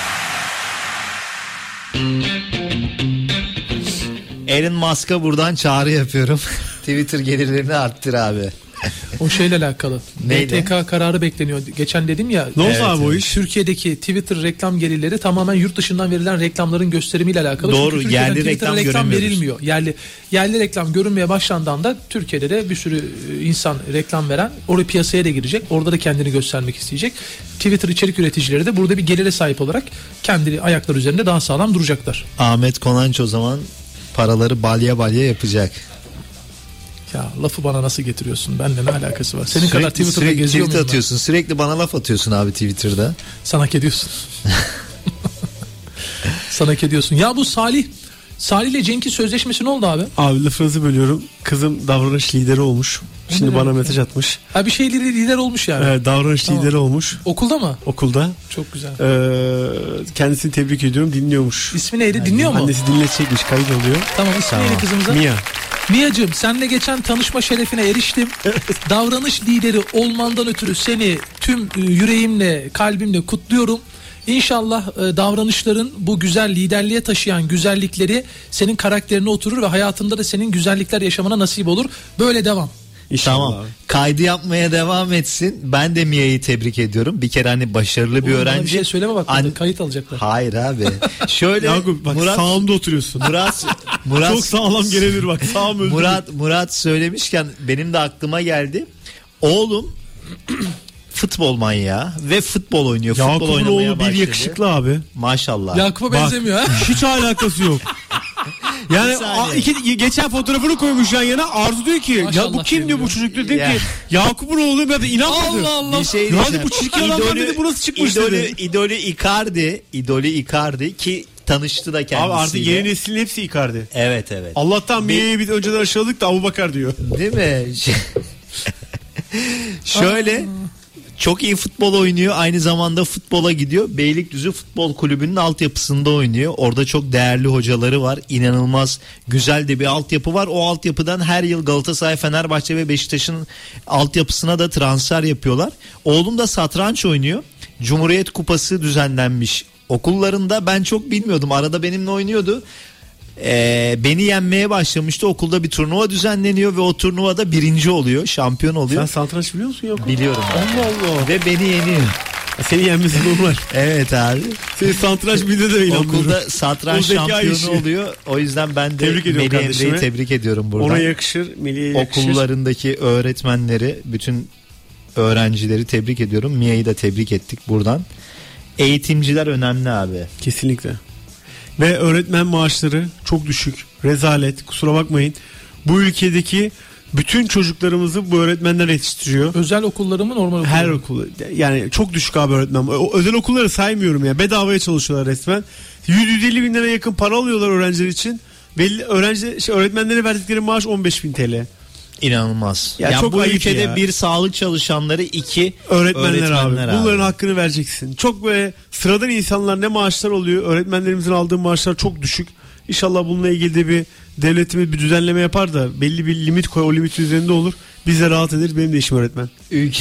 Elon Musk'a buradan çağrı yapıyorum. Twitter gelirlerini arttır abi. O şeyle alakalı. Neyle? B T K kararı bekleniyor. Geçen dedim ya. Ne oldu Evet, abi o evet. iş? Türkiye'deki Twitter reklam gelirleri tamamen yurt dışından verilen reklamların gösterimiyle alakalı. Doğru, Çünkü Türkiye'den yerli Twitter'a reklam reklam göremiyoruz. verilmiyor. Yerli yerli reklam görünmeye başlandığında Türkiye'de de bir sürü insan reklam veren oraya piyasaya da girecek. Orada da kendini göstermek isteyecek. Twitter içerik üreticileri de burada bir gelire sahip olarak kendi ayakları üzerinde daha sağlam duracaklar. Ahmet Konanç o zaman paraları balya balya yapacak. Ya lafı bana nasıl getiriyorsun? Benimle ne alakası var? Senin Sürekli- kadar Twitter'da sürekli geziyor tweet muyum ben? atıyorsun. Sürekli bana laf atıyorsun abi Twitter'da. Sen hak ediyorsun. Sen hak ediyorsun. Ya bu Salih Salih ile Cenk'in sözleşmesi ne oldu abi? Abi lafınızı bölüyorum. Kızım davranış lideri olmuş. Şimdi bana mesaj atmış. Ha bir şey lider, lider olmuş yani. Ee, davranış Tamam. lideri olmuş Okulda mı? okulda. Çok güzel. Ee, kendisini tebrik ediyorum. Dinliyormuş. İsmi neydi? Dinliyor mu? Annesi dinletecekmiş. Kayıt oluyor. Tamam, ismi neydi kızımıza? Mia. Mia'cığım, seninle geçen tanışma şerefine eriştim. Davranış lideri olmandan ötürü seni tüm e, yüreğimle, kalbimle kutluyorum. İnşallah e, davranışların bu güzel liderliğe taşıyan güzellikleri senin karakterine oturur ve hayatında da senin güzellikler yaşamana nasip olur. Böyle devam. İnşallah. Tamam. Kaydı yapmaya devam etsin. Ben de Mia'yı tebrik ediyorum. Bir kere hani başarılı bir Oğlum, bana öğrenci. bir şey söyleme bak. An- Kayıt alacaklar. Hayır abi. Şöyle Yakup bak Murat sağımda oturuyorsun. Murat Murat Çok sağlam gelebilir bak. Sağım öldü. Murat Murat söylemişken benim de aklıma geldi. Oğlum futbol manyağı ve futbol oynuyor. Futbol Yakup'un oynamaya oğlu bir başladı. yakışıklı abi. Maşallah. Yakup'a Bak, benzemiyor ha. Hiç alakası yok. Yani Bir saniye. a- iki, geçen fotoğrafını koymuş yan yana. Arzu diyor ki Maşallah ya bu kim diyor bu diyor. çocuk diyor. Dedim Ya. ki Yakup'un oğlu ben de inanmadı. Allah Allah. Bir şey Ya diyeceğim. hadi bu çirkin adamdan dedi, bu nasıl çıkmış idolü, dedi. idolü Icardi, idolü Icardi ki tanıştı da kendisiyle. Abi artık yeni neslin hepsi Icardi. Evet evet. Allah'tan Mia'yı biz önceden aşağıladık da Abubakar diyor. Değil mi? Şöyle çok iyi futbol oynuyor. Aynı zamanda futbola gidiyor. Beylikdüzü Futbol Kulübü'nün altyapısında oynuyor. Orada çok değerli hocaları var. İnanılmaz güzel de bir altyapı var. O altyapıdan her yıl Galatasaray, Fenerbahçe ve Beşiktaş'ın altyapısına da transfer yapıyorlar. Oğlum da satranç oynuyor. Cumhuriyet Kupası düzenlenmiş okullarında. Ben çok bilmiyordum. Arada benimle oynuyordu. Ee, beni yenmeye başlamıştı. Okulda bir turnuva düzenleniyor ve o turnuvada birinci oluyor, şampiyon oluyor. Sen satranç biliyor musun Yakup? Biliyorum. Allah Allah. Ve beni yeniyor. Seni yenmesi normal. Evet abi. Senin satranç bildiğine de inanmıyorum. Okulda satranç O zeka şampiyonu işi. oluyor. O yüzden ben de Tebrik ediyorum Melih kardeşime. Emre'yi tebrik ediyorum buradan. Ona yakışır. Milliye yakışır. Okullarındaki öğretmenleri, bütün öğrencileri tebrik ediyorum. Mia'yı da tebrik ettik buradan. Eğitimciler önemli abi. Kesinlikle. Ve öğretmen maaşları çok düşük. Rezalet. Kusura bakmayın. Bu ülkedeki Bütün çocuklarımızı bu öğretmenler yetiştiriyor. Özel okulları mı normal okulları Her mı? okul yani çok düşük abi öğretmen. O özel okulları saymıyorum ya. Bedavaya çalışıyorlar resmen. yüz elli bin lira yakın para alıyorlar öğrenciler için. Belli öğrenci şey, öğretmenlere verdikleri maaş on beş bin T L. İnanılmaz. Ya Ya çok bu ayıp ülkede ya. bir sağlık çalışanları, iki Öğretmenler, öğretmenler abi. Bunların hakkını vereceksin. Çok böyle sıradan insanlar ne maaşlar oluyor. Öğretmenlerimizin aldığı maaşlar çok düşük. İnşallah bununla ilgili de bir devletimiz bir düzenleme yapar da belli bir limit koy. O limitin üzerinde olur. Biz de rahat ederiz. Benim de işim öğretmen. Ülke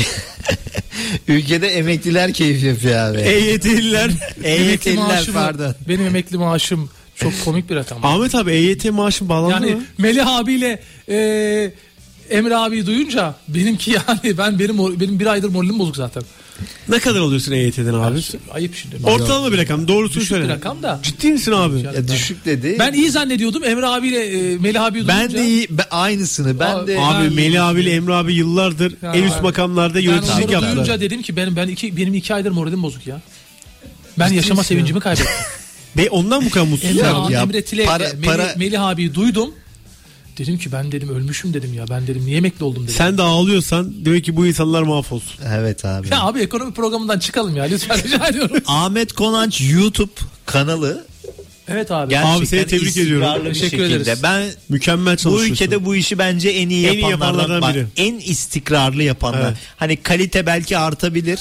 ülkede emekliler keyif yapıyor abi. E Y T'liler. E Y T'liler pardon. Benim emekli maaşım çok komik bir rakam. Ahmet abi E Y T maaşın bağlandı Yani mı? Melih abiyle e, Emre abi duyunca benimki yani ben benim benim bir aydır moralim bozuk zaten. Ne kadar alıyorsun E Y T'den abi? Ayıp şimdi. Ortalama bir rakam. Doğrusunu Düşük söyle. bir rakam da. Ciddi misin abi? Ya düşük dedi. Ben iyi zannediyordum Emre abiyle e, Melih abi duyunca. Ben de iyi, ben- aynısını ben Abi- de Abi Ben- Melih abiyle Emre abi yıllardır Ya en üst abi. makamlarda Ben yöneticilik onları yaptılar. duyunca dedim ki benim ben iki benim iki aydır moralim bozuk ya. Ben yaşama misin sevincimi kaybettim. Be ondan bu kadar mutsuz. Emre, ya. abi, ya, Emre Tile, para- Melih, para- Melih abiyi duydum. Dedim ki ben dedim ölmüşüm dedim ya. Ben dedim niye emekli oldum dedim. Sen de ağlıyorsan demek ki bu insanlar mahvolsun. Evet abi. Ya abi ekonomi programından çıkalım ya lütfen rica ediyorum. Ahmet Konanç YouTube kanalı Evet abi. gerçekten Abi seni tebrik ediyorum. istikrarlı bir Teşekkür şekilde. ederiz. Ben Mükemmel bu çalışıyorsun. ülkede bu işi bence en iyi En iyi yapanlardan, yapanlardan bak, biri. en istikrarlı yapanlar. Evet. Hani kalite belki artabilir.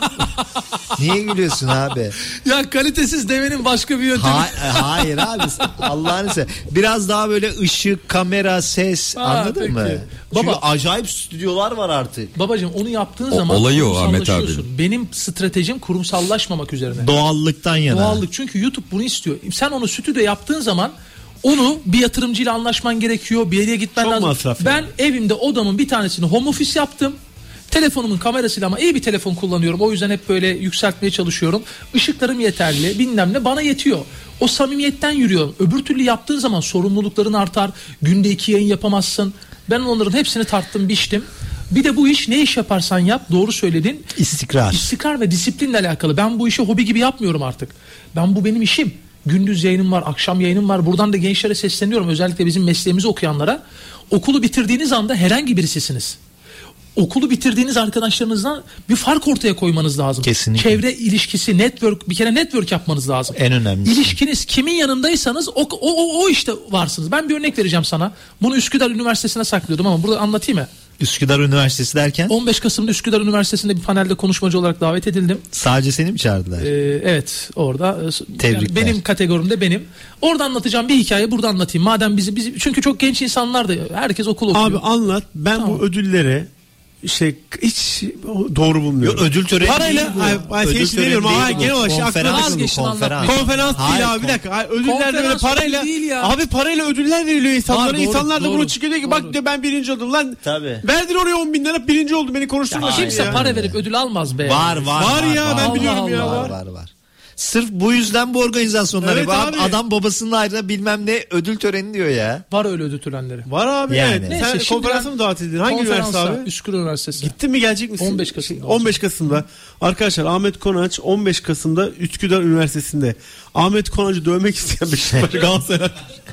Niye gülüyorsun abi? Ya kalitesiz demenin başka bir yöntemi. Ha- hayır abi, Allah'ını seversen. Biraz daha böyle ışık, kamera, ses, Ha, anladın peki. mı? Çünkü Baba- acayip stüdyolar var artık. Babacığım onu yaptığın O- zaman olayı o Ahmet kurumsallaşıyorsun. Benim stratejim kurumsallaşmamak üzerine. Doğallıktan yana. Doğallık çünkü YouTube bunu istiyor. Sen onu stüdyo yaptığın zaman onu bir yatırımcıyla anlaşman gerekiyor. Bir yere gitmen Çok lazım. masraf Ben yani. evimde odamın bir tanesini home office yaptım. Telefonumun kamerasıyla ama iyi bir telefon kullanıyorum. O yüzden hep böyle yükseltmeye çalışıyorum. Işıklarım yeterli bilmem ne bana yetiyor. O samimiyetten yürüyorum. Öbür türlü yaptığın zaman sorumlulukların artar. Günde iki yayın yapamazsın. Ben onların hepsini tarttım biçtim. Bir de bu iş ne iş yaparsan yap doğru söyledin. İstikrar. İstikrar ve disiplinle alakalı. Ben bu işi hobi gibi yapmıyorum artık. Ben bu benim işim. Gündüz yayınım var, akşam yayınım var. Buradan da gençlere sesleniyorum. Özellikle bizim mesleğimizi okuyanlara. Okulu bitirdiğiniz anda herhangi birisisiniz. Okulu bitirdiğiniz arkadaşlarınızdan bir fark ortaya koymanız lazım. Kesinlikle. Çevre ilişkisi, network, bir kere network yapmanız lazım. En önemlisi. İlişkiniz kimin yanındaysanız o, o, o, o işte varsınız. Ben bir örnek vereceğim sana. Bunu Üsküdar Üniversitesi'ne saklıyordum ama burada anlatayım mı? Üsküdar Üniversitesi derken on beş Kasım'da Üsküdar Üniversitesi'nde bir panelde konuşmacı olarak davet edildim. sadece seni mi çağırdılar? Ee, evet orada e, Tebrikler. yani benim kategorimde benim. Orada anlatacağım bir hikaye burada anlatayım. Madem bizi, bizi çünkü çok genç insanlar da herkes okul okuyor. Abi anlat. Ben Tamam. bu ödüllere şey hiç doğru bulmuyorum. Yo, ödül töreni Parayla değil bu. ay, ay, Ödül şey için töreni demiyorum. değil Ay, bu. genel olarak şey aklıma Konferans takıldı. bu, Vazgeçtin konferans. anlatmayı. Konferans Hayır, değil abi bir kon- dakika. Ay, ödüllerde böyle Konferans parayla değil ya. abi parayla ödüller veriliyor insanlara. Ha, doğru, İnsanlar da doğru, bunu çıkıyor diyor ki bak doğru. diyor ben birinci oldum lan. Tabii. Verdin oraya on bin lira birinci oldum beni konuşturma Ya şimdi kimse ya. para verip ödül almaz be. Var var. Var ya, ben Allah biliyorum ya, Allah. Var var var. Sırf bu yüzden bu organizasyonlar Evet yapıyor. abi. Adam babasının ayrına bilmem ne ödül töreni diyor ya. Var öyle ödül törenleri. Var abi Yani. evet. Neyse, Sen şimdi konferansa ben- mı davet edildin? Hangi üniversite Konferansa, abi? Üsküdar Üniversitesi. Gittin mi gelecek misin? on beş Kasım'da on beş Kasım'da. Arkadaşlar Ahmet Konaç on beş Kasım'da Üsküdar Üniversitesi'nde. Ahmet Konaç'ı dövmek isteyen Beşiktaş Galatasaray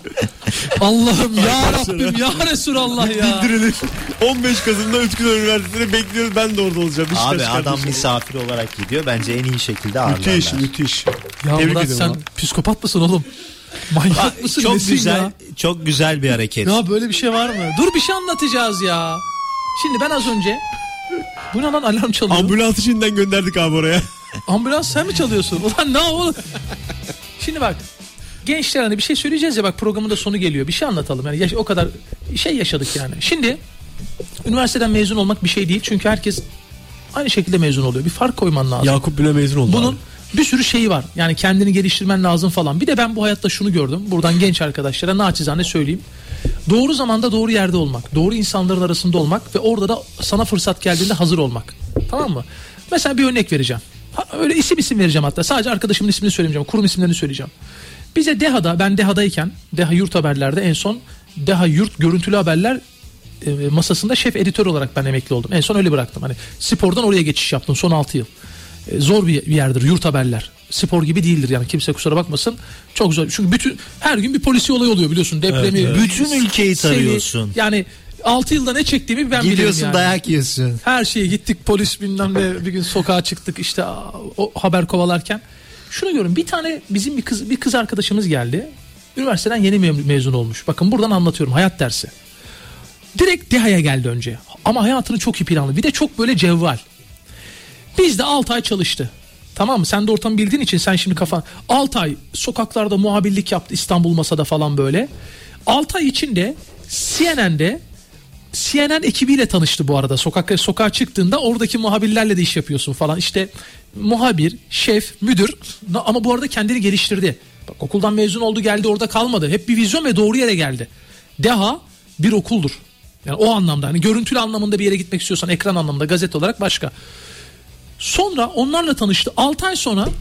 Allah'ım ya Rabbim ya Resulallah ya. bildirilir. on beş Kasım'da Üsküdar Üniversitesi'ne bekliyoruz. Ben de orada olacağım. Beşiktaş Abi adam kardeşim. misafir olarak gidiyor. Bence en iyi şekilde ağırlarlar. Müthiş müthiş. Ya Tebrik Murat ediyorum sen abi. psikopat mısın oğlum? Manyak Bak, mısın? çok nesin güzel, ya? çok güzel bir hareket. Ya böyle bir şey var mı? Dur bir şey anlatacağız ya. Şimdi ben az önce bu ne lan alarm çalıyor. Ambulans içinden gönderdik abi oraya. Ambulans sen mi çalıyorsun? Ulan ne oğlum? Şimdi bak gençler hani bir şey söyleyeceğiz ya bak programın da sonu geliyor. Bir şey anlatalım. Yani yaş- o kadar şey yaşadık yani. Şimdi üniversiteden mezun olmak bir şey değil. Çünkü herkes aynı şekilde mezun oluyor. Bir fark koyman lazım. Yakup Bülent mezun oldu Bunun abi. bir sürü şeyi var. Yani kendini geliştirmen lazım falan. Bir de ben bu hayatta şunu gördüm. Buradan genç arkadaşlara naçizane söyleyeyim. Doğru zamanda doğru yerde olmak. Doğru insanların arasında olmak ve orada da sana fırsat geldiğinde hazır olmak. Tamam mı? Mesela bir örnek vereceğim. Ha, öyle isim isim vereceğim hatta. Sadece arkadaşımın ismini söylemeyeceğim. Kurum isimlerini söyleyeceğim. Bize DEHA'da, ben DEHA'dayken, DEHA Yurt Haberler'de en son DEHA Yurt Görüntülü Haberler e, masasında şef editör olarak ben emekli oldum. En son öyle bıraktım. Hani spordan oraya geçiş yaptım son altı yıl. E, zor bir yerdir Yurt Haberler. Spor gibi değildir yani kimse kusura bakmasın. Çok zor. Çünkü bütün her gün bir polisi olay oluyor biliyorsun. Depremi, Evet, evet. Bütün ülkeyi seli, tarıyorsun. yani altı yılda ne çektiğimi ben biliyorum Gidiyorsun yani. dayak yiyorsun. Her şeye gittik, polis bilmem ne, bir gün sokağa çıktık işte o haber kovalarken. Şunu görün, bir tane bizim bir kız bir kız arkadaşımız geldi. Üniversiteden yeni me- mezun olmuş. Bakın buradan anlatıyorum, hayat dersi. Direkt DEHA'ya geldi önce. Ama hayatını çok iyi planlı. Bir de çok böyle cevval. Bizde altı ay çalıştı. Tamam mı? Sen de ortamı bildiğin için sen şimdi kafan... altı ay sokaklarda muhabirlik yaptı, İstanbul Masa'da falan böyle. altı ay içinde C N N'de C N N ekibiyle tanıştı bu arada. Sokakta sokağa çıktığında oradaki muhabirlerle de iş yapıyorsun falan. İşte muhabir, şef, müdür, ama bu arada kendini geliştirdi. Bak, okuldan mezun oldu, geldi, orada kalmadı. Hep bir vizyon ve doğru yere geldi. DEHA bir okuldur. Yani o anlamda, hani görüntülü anlamında bir yere gitmek istiyorsan, ekran anlamında, gazete olarak başka. Sonra onlarla tanıştı. altı ay sonra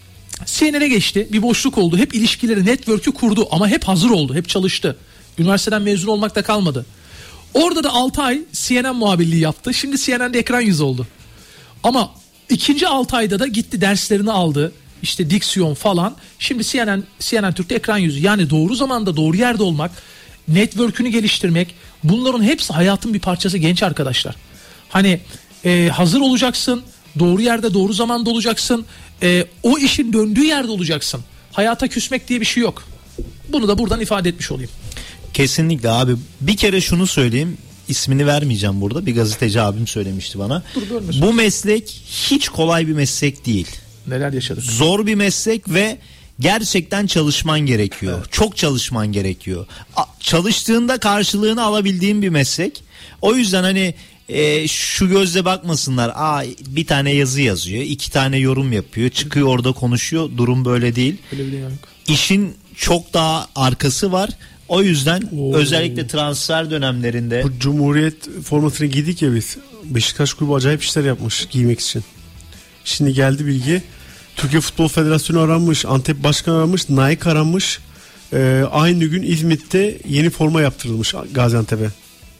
C N N'e geçti. Bir boşluk oldu. Hep ilişkileri, network'ü kurdu ama hep hazır oldu. Hep çalıştı. Üniversiteden mezun olmakta kalmadı. Orada da altı ay C N N muhabirliği yaptı. Şimdi C N N'de ekran yüzü oldu. Ama ikinci altı ayda da gitti, derslerini aldı. İşte diksiyon falan. Şimdi C N N, C N N Türk'te ekran yüzü. Yani doğru zamanda doğru yerde olmak, network'ünü geliştirmek, bunların hepsi hayatın bir parçası genç arkadaşlar. Hani e, hazır olacaksın, doğru yerde doğru zamanda olacaksın, e, o işin döndüğü yerde olacaksın. Hayata küsmek diye bir şey yok. Bunu da buradan ifade etmiş olayım. Kesinlikle abi. Bir kere şunu söyleyeyim, ismini vermeyeceğim burada. Bir gazeteci abim söylemişti bana. Dur, bu meslek hiç kolay bir meslek değil. Neler yaşadık? Zor bir meslek ve gerçekten çalışman gerekiyor. Evet. Çok çalışman gerekiyor. A- çalıştığında karşılığını alabildiğin bir meslek. O yüzden hani e, şu gözle bakmasınlar. Aa, bir tane yazı yazıyor, iki tane yorum yapıyor, çıkıyor orada konuşuyor. Durum böyle değil. Öyle bir yok. İşin çok daha arkası var. O yüzden Oo. özellikle transfer dönemlerinde. Bu Cumhuriyet formasını giydik ya biz. Beşiktaş kulübü acayip işler yapmış giymek için. Şimdi geldi bilgi. Türkiye Futbol Federasyonu aranmış, Antep Başkanı aranmış, Nike aranmış. Ee, aynı gün İzmit'te yeni forma yaptırılmış Gaziantep'e.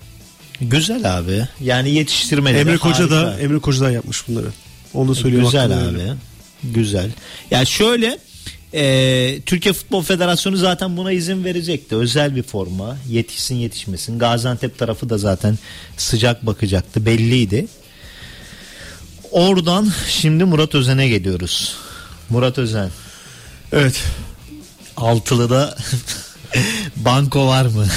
Güzel abi. Yani yetiştirmeleri Emre Koca harika. da Emre Koca da yapmış bunları. Onu da söyleyeyim. Güzel abi. Güzel. Ya şöyle, e, Türkiye Futbol Federasyonu zaten buna izin verecekti. Özel bir forma, yetişsin yetişmesin. Gaziantep tarafı da zaten sıcak bakacaktı, belliydi. Oradan şimdi Murat Özen'e geliyoruz. Murat Özen. Evet. Altılı'da banko var mı?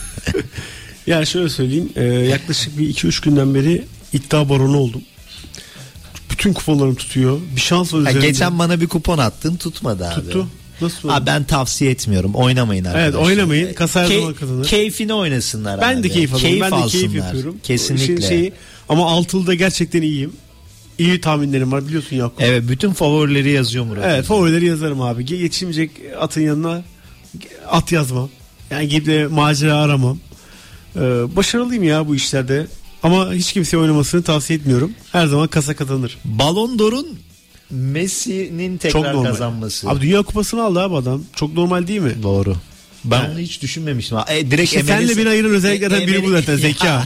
Yani şöyle söyleyeyim, e, yaklaşık bir iki üç günden beri iddia baronu oldum. Bütün kuponlarım tutuyor. Bir şans var üzerinde. Geçen bana bir kupon attın, tutmadı abi. Tuttu. Nasıl? Abi ben tavsiye etmiyorum. Oynamayın arkadaşlar. Evet, oynamayın. Kasa her Key- zaman kazanır. Keyfini oynasınlar Ben abi. de keyif alıyorum. Ben de alsınlar. keyif yapıyorum. Kesinlikle. İşin şeyi, ama altılıda gerçekten iyiyim. İyi tahminlerim var, biliyorsun Yakup. Evet, bütün favorileri yazıyor Murat. Evet, favorileri yazarım abi. Ge- Yetişmeyecek atın yanına at yazmam. Yani gidip de macera aramam. Ee, başarılıyım ya bu işlerde. Ama hiç kimseye oynamasını tavsiye etmiyorum. Her zaman kasa kazanır. Ballon d'Or'un Messi'nin tekrar normal. kazanması. Abi Dünya Kupası'nı aldı abi adam. Çok normal değil mi? Doğru. Ben Yani. onu hiç düşünmemiştim. E, direkt İşte Emel'i- senle beni ayıran özelliklerden biri bu Emel'i- zaten, zeka.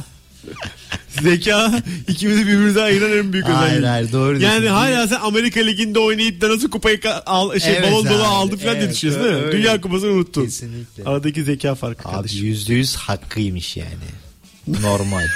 Zeka ikimizi birbirimize ayıran en büyük Hayır, özellik. hayır, doğru Yani diyorsun. hala sen Amerika Ligi'nde oynayıp da nasıl kupayı ka- al, şey Evet balon dolu abi, aldı falan diye evet, düşünüyorsun değil mi? öyle. Dünya Kupası'nı unuttun. Kesinlikle. Aradaki zeka farkı Abi kardeşim. yüzde yüz hakkıymış yani. Normal.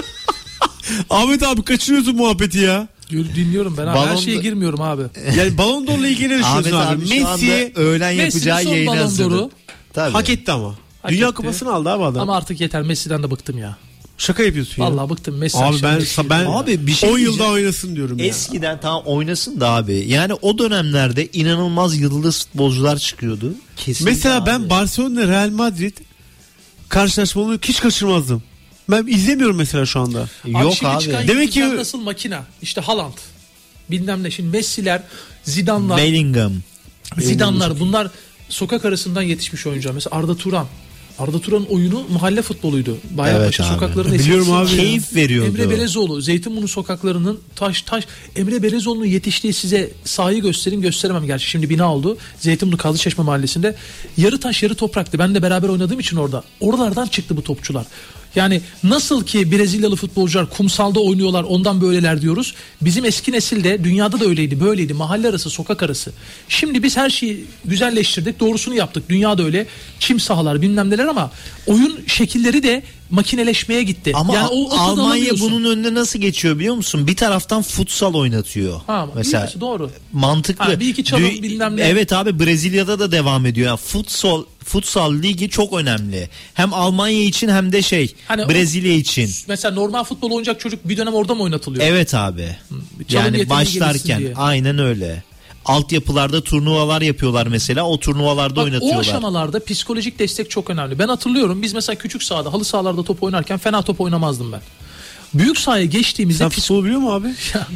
Ahmet abi kaçırıyorsun muhabbeti ya. Dinliyorum ben abi. Her Balon şeye da- girmiyorum abi. Yani balon d'Or'la ilgili ne düşünüyorsun Ahmet abi? abi şu anda Messi öğlen Messi'nin yapacağı son yayını Ballon hazırladı. d'Or'u Tabii. hak etti ama. Hak Dünya etti. Kupası'nı aldı abi adam. Ama artık yeter. Messi'den de bıktım ya. Şaka yapıyorsun ya. Vallahi bıktım. Messi Abi akşam ben Messi- ben Abi bir şey on diyeceğim. yılda oynasın diyorum ya. Eskiden tamam oynasın da abi. Yani o dönemlerde inanılmaz yıldız futbolcular çıkıyordu. Kesinlikle Mesela abi. ben Barcelona Real Madrid karşılaşmalarını hiç kaçırmazdım. Ben izlemiyorum mesela şu anda. Yok şimdi abi. çıkan Demek ki- yıldızlar nasıl makina? İşte Haaland. Bilmem ne. Şimdi Messi'ler, Zidane'lar, Bellingham. Zidane'lar, bunlar sokak arasından yetişmiş oyuncular. Mesela Arda Turan. Arda Turan'ın oyunu mahalle futboluydu. Bayrampaşa Evet abi. sokaklarının Biliyorum eskisi. abi. Keyif veriyordu. Emre Belezoğlu, Zeytinburnu sokaklarının taş taş. Emre Belezoğlu'nun yetiştiği, size sahayı göstereyim, gösteremem gerçi. Şimdi bina oldu. Zeytinburnu Kazlıçeşme mahallesinde. Yarı taş yarı topraktı. Ben de beraber oynadığım için orada. Oralardan çıktı bu topçular. Yani nasıl ki Brezilyalı futbolcular kumsalda oynuyorlar ondan böyleler diyoruz. Bizim eski nesilde dünyada da öyleydi, böyleydi. Mahalle arası, sokak arası. Şimdi biz her şeyi güzelleştirdik, doğrusunu yaptık. Dünyada öyle çim sahalar bilmem neler ama oyun şekilleri de makineleşmeye gitti. Ama yani o, o Almanya bunun önüne nasıl geçiyor biliyor musun? Bir taraftan futsal oynatıyor. Ha, mesela iyi, doğru. Mantıklı. Ha, bir iki çalım Dü- bilmem ne. Evet abi, Brezilya'da da devam ediyor. Yani futsal futsal ligi çok önemli. Hem Almanya için hem de şey Hani Brezilya o, için. Mesela normal futbol oynayacak çocuk bir dönem orada mı oynatılıyor? Evet abi. Çalım Yani yeteneği başlarken gelişsin diye. aynen öyle. Altyapılarda turnuvalar yapıyorlar mesela. O turnuvalarda Bak, oynatıyorlar. o aşamalarda psikolojik destek çok önemli. Ben hatırlıyorum, biz mesela küçük sahada, halı sahalarda top oynarken fena top oynamazdım ben. Büyük sahaya geçtiğimizde Sen psik- futbol biliyor musun abi? Ya,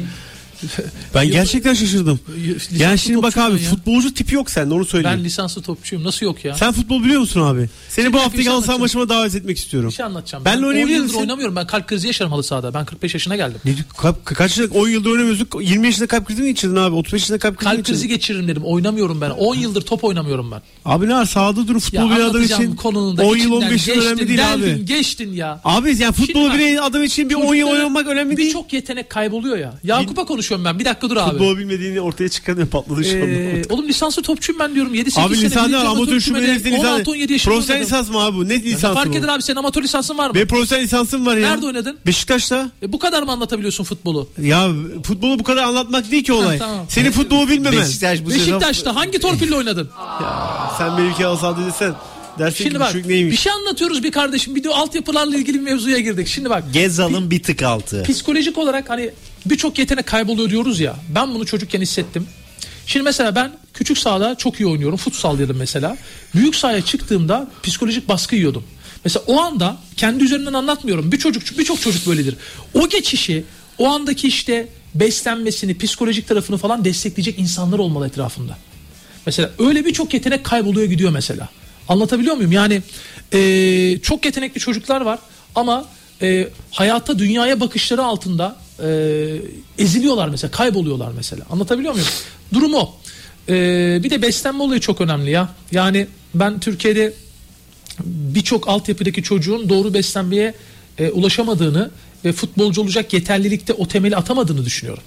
Ben gerçekten şaşırdım. lisanslı Yani şimdi bak topçuyum abi ben ya. futbolcu tipi yok sende, onu söyleyeyim. ben lisanslı topçuyum. Nasıl yok ya? Sen futbol biliyor musun abi? Seni Şimdi bu bir haftaki şey halı saha anlatacağım. maçıma davet etmek istiyorum. Bir şey anlatacağım. Benle Ben on oynayabilir yıldır misin? oynamıyorum. Ben kalp krizi yaşarım halı sahada. Ben kırk beş yaşına geldim. Ne, ka- kaç yaşında, on yılda oynamıyorsun, yirmi yaşında kalp krizi mi geçirdin abi? otuz beş yaşında kalp krizi mi Kalp krizi geçirdin? geçiririm dedim. Oynamıyorum ben. on yıldır top oynamıyorum ben. Abi ne var, sahada durun, Ya futbol bir adam anlatacağım için konunun da on yıl içinden on beş yıl önemli geçtin, değil derdin, abi. geçtin ya. Abi yani futbol Şimdi bir bak, adam için bir on yıl Çocukların oynamak önemli değil. Birçok yetenek kayboluyor ya. Yakup'a konuşuyorum ben. Bir dakika dur abi. Futbol bilmediğini ortaya çıkarmıyor, patladı şu anda. Ee, oğlum lisanslı topçuyum ben diyorum. yedi sekiz Abi sene. lisansı var, birinci amatör şubede kümede, on altı on yedi yaşında Profesyonel oynadım. lisans mı abi bu? Ne Ne lisansı fark bu? eder abi, senin amatör lisansın var mı? Benim profesyonel lisansım var ya. Nerede oynadın? Beşiktaş'ta. E, bu kadar mı anlatabiliyorsun futbolu? Ya futbolu bu kadar anlatmak değil ki olay. Ha, tamam. Senin futbolu bilmemen. Beşiktaş bu sezon Beşiktaş'ta hangi torpille oynadın? Sen benimki alsal desen. Dersin Şimdi ki bak, düşük neymiş? bir şey anlatıyoruz bir kardeşim. Bir de altyapılarla ilgili bir mevzuya girdik. Şimdi bak. Gezal'ın bir tık altı. Psikolojik olarak hani birçok yetenek kayboluyor diyoruz ya. Ben bunu çocukken hissettim. Şimdi mesela ben küçük sahada çok iyi oynuyorum. Futsal diyelim mesela. Büyük sahaya çıktığımda psikolojik baskı yiyordum. Mesela o anda kendi üzerinden anlatmıyorum. Bir çocuk, birçok çocuk böyledir. O geçişi, o andaki işte beslenmesini, psikolojik tarafını falan destekleyecek insanlar olmalı etrafında. Mesela öyle birçok yetenek kayboluyor gidiyor mesela. Anlatabiliyor muyum? Yani e, çok yetenekli çocuklar var ama e, hayata, dünyaya bakışları altında e, eziliyorlar mesela, kayboluyorlar mesela. Anlatabiliyor muyum? Durum o. E, bir de beslenme olayı çok önemli ya. Yani ben Türkiye'de birçok altyapıdaki çocuğun doğru beslenmeye e, ulaşamadığını ve futbolcu olacak yeterlilikte o temeli atamadığını düşünüyorum.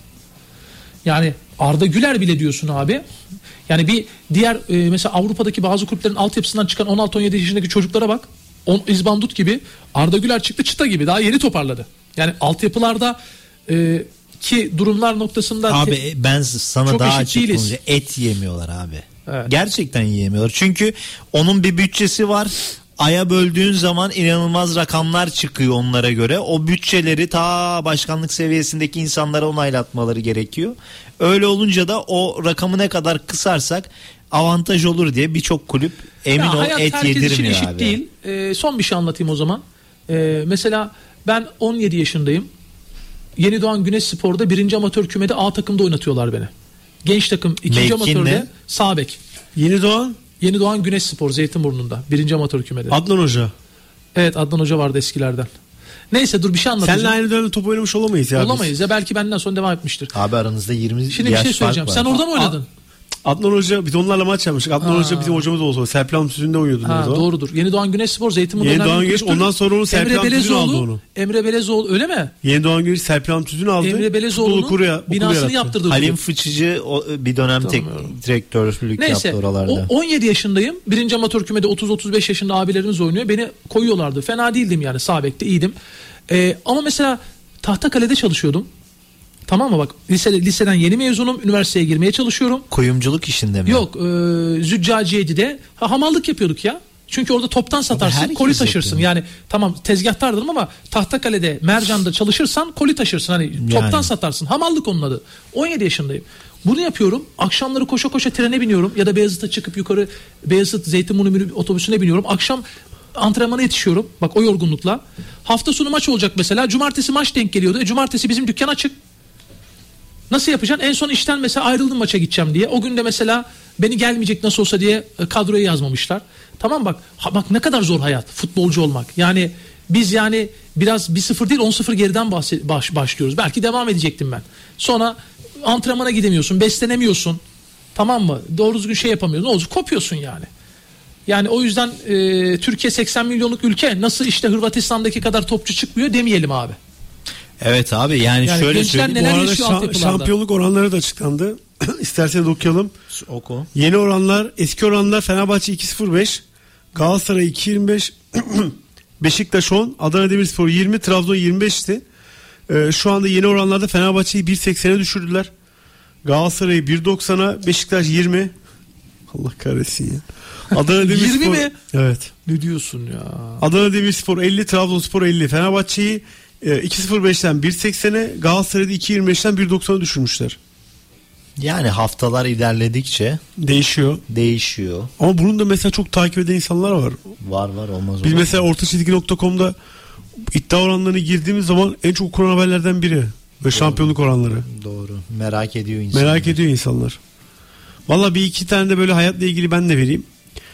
Yani Arda Güler bile diyorsun abi. Yani bir diğer e, mesela Avrupa'daki bazı kulüplerin altyapısından çıkan on altı on yedi yaşındaki çocuklara bak. On, İzbandut gibi. Arda Güler çıktı çıta gibi. Daha yeni toparladı. Yani altyapılarda e, ki durumlar noktasında Abi te- ben sana çok daha eşit açık değiliz. konuşayım. Et yemiyorlar abi. Evet. Gerçekten yiyemiyorlar. Çünkü onun bir bütçesi var. Aya böldüğün zaman inanılmaz rakamlar çıkıyor onlara göre. O bütçeleri ta başkanlık seviyesindeki insanlara onaylatmaları gerekiyor. Öyle olunca da o rakamı ne kadar kısarsak avantaj olur diye birçok kulüp emin Ya ol hayat et herkes için yedirmiyor eşit abi. değil. Ee, son bir şey anlatayım o zaman. Ee, mesela ben on yedi yaşındayım. Yeni Doğan Güneşspor'da birinci amatör kümede A takımda oynatıyorlar beni. Genç takım ikinci Mevkin amatörde ne? sağ bek. Yeni Doğan Yeni Doğan Güneşspor Zeytinburnu'nda birinci amatör kümede. Adnan Hoca. Evet, Adnan Hoca vardı eskilerden. Neyse dur bir şey Seninle anlatacağım. aynı dönemde top oynamış olamayız ya. biz. Olamayız ya, belki benden sonra devam etmiştir. Abi aranızda yirmi Şimdi bir yaş şey söyleyeceğim. fark Sen var. orada mı oynadın? Adnan Hoca, biz onlarla maç yapmıştık. Adnan Aa. Hoca bizim hocamız olsa. Serpil Hanım Tüzün'de oynuyordu. Ha, o. doğrudur. Yeni Doğan Güneşspor Zeytinburnu'nda Yeni önemli Doğan bir Güneş, kulüptür. ondan sonra onu Serpil Emre Hanım Tüzün aldı Belezoğlu. onu. Emre Belezoğlu öyle mi? Yeni Doğan Güneş Serpil Hanım Tüzün aldı. Emre Futbolu Belezoğlu'nun kuruya- okulu binasını yarattı. yaptırdı. Halim kulüp. Fıçıcı o, bir dönem tek Tanımıyorum. direktörlük Neyse yaptı oralarda. o on yedi yaşındayım. Birinci amatör kümede otuz otuz beş yaşında abilerimiz oynuyor. Beni koyuyorlardı. Fena değildim yani, sağ bekte iyiydim. Ee, ama mesela Tahtakale'de çalışıyordum. Tamam mı bak, lisede, liseden yeni mezunum. Üniversiteye girmeye çalışıyorum. Kuyumculuk işinde mi? Yok, e, Züccaciye'de ha, hamallık yapıyorduk ya. Çünkü orada toptan satarsın, herkes koli taşırsın. yapıyor. Yani tamam tezgahtardım ama Tahtakale'de, Mercan'da çalışırsan koli taşırsın. Hani toptan Yani. satarsın. Hamallık onun adı. on yedi yaşındayım. Bunu yapıyorum. Akşamları koşa koşa trene biniyorum ya da Beyazıt'a çıkıp yukarı Beyazıt Zeytinburnu otobüsüne biniyorum. Akşam antrenmana yetişiyorum. Bak o yorgunlukla. Hafta sonu maç olacak mesela. Cumartesi maç denk geliyordu. E, cumartesi bizim dükkan açık. Nasıl yapacaksın? En son işten mesela ayrıldım maça gideceğim diye. O gün de mesela beni gelmeyecek nasıl olsa diye e, kadroya yazmamışlar. Tamam bak. Ha, bak ne kadar zor hayat futbolcu olmak. Yani biz yani biraz bir sıfır değil on sıfır geriden bahse- baş, başlıyoruz. Belki devam edecektim ben. Sonra antrenmana gidemiyorsun, beslenemiyorsun. Tamam mı? Doğru düzgün şey yapamıyorsun. Ne olacak? Kopuyorsun yani. Yani o yüzden e, Türkiye seksen milyonluk ülke, nasıl işte Hırvatistan'daki kadar topçu çıkmıyor demeyelim abi. Evet abi yani, Yani şöyle gençler söyleyeyim. neler Bu arada yaşıyor şa- altyapılarda. şampiyonluk oranları da açıklandı. İsterseniz okuyalım. Oku. Yeni oranlar, eski oranlar: Fenerbahçe iki sıfır beş, Galatasaray iki yirmi beş, Beşiktaş on, Adana Demirspor yirmi, Trabzon yirmi beşti. Ee, şu anda yeni oranlarda Fenerbahçe'yi bir seksene düşürdüler. Galatasaray'ı bir doksana, Beşiktaş yirmi. Allah kahretsin ya. Adana Demirspor yirmi mi? Evet. Ne diyorsun ya? Adana Demirspor elli, Trabzonspor elli. Fenerbahçe'yi e, iki sıfır beşten bir seksene, Galatasaray'ı iki yirmi beşten bir doksana düşürmüşler. Yani haftalar ilerledikçe Değişiyor. değişiyor. Ama bunun da mesela çok takip eden insanlar var. Var var olmaz Biz olur. mesela ortaçizgi nokta com'da iddia oranlarını girdiğimiz zaman en çok okunan haberlerden biri. Ve şampiyonluk oranları. Doğru. Merak ediyor insanlar. Merak ediyor insanlar. Valla bir iki tane de böyle hayatla ilgili ben de vereyim.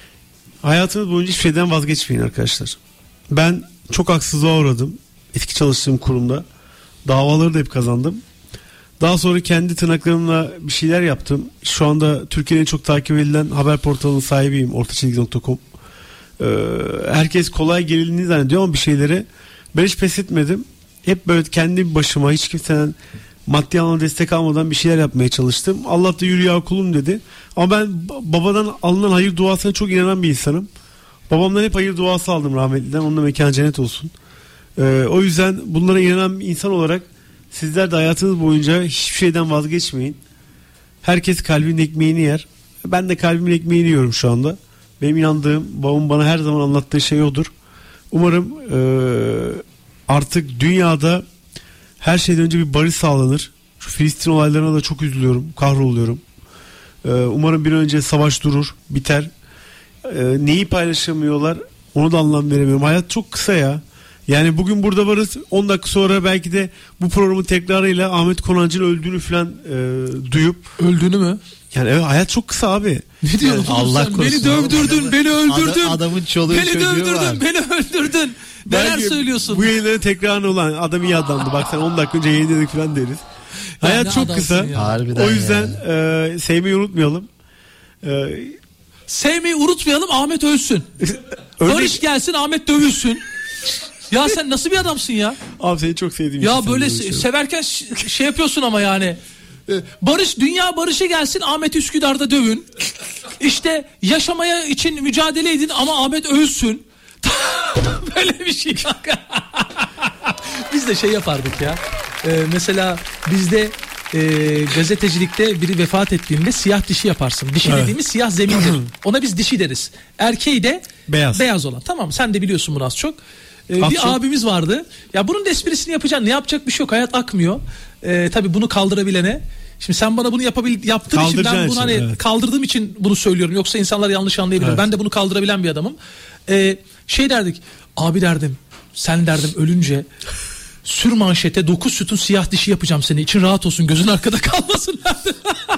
Hayatınız boyunca hiçbir şeyden vazgeçmeyin arkadaşlar. Ben çok haksızlığa uğradım. Eski çalıştığım kurumda. Davaları da hep kazandım. Daha sonra kendi tırnaklarımla bir şeyler yaptım. Şu anda Türkiye'nin en çok takip edilen haber portalının sahibiyim. ortaçizgi nokta com. Ee, herkes kolay gelindiğini zannediyor ama bir şeylere. Ben hiç pes etmedim. Hep böyle kendi başıma, hiç kimseden maddi anlamda destek almadan bir şeyler yapmaya çalıştım. Allah da yürü ya kulum dedi. Ama ben babadan alınan hayır duasına çok inanan bir insanım. Babamdan hep hayır duası aldım rahmetliden. Onun da mekanı cennet olsun. Ee, o yüzden bunlara inanan bir insan olarak sizler de hayatınız boyunca hiçbir şeyden vazgeçmeyin. Herkes kalbinin ekmeğini yer. Ben de kalbimin ekmeğini yiyorum şu anda. Benim inandığım, babam bana her zaman anlattığı şey odur. Umarım ee, artık dünyada her şeyden önce bir barış sağlanır. Şu Filistin olaylarına da çok üzülüyorum, kahroluyorum. Ee, umarım bir an önce savaş durur, biter. Ee, neyi paylaşamıyorlar onu da anlam veremiyorum. Hayat çok kısa ya. Yani bugün burada varız, on dakika sonra belki de bu programın tekrarıyla Ahmet Konancı'nın öldüğünü falan e, duyup. Öldüğünü mü? Yani evet, hayat çok kısa abi. Ne diyorsun Yani Allah sen? korusun. Beni dövdürdün, beni öldürdün. Adam- adamın çoluğu beni çocuğu dövdürdün, var. beni öldürdün. Neler Belki söylüyorsun? Bu yayınların tekrarını olan adam iyi adamdı. Bak sen on dakika önce yayınladık falan deriz. Ya Hayat ne çok adamsın kısa. ya. Harbiden O yüzden e, sevmeyi unutmayalım. E, Sevmeyi unutmayalım, Ahmet ölsün. örnek- Barış gelsin, Ahmet dövülsün. Ya sen nasıl bir adamsın ya? Abi seni çok sevdiğim Ya için böyle sana se- şey- severken ş- şey yapıyorsun ama yani. Ee, Barış, dünya barışı gelsin, Ahmet Üsküdar'da dövün. İşte yaşamaya için mücadele edin ama Ahmet ölsün. Böyle bir şey. Biz de şey yapardık ya. Ee, mesela bizde e, gazetecilikte biri vefat ettiğinde siyah dişi yaparsın. Dişi Evet. dediğimiz siyah zemindir. Ona biz dişi deriz. Erkeği de Beyaz. beyaz olan. Tamam, sen de biliyorsun bunu az çok. Ee, Az bir çok. abimiz vardı. Ya bunun da esprisini yapacaksın. Ne yapacak bir şey yok. Hayat akmıyor. Ee, tabii bunu kaldırabilene. Şimdi sen bana bunu yapabil yaptığın için ben Kaldıracağın bunu hani için, evet. kaldırdığım için bunu söylüyorum. Yoksa insanlar yanlış anlayabilir. Evet. Ben de bunu kaldırabilen bir adamım. Ee, şey derdik. Abi derdim, sen derdim ölünce sür manşete dokuz sütun siyah dişi yapacağım seni. İçin rahat olsun, gözün arkada kalmasın derdim.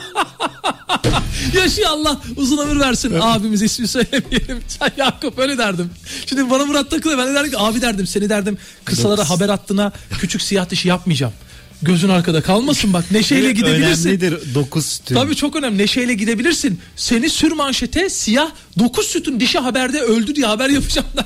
Yaşıyor Allah uzun ömür versin. Abimiz ismi söylemeyelim. Sen Yakup öyle derdim. Şimdi bana Murat takılıyor. Ben de derdim ki abi derdim, seni derdim kısalara haber hattına küçük siyah dişi yapmayacağım. Gözün arkada kalmasın bak, neşeyle gidebilirsin. Önemlidir dokuz sütun. Tabii çok önemli, neşeyle gidebilirsin. Seni sür manşete siyah dokuz sütun dişi haberde öldü diye haber yapacağım da.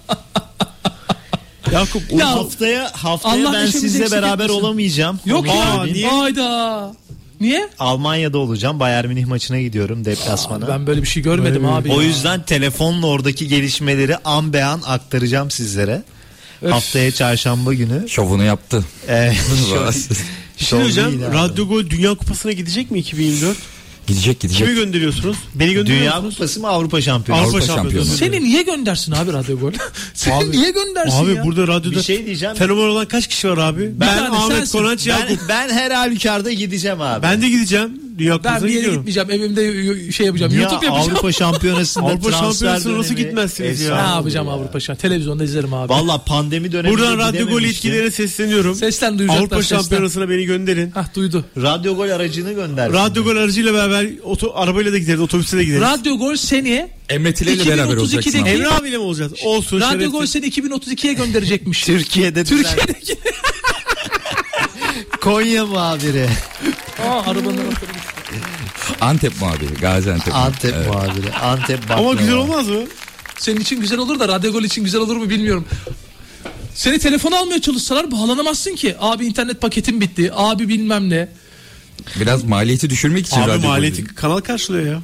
Yakup Ya, Haftaya haftaya Allah ben neşemizi sizle eksik beraber etmesin. olamayacağım. Yok Onu ya. söyleyeyim. niye? Hayda. Niye? Almanya'da olacağım. Bayern Münih maçına gidiyorum deplasmana. Ben böyle bir şey görmedim Böyle abi. O ya. yüzden telefonla oradaki gelişmeleri an be an aktaracağım sizlere. Öf. Haftaya çarşamba günü. Şovunu yaptı. Ee, bir şey diyeceğim. Radyo Gol Dünya Kupası'na gidecek mi iki bin yirmi dört? Gidecek gidecek. Kimi gönderiyorsunuz? Beni gönderiyor Dünya musunuz? Kupası mı Avrupa Şampiyonası? Avrupa Avrupa Şampiyonu. Şampiyonu. Seni niye göndersin abi Radyo Gol? Seni Abi- niye göndersin Abi ya? burada radyoda Bir şey diyeceğim. fenomen olan kaç kişi var abi? Ben, tane Ahmet sensin. Konanç Ben, Yakup. ben her halükarda gideceğim abi. Ben de gideceğim. Dünya Ben Kupası'na bir yere gidiyorum. gitmeyeceğim. Evimde şey yapacağım. Ya YouTube yapacağım. Avrupa Şampiyonası'nda Avrupa transfer Şampiyonası'na nasıl dönemi gitmezsiniz ya? Ne efsane yapacağım olur ya. Avrupa Şampiyonası? Televizyonda izlerim abi. Valla pandemi döneminde Buradan Radyo Gol gidememiştim. yetkililerine sesleniyorum. Sesten duyacaklar. Avrupa sesten. Şampiyonası'na beni gönderin. Hah duydu. Radyo Gol aracını göndersin. Radyo Gol aracıyla beraber oto, arabayla da gideriz, otobüste de gideriz. Radyo Gol seni Emre Tile ile beraber olacaksın abi. iki bin otuz ikideki Emre abiyle mi olacağız? Olsun. Radyo şerefsiz. Gol seni iki bin otuz ikiye gönderecekmiş. Türkiye'de Türkiye'deki. Konya muhabiri. Aa arabanın anahtarı düştü. Antep muhabiri. Gaziantep. Antep Evet. muhabiri. Antep baklava. Ama güzel olmaz mı? Senin için güzel olur da Radyo Gol için güzel olur mu bilmiyorum. Seni telefona almaya çalışsalar bağlanamazsın ki. Abi internet paketim bitti. Abi bilmem ne. Biraz maliyeti düşürmek için. Abi radyo maliyeti golü. kanal karşılıyor ya.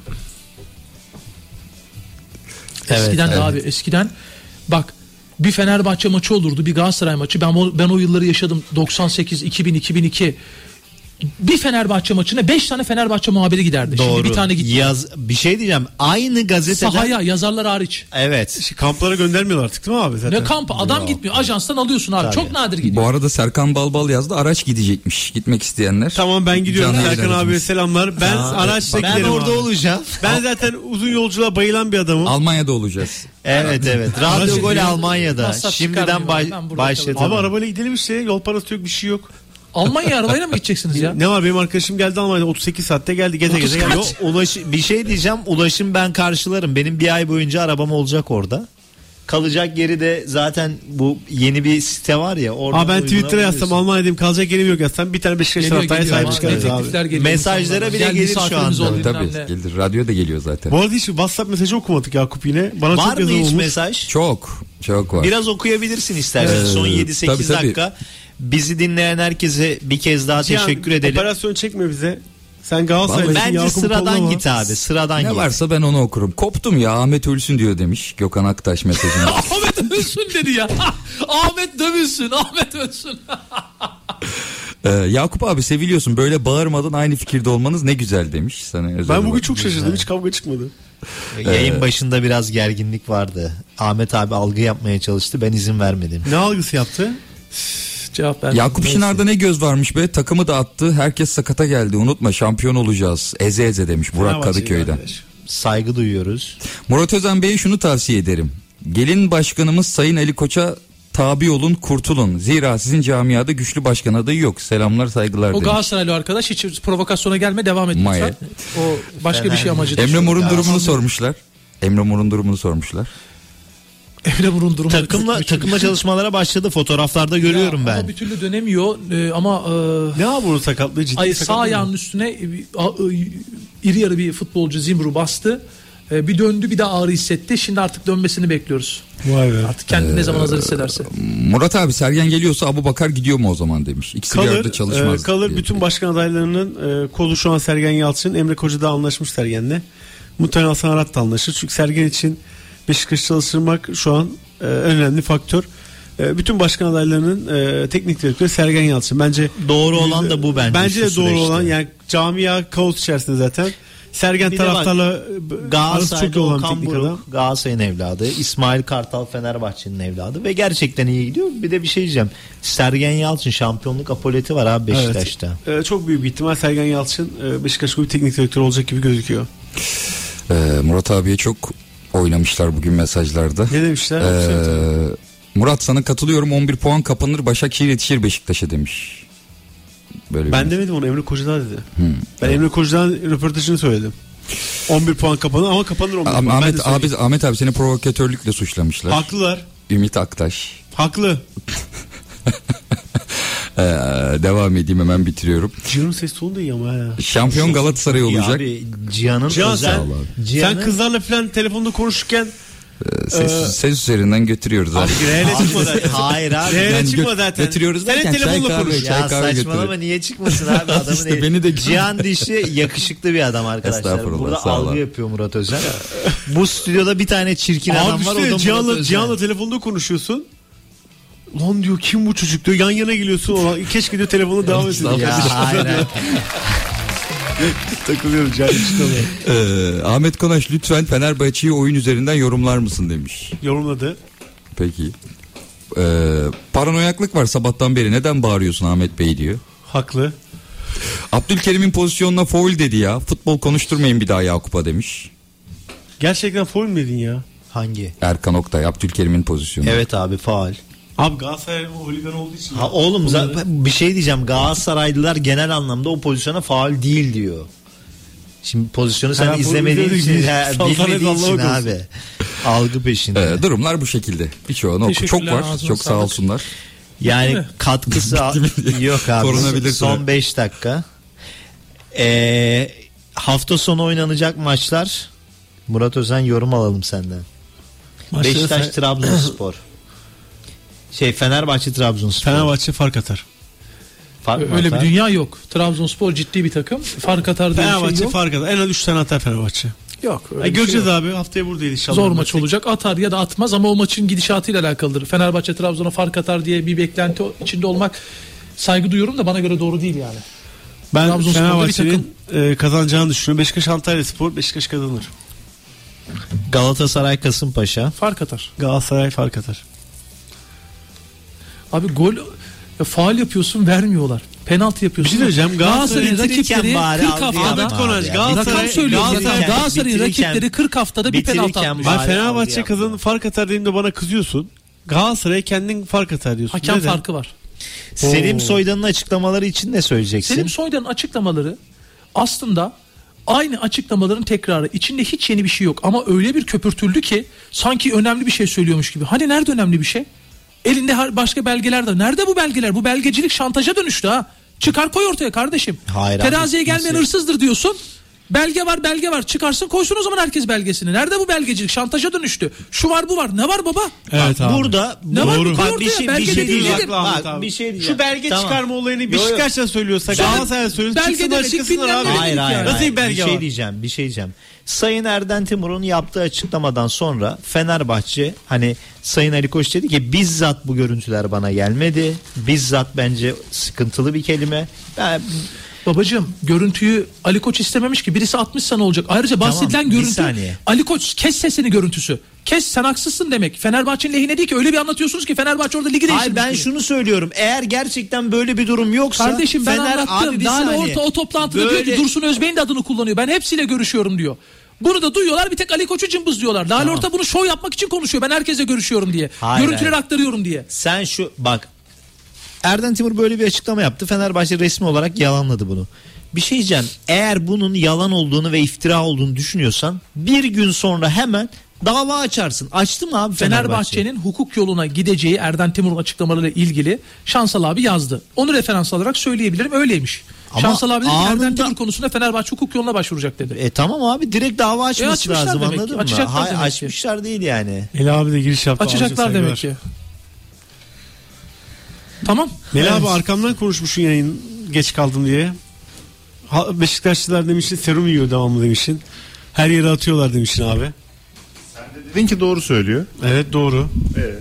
Evet, Eskiden de evet. abi eskiden bak bir Fenerbahçe maçı olurdu, bir Galatasaray maçı. Ben o, ben o yılları yaşadım. doksan sekiz, iki bin, iki bin iki. Bir Fenerbahçe maçına beş tane Fenerbahçe muhabiri giderdi. Doğru. Şimdi bir tane gitti. Yaz, bir şey diyeceğim. Aynı gazeteden. Sahaya, yazarlar hariç. Evet. İşte kamplara göndermiyorlar artık değil mi abi zaten? Ne kamp? Adam gitmiyor. Ajanstan alıyorsun abi. Tabii. Çok nadir gidiyor. Bu arada Serkan Balbal yazdı. Araç gidecekmiş. Gitmek isteyenler. Tamam ben gidiyorum. Canlı Serkan yayın abiye aracımız. selamlar. Ben araçla Ben giderim orada abi. olacağım. Ben zaten uzun yolculuğa bayılan bir adamım. Almanya'da olacağız. Evet evet. Radyo Gol Almanya'da. Masraf Şimdiden çıkarmıyor. baş, Ben burada başlatalım. Abi arabayla gidelim işte. Yol parası yok, bir şey yok. Almanya arabayla mı gideceksiniz ya? Ne var, benim arkadaşım geldi Almanya'da otuz sekiz saatte geldi, geze geze geldi. Yok, ulaş, bir şey diyeceğim. Ulaşım ben karşılarım. Benim bir ay boyunca arabam olacak orada. Kalacak yeri de zaten bu yeni bir site var ya. Oradan Abi ben Twitter'a uygulayabiliyorsun. yazsam Almanya'dayım, kalacak yerim yok yazsam bir tane Beşiktaş Geliyor, taraftaya geliyor sahip ama çıkarız abi. teklifler geliyor Mesajlara insanlardan. bile Gel gelir şu misafirimiz anda. ol, Tabii bilmem tabii. ne. Gelir. Radyo da geliyor zaten. Bu arada hiç WhatsApp mesajı okumadık Yakup yine. Bana Var çok mı yazan hiç olmuş. mesaj? Çok. Çok var. Biraz okuyabilirsin istersen. Ee, Son yedi sekiz tabii, tabii. dakika. Bizi dinleyen herkese bir kez daha Cihan, teşekkür edelim. Operasyon çekme bize. Sen Galatasaraylısın. Bence Yakup'u sıradan kollama. git abi. Sıradan Ne git. varsa ben onu okurum. Koptum ya, Ahmet ölsün diyor demiş Gökhan Aktaş mesajında. Ahmet ölsün dedi ya. Ahmet dövülsün. Ahmet ölsün. ee, Yakup abi seviliyorsun, böyle bağırmadan aynı fikirde olmanız ne güzel demiş sana. özel Ben bugün olarak. çok şaşırdım. Hiç kavga çıkmadı. Yayın başında biraz gerginlik vardı. Ahmet abi algı yapmaya çalıştı. Ben izin vermedim. Ne algısı yaptı? Cevap ver. Yakup Şınar'da ne göz varmış be, takımı da attı, herkes sakata geldi, unutma şampiyon olacağız, eze eze demiş Burak Fenerbahçe'yi Kadıköy'den. arkadaş. Saygı duyuyoruz. Murat Özen Bey'e şunu tavsiye ederim. Gelin başkanımız Sayın Ali Koç'a tabi olun, kurtulun. Zira sizin camiada güçlü başkan adayı yok. Selamlar, saygılar O demiş. Galatasaraylı arkadaş hiç provokasyona gelme, devam et Maya. lütfen. O başka bir şey amacı. Emre Mor'un Ya, durumunu anladım. sormuşlar. Emre Mor'un durumunu sormuşlar. Emre Mor'un durumu. Takımla takımla çalışmalara başladı. Fotoğraflarda görüyorum Ya, ben. Ama bir türlü dönemiyor Ee, ama e, Ne abi bunun sakatlığı, ciddi ay, sağ sakatlığı mı? ayağının üstüne e, bir- a- e, iri yarı bir futbolcu Zimru bastı. E, bir döndü, bir de ağrı hissetti. Şimdi artık dönmesini bekliyoruz. Vay be. Artık kendini ne zaman hazır hissederse. Murat abi, Sergen geliyorsa Abubakar gidiyor mu o zaman demiş. İkisi bir Kalır, arada çalışmaz. e, kalır. diye. Bütün başkan adaylarının e, kolu şu an Sergen Yalçın. Emre Koca da anlaşmış Sergen'le. Muhtemelen Hasan Arat da anlaşır. Çünkü Sergen için Beşiktaş çalıştırmak şu an e, önemli faktör. E, bütün başkan adaylarının e, teknik direktörü Sergen Yalçın. Bence Doğru olan da bu bence. Bence şu de doğru süreçte. olan, yani camia kaos içerisinde zaten. Sergen Bir de bak, taraftarla e, arası çok iyi Galatasaray'da olan Okan teknik adam. Buruk, Galatasaray'ın evladı. İsmail Kartal Fenerbahçe'nin evladı ve gerçekten iyi gidiyor. Bir de bir şey diyeceğim. Sergen Yalçın şampiyonluk apoleti var abi Beşiktaş'ta. Evet. E, çok büyük bir ihtimal Sergen Yalçın e, Beşiktaş Kulübü teknik direktörü olacak gibi gözüküyor. Ee, Murat abiye çok oynamışlar bugün mesajlarda. Ne demişler? Ee, Murat sana katılıyorum, on bir puan kapanır, Başakşehir yetişir Beşiktaş'a demiş. Böyle Ben bir- demedim onu, Emre Kocadağ dedi. Hmm. Ben Emre Kocadağ'ın röportajını söyledim. on bir puan kapanır ama kapanır on bir Ah- puan. Ben de Ahmet söyleyeyim. abi Ahmet abi seni provokatörlükle suçlamışlar. Haklılar. Ümit Aktaş. Haklı. Ee, devam edeyim, hemen bitiriyorum. Cihan'ın ses tonu da iyi ama ya. Şampiyon Galatasaray Ya olacak. abi Cihan'ın Cihan özel. sen, Cihan'ın- sen kızlarla falan telefonda konuşurken Ee, ses, ses üzerinden götürüyoruz abi. reale çıkma zaten. Hayır abi. Reale Yani çıkma gö- zaten. götürüyoruz Senin derken çay telefonla kahve, konuş. çay Ya kahve saçmalama götürüyor. niye çıkmasın abi adamın İşte eli- beni de- Cihan Dişi yakışıklı bir adam arkadaşlar. Estağfurullah, Burada sağ ol algı abi. yapıyor Murat Özen. Bu stüdyoda bir tane çirkin Abi adam var, o da düşünsene Murat Cihan'la, Özen. Cihan'la telefonda konuşuyorsun. Lan diyor kim bu çocuk diyor, yan yana geliyorsun. Ulan, keşke diyor telefonla devam etsin. Ya hayır, hayır. Takılıyorum Cihan işte. Ee, Ahmet Konaş lütfen Fenerbahçe'yi oyun üzerinden yorumlar mısın demiş. Yorumladı. Peki. Ee, paranoyaklık var sabahtan beri, neden bağırıyorsun Ahmet Bey diyor. Haklı. Abdülkerim'in pozisyonuna foul dedi ya. Futbol konuşturmayın bir daha Yakup'a demiş. Gerçekten foul mu dedin ya? Hangi? Erkan Oktay, Abdülkerim'in pozisyonu. Evet abi faul. Abi Galatasaray holigan olduğu için. Ha oğlum za- bir şey diyeceğim. Galatasaraylılar genel anlamda o pozisyona faul değil diyor. Şimdi pozisyonu sen Ha, bu izlemediğin izledik. için, ha, Saltanat bilmediğin Allah'a için korusun. abi. Algı peşinde. Ee, durumlar bu şekilde. Birçoğunu oku. Çok Teşekkürler, var. ağzına Çok sağ sağlık. olsunlar. Yani mi? katkısı yok abi. Korunabilir Son süre. beş dakika. Ee, hafta sonu oynanacak maçlar. Murat Özen yorum alalım senden. Maçları Beşiktaş Fe- Trabzonspor. Şey Fenerbahçe Trabzonspor. Fenerbahçe fark atar. Fark mı Öyle atar? bir dünya yok. Trabzonspor ciddi bir takım. Fark atar diye bir Fenerbahçe şey yok. fark atar. En az üç tane atar Fenerbahçe. Yok. öyle Ay, bir şey göreceğiz yok. abi. Haftaya buradayız inşallah. Zor maç olacak. Atar ya da atmaz ama o maçın gidişatıyla alakalıdır. Fenerbahçe Trabzon'a fark atar diye bir beklenti içinde olmak, saygı duyuyorum da bana göre doğru değil yani. Ben Trabzonspor'da bir Fenerbahçe'nin e, kazanacağını düşünüyorum. Beşiktaş Antalyaspor, Beşiktaş kazanır. Galatasaray Kasımpaşa. Fark atar. Galatasaray fark atar. Abi gol ya, faul yapıyorsun vermiyorlar. Penaltı Bir yapıyorsun. şey söyleyeceğim. Galatasaray'ın Galatasaray'ın rakipleri bari kırk al haftada. Ahmet Konanç, Ya. Galatasaray, Rakam söylüyorum. Galatasaray- Galatasaray'ın bitirirken- rakipleri kırk haftada bir penaltı bitirirken atmış. Ben Bari Fenerbahçe aldı kazanır yaptı. fark atar dediğimde bana kızıyorsun. Galatasaray kendin fark atar diyorsun. Hakem Neden? farkı var. Selim Soydan'ın açıklamaları için ne söyleyeceksin? Selim Soydan'ın açıklamaları aslında aynı açıklamaların tekrarı. İçinde hiç yeni bir şey yok ama öyle bir köpürtüldü ki sanki önemli bir şey söylüyormuş gibi. Hani nerede önemli bir şey? Elinde har- başka belgeler de. Nerede bu belgeler? Bu belgecilik şantaja dönüştü ha. Çıkar koy ortaya kardeşim. Hayır abi, Teraziye gelmeyen kimse- hırsızdır diyorsun. Belge var belge var çıkarsın koysun o zaman herkes belgesini. Nerede bu belgecilik? Şantaja dönüştü. Şu var bu var. Ne var baba? Evet abi. Burada Ne var? Doğru. Koy Bak, bir ortaya. şey, bir Belge şey dediğin diyeceğim. nedir? Ahmet Bak, abi. bir şey diyeceğim. Şu belge Tamam. çıkarma olayını Yo, yo. Beşiktaş'ta söylüyorsa Sen- Galatasaray'da söylüyorsa belge çıksınlar demedik, çıksınlar bilmem abi. ne dedik Hayır hayır. yani. Nasıl hayır. bir belge bir şey var? diyeceğim, bir şey diyeceğim. Sayın Erden Timur'un yaptığı açıklamadan sonra Fenerbahçe hani Sayın Ali Koç dedi ki bizzat bu görüntüler bana gelmedi. Bizzat bence sıkıntılı bir kelime. Ben, Babacığım görüntüyü Ali Koç istememiş ki birisi atmış sana olacak. Ayrıca bahsedilen Tamam, bir görüntü saniye. Ali Koç kes sesini görüntüsü. Kes sen haksızsın demek. Fenerbahçe'nin lehine değil ki öyle bir anlatıyorsunuz ki Fenerbahçe orada ligi hayır değiştirmiş. ben gibi. şunu söylüyorum. Eğer gerçekten böyle bir durum yoksa Kardeşim ben Fener anlattım. abi bir Lale saniye. Orta o toplantıda diyor Böyle- ki Dursun Özbey'in de adını kullanıyor. Ben hepsiyle görüşüyorum diyor. Bunu da duyuyorlar bir tek Ali Koç'u cımbızlıyorlar. Lale Orta bunu şov yapmak için konuşuyor. Ben herkese görüşüyorum diye. Hayır, Görüntüleri hayır. aktarıyorum diye. Sen şu bak Erden Timur böyle bir açıklama yaptı. Fenerbahçe resmi olarak yalanladı bunu. Bir şey diyeceğim. Eğer bunun yalan olduğunu ve iftira olduğunu düşünüyorsan bir gün sonra hemen dava açarsın. Açtı mı abi Fenerbahçe? Fenerbahçe'nin hukuk yoluna gideceği Erden Timur'un açıklamalarıyla ilgili Şansal abi yazdı. Onu referans alarak söyleyebilirim öyleymiş. Ama Şansal abi dedi ki Erden anında- Timur konusunda Fenerbahçe hukuk yoluna başvuracak dedi. E tamam abi direkt dava açması açmışlar lazım demek ki, anladın mı? açacaklar Hayır demek ki. açmışlar değil yani. Eli abi de giriş yaptı. Açacaklar Ağzına demek saygılar. ki. Tamam. Melih Evet. abi arkamdan konuşmuşsun yayın geç kaldım diye. Ha, Beşiktaşlılar demişsin serum yiyor devamlı demişsin. Her yere atıyorlar demişsin abi. Dedin ki doğru söylüyor. Evet doğru. Evet.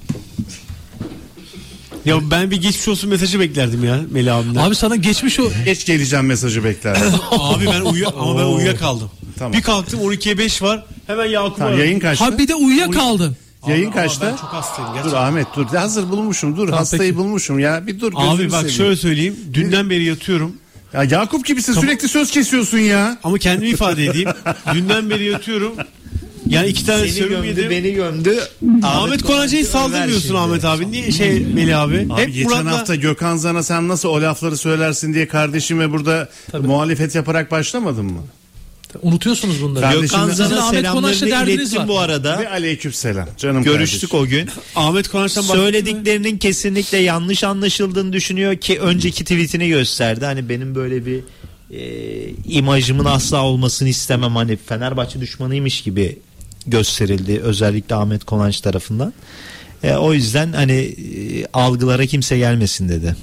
Ya ben bir geçmiş olsun mesajı beklerdim ya Melih abimden. Abi, Abi sana geçmiş o. Geç geleceğim mesajı bekler. abi ben uyuya ama ben uyuyakaldım. Tamam. Bir kalktım on ikiye beş var. Hemen Yakup'a Tamam, aradım. yayın kaçta? Ha bir de uyuyakaldın. Yayın Ama kaçta? Ben çok hastayım Dur gerçekten. Ahmet dur. Hazır bulmuşum. Dur Tamam, hastayı peki. bulmuşum ya. Bir dur gözünü Abi bak seveyim. şöyle söyleyeyim. Dünden beri yatıyorum. Ya Yakup gibisin sürekli söz kesiyorsun ya. Ama kendimi ifade edeyim. Dünden beri yatıyorum. Yani iki tane Seni serum gömdü yedim. beni gömdü. Ahmet Konacı'yı saldırmıyorsun Ahmet abi. Niye şey Melih abi? Abi Hep geçen Murat'la hafta Gökhan Zan'a sen nasıl o lafları söylersin diye kardeşime burada muhalefet yaparak başlamadın mı? Unutuyorsunuz bunları. Ben- Gökhan Kardeşim, sizin Zan'a Ahmet Konak'la selamlarını derdiniz ilettim var. bu arada. Ve aleykümselam canım Görüştük kardeşim. o gün. Ahmet Konak'tan bahsettin mi? Söylediklerinin kesinlikle yanlış anlaşıldığını düşünüyor ki önceki tweetini gösterdi. Hani benim böyle bir e, imajımın asla olmasını istemem. Hani Fenerbahçe düşmanıymış gibi gösterildi özellikle Ahmet Konanç tarafından. E, o yüzden hani e, algılara kimse gelmesin dedi.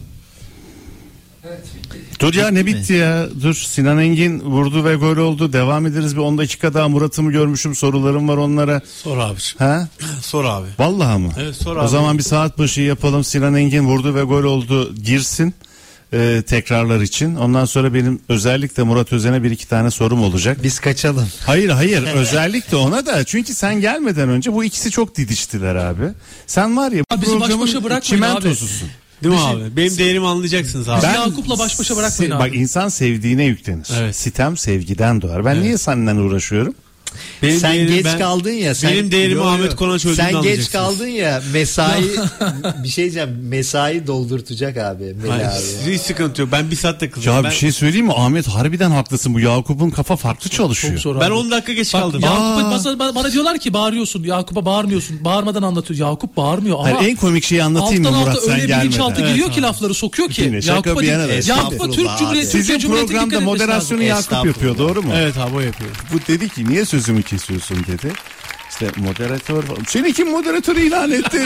Dur ya ne Bitti mi? bitti ya? Dur Sinan Engin vurdu ve gol oldu. Devam ederiz bir on dakika daha. Murat'ımı görmüşüm, sorularım var onlara. Sor abiciğim. Ha? Sor abi. Vallahi mı? Evet, sor O abi. zaman bir saat başı yapalım. Sinan Engin vurdu ve gol oldu girsin e, tekrarlar için. Ondan sonra benim özellikle Murat Özen'e bir iki tane sorum olacak. Biz kaçalım. Hayır hayır özellikle ona da çünkü sen gelmeden önce bu ikisi çok didiştiler abi. Sen var ya bu Abi bizi baş programın başa bırakmayın çimentosusun. Değil mi Bir şey- abi? Benim değerimi anlayacaksınız abi. Ben- Yakup'la baş başa bırakmayın se- abi. Bak insan sevdiğine yüklenir. Evet. Sitem sevgiden doğar. Ben niye senden uğraşıyorum? Benim sen değerim geç ben- kaldın ya. Sen, benim değerimi Ahmet Konaç öldüğünde Sen geç anlayacaksınız. kaldın ya. Mesai bir şey diyeceğim. Mesai doldurtacak abi. Meli Hayır, abi. hiç sıkıntı yok. Ben bir saatte kılacağım. Ya ben, bir şey söyleyeyim mi Ahmet, harbiden haklısın, bu Yakup'un kafa farklı çalışıyor. Çok zor ben abi. on dakika geç Bak, kaldım. Yakup'a bana, bana, bana diyorlar ki bağırıyorsun. Yakup'a bağırmıyorsun. Bağırmadan anlatıyor. Yakup bağırmıyor ama Hayır, en komik şeyi anlatayım mı alttan Murat alta sen öyle gelmeden? bilinçaltı Evet, giriyor ki abi. lafları sokuyor ki. Yine şaka Yakup'a bir yana da. değil- Yakup'a Türk Estağfurullah Cumhuriyeti, abi. Sizin Türkiye Cumhuriyeti programda dikkat etmesi moderasyonu lazım. Yakup yapıyor, doğru mu? Evet abi o yapıyor. Bu dedi ki niye sözümü kesiyorsun dedi. İşte moderatör falan. Seni kim moderatör ilan etti?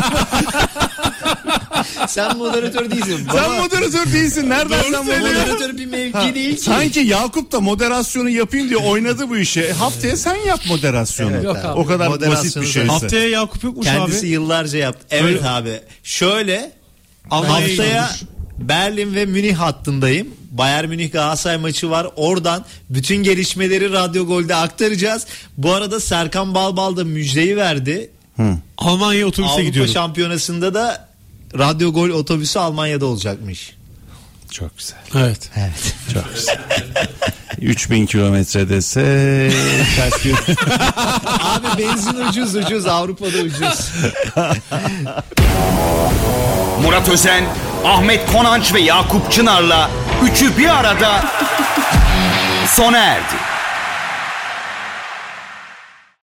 Sen moderatör değilsin. Sen Baba, moderatör değilsin. Nereden sen moderatör? moderatör bir mevki değil ki. Sanki Yakup da moderasyonu yapayım diye oynadı bu işe. E, haftaya sen yap moderasyonu. Evet Yok abi. O kadar basit Moderasyonu bir da- şeyse. Haftaya Yakup yokmuş Kendisi abi. yıllarca yaptı. Evet Öyle- abi. Şöyle Almanya'ya haftaya gidiyormuş. Berlin ve Münih hattındayım. Bayern Münih Galatasaray maçı var. Oradan bütün gelişmeleri Radyo Gol'de aktaracağız. Bu arada Serkan Balbal da müjdeyi verdi. Almanya'ya otobüse Avrupa gidiyorum. Şampiyonası'nda da Radyo Gol otobüsü Almanya'da olacakmış. Çok güzel. Evet. Evet. Çok güzel. üç bin kilometre dese kaç gün? Abi benzin ucuz ucuz, Avrupa'da ucuz. Murat Özen, Ahmet Konanç ve Yakup Çınar'la üçü bir arada sona erdi.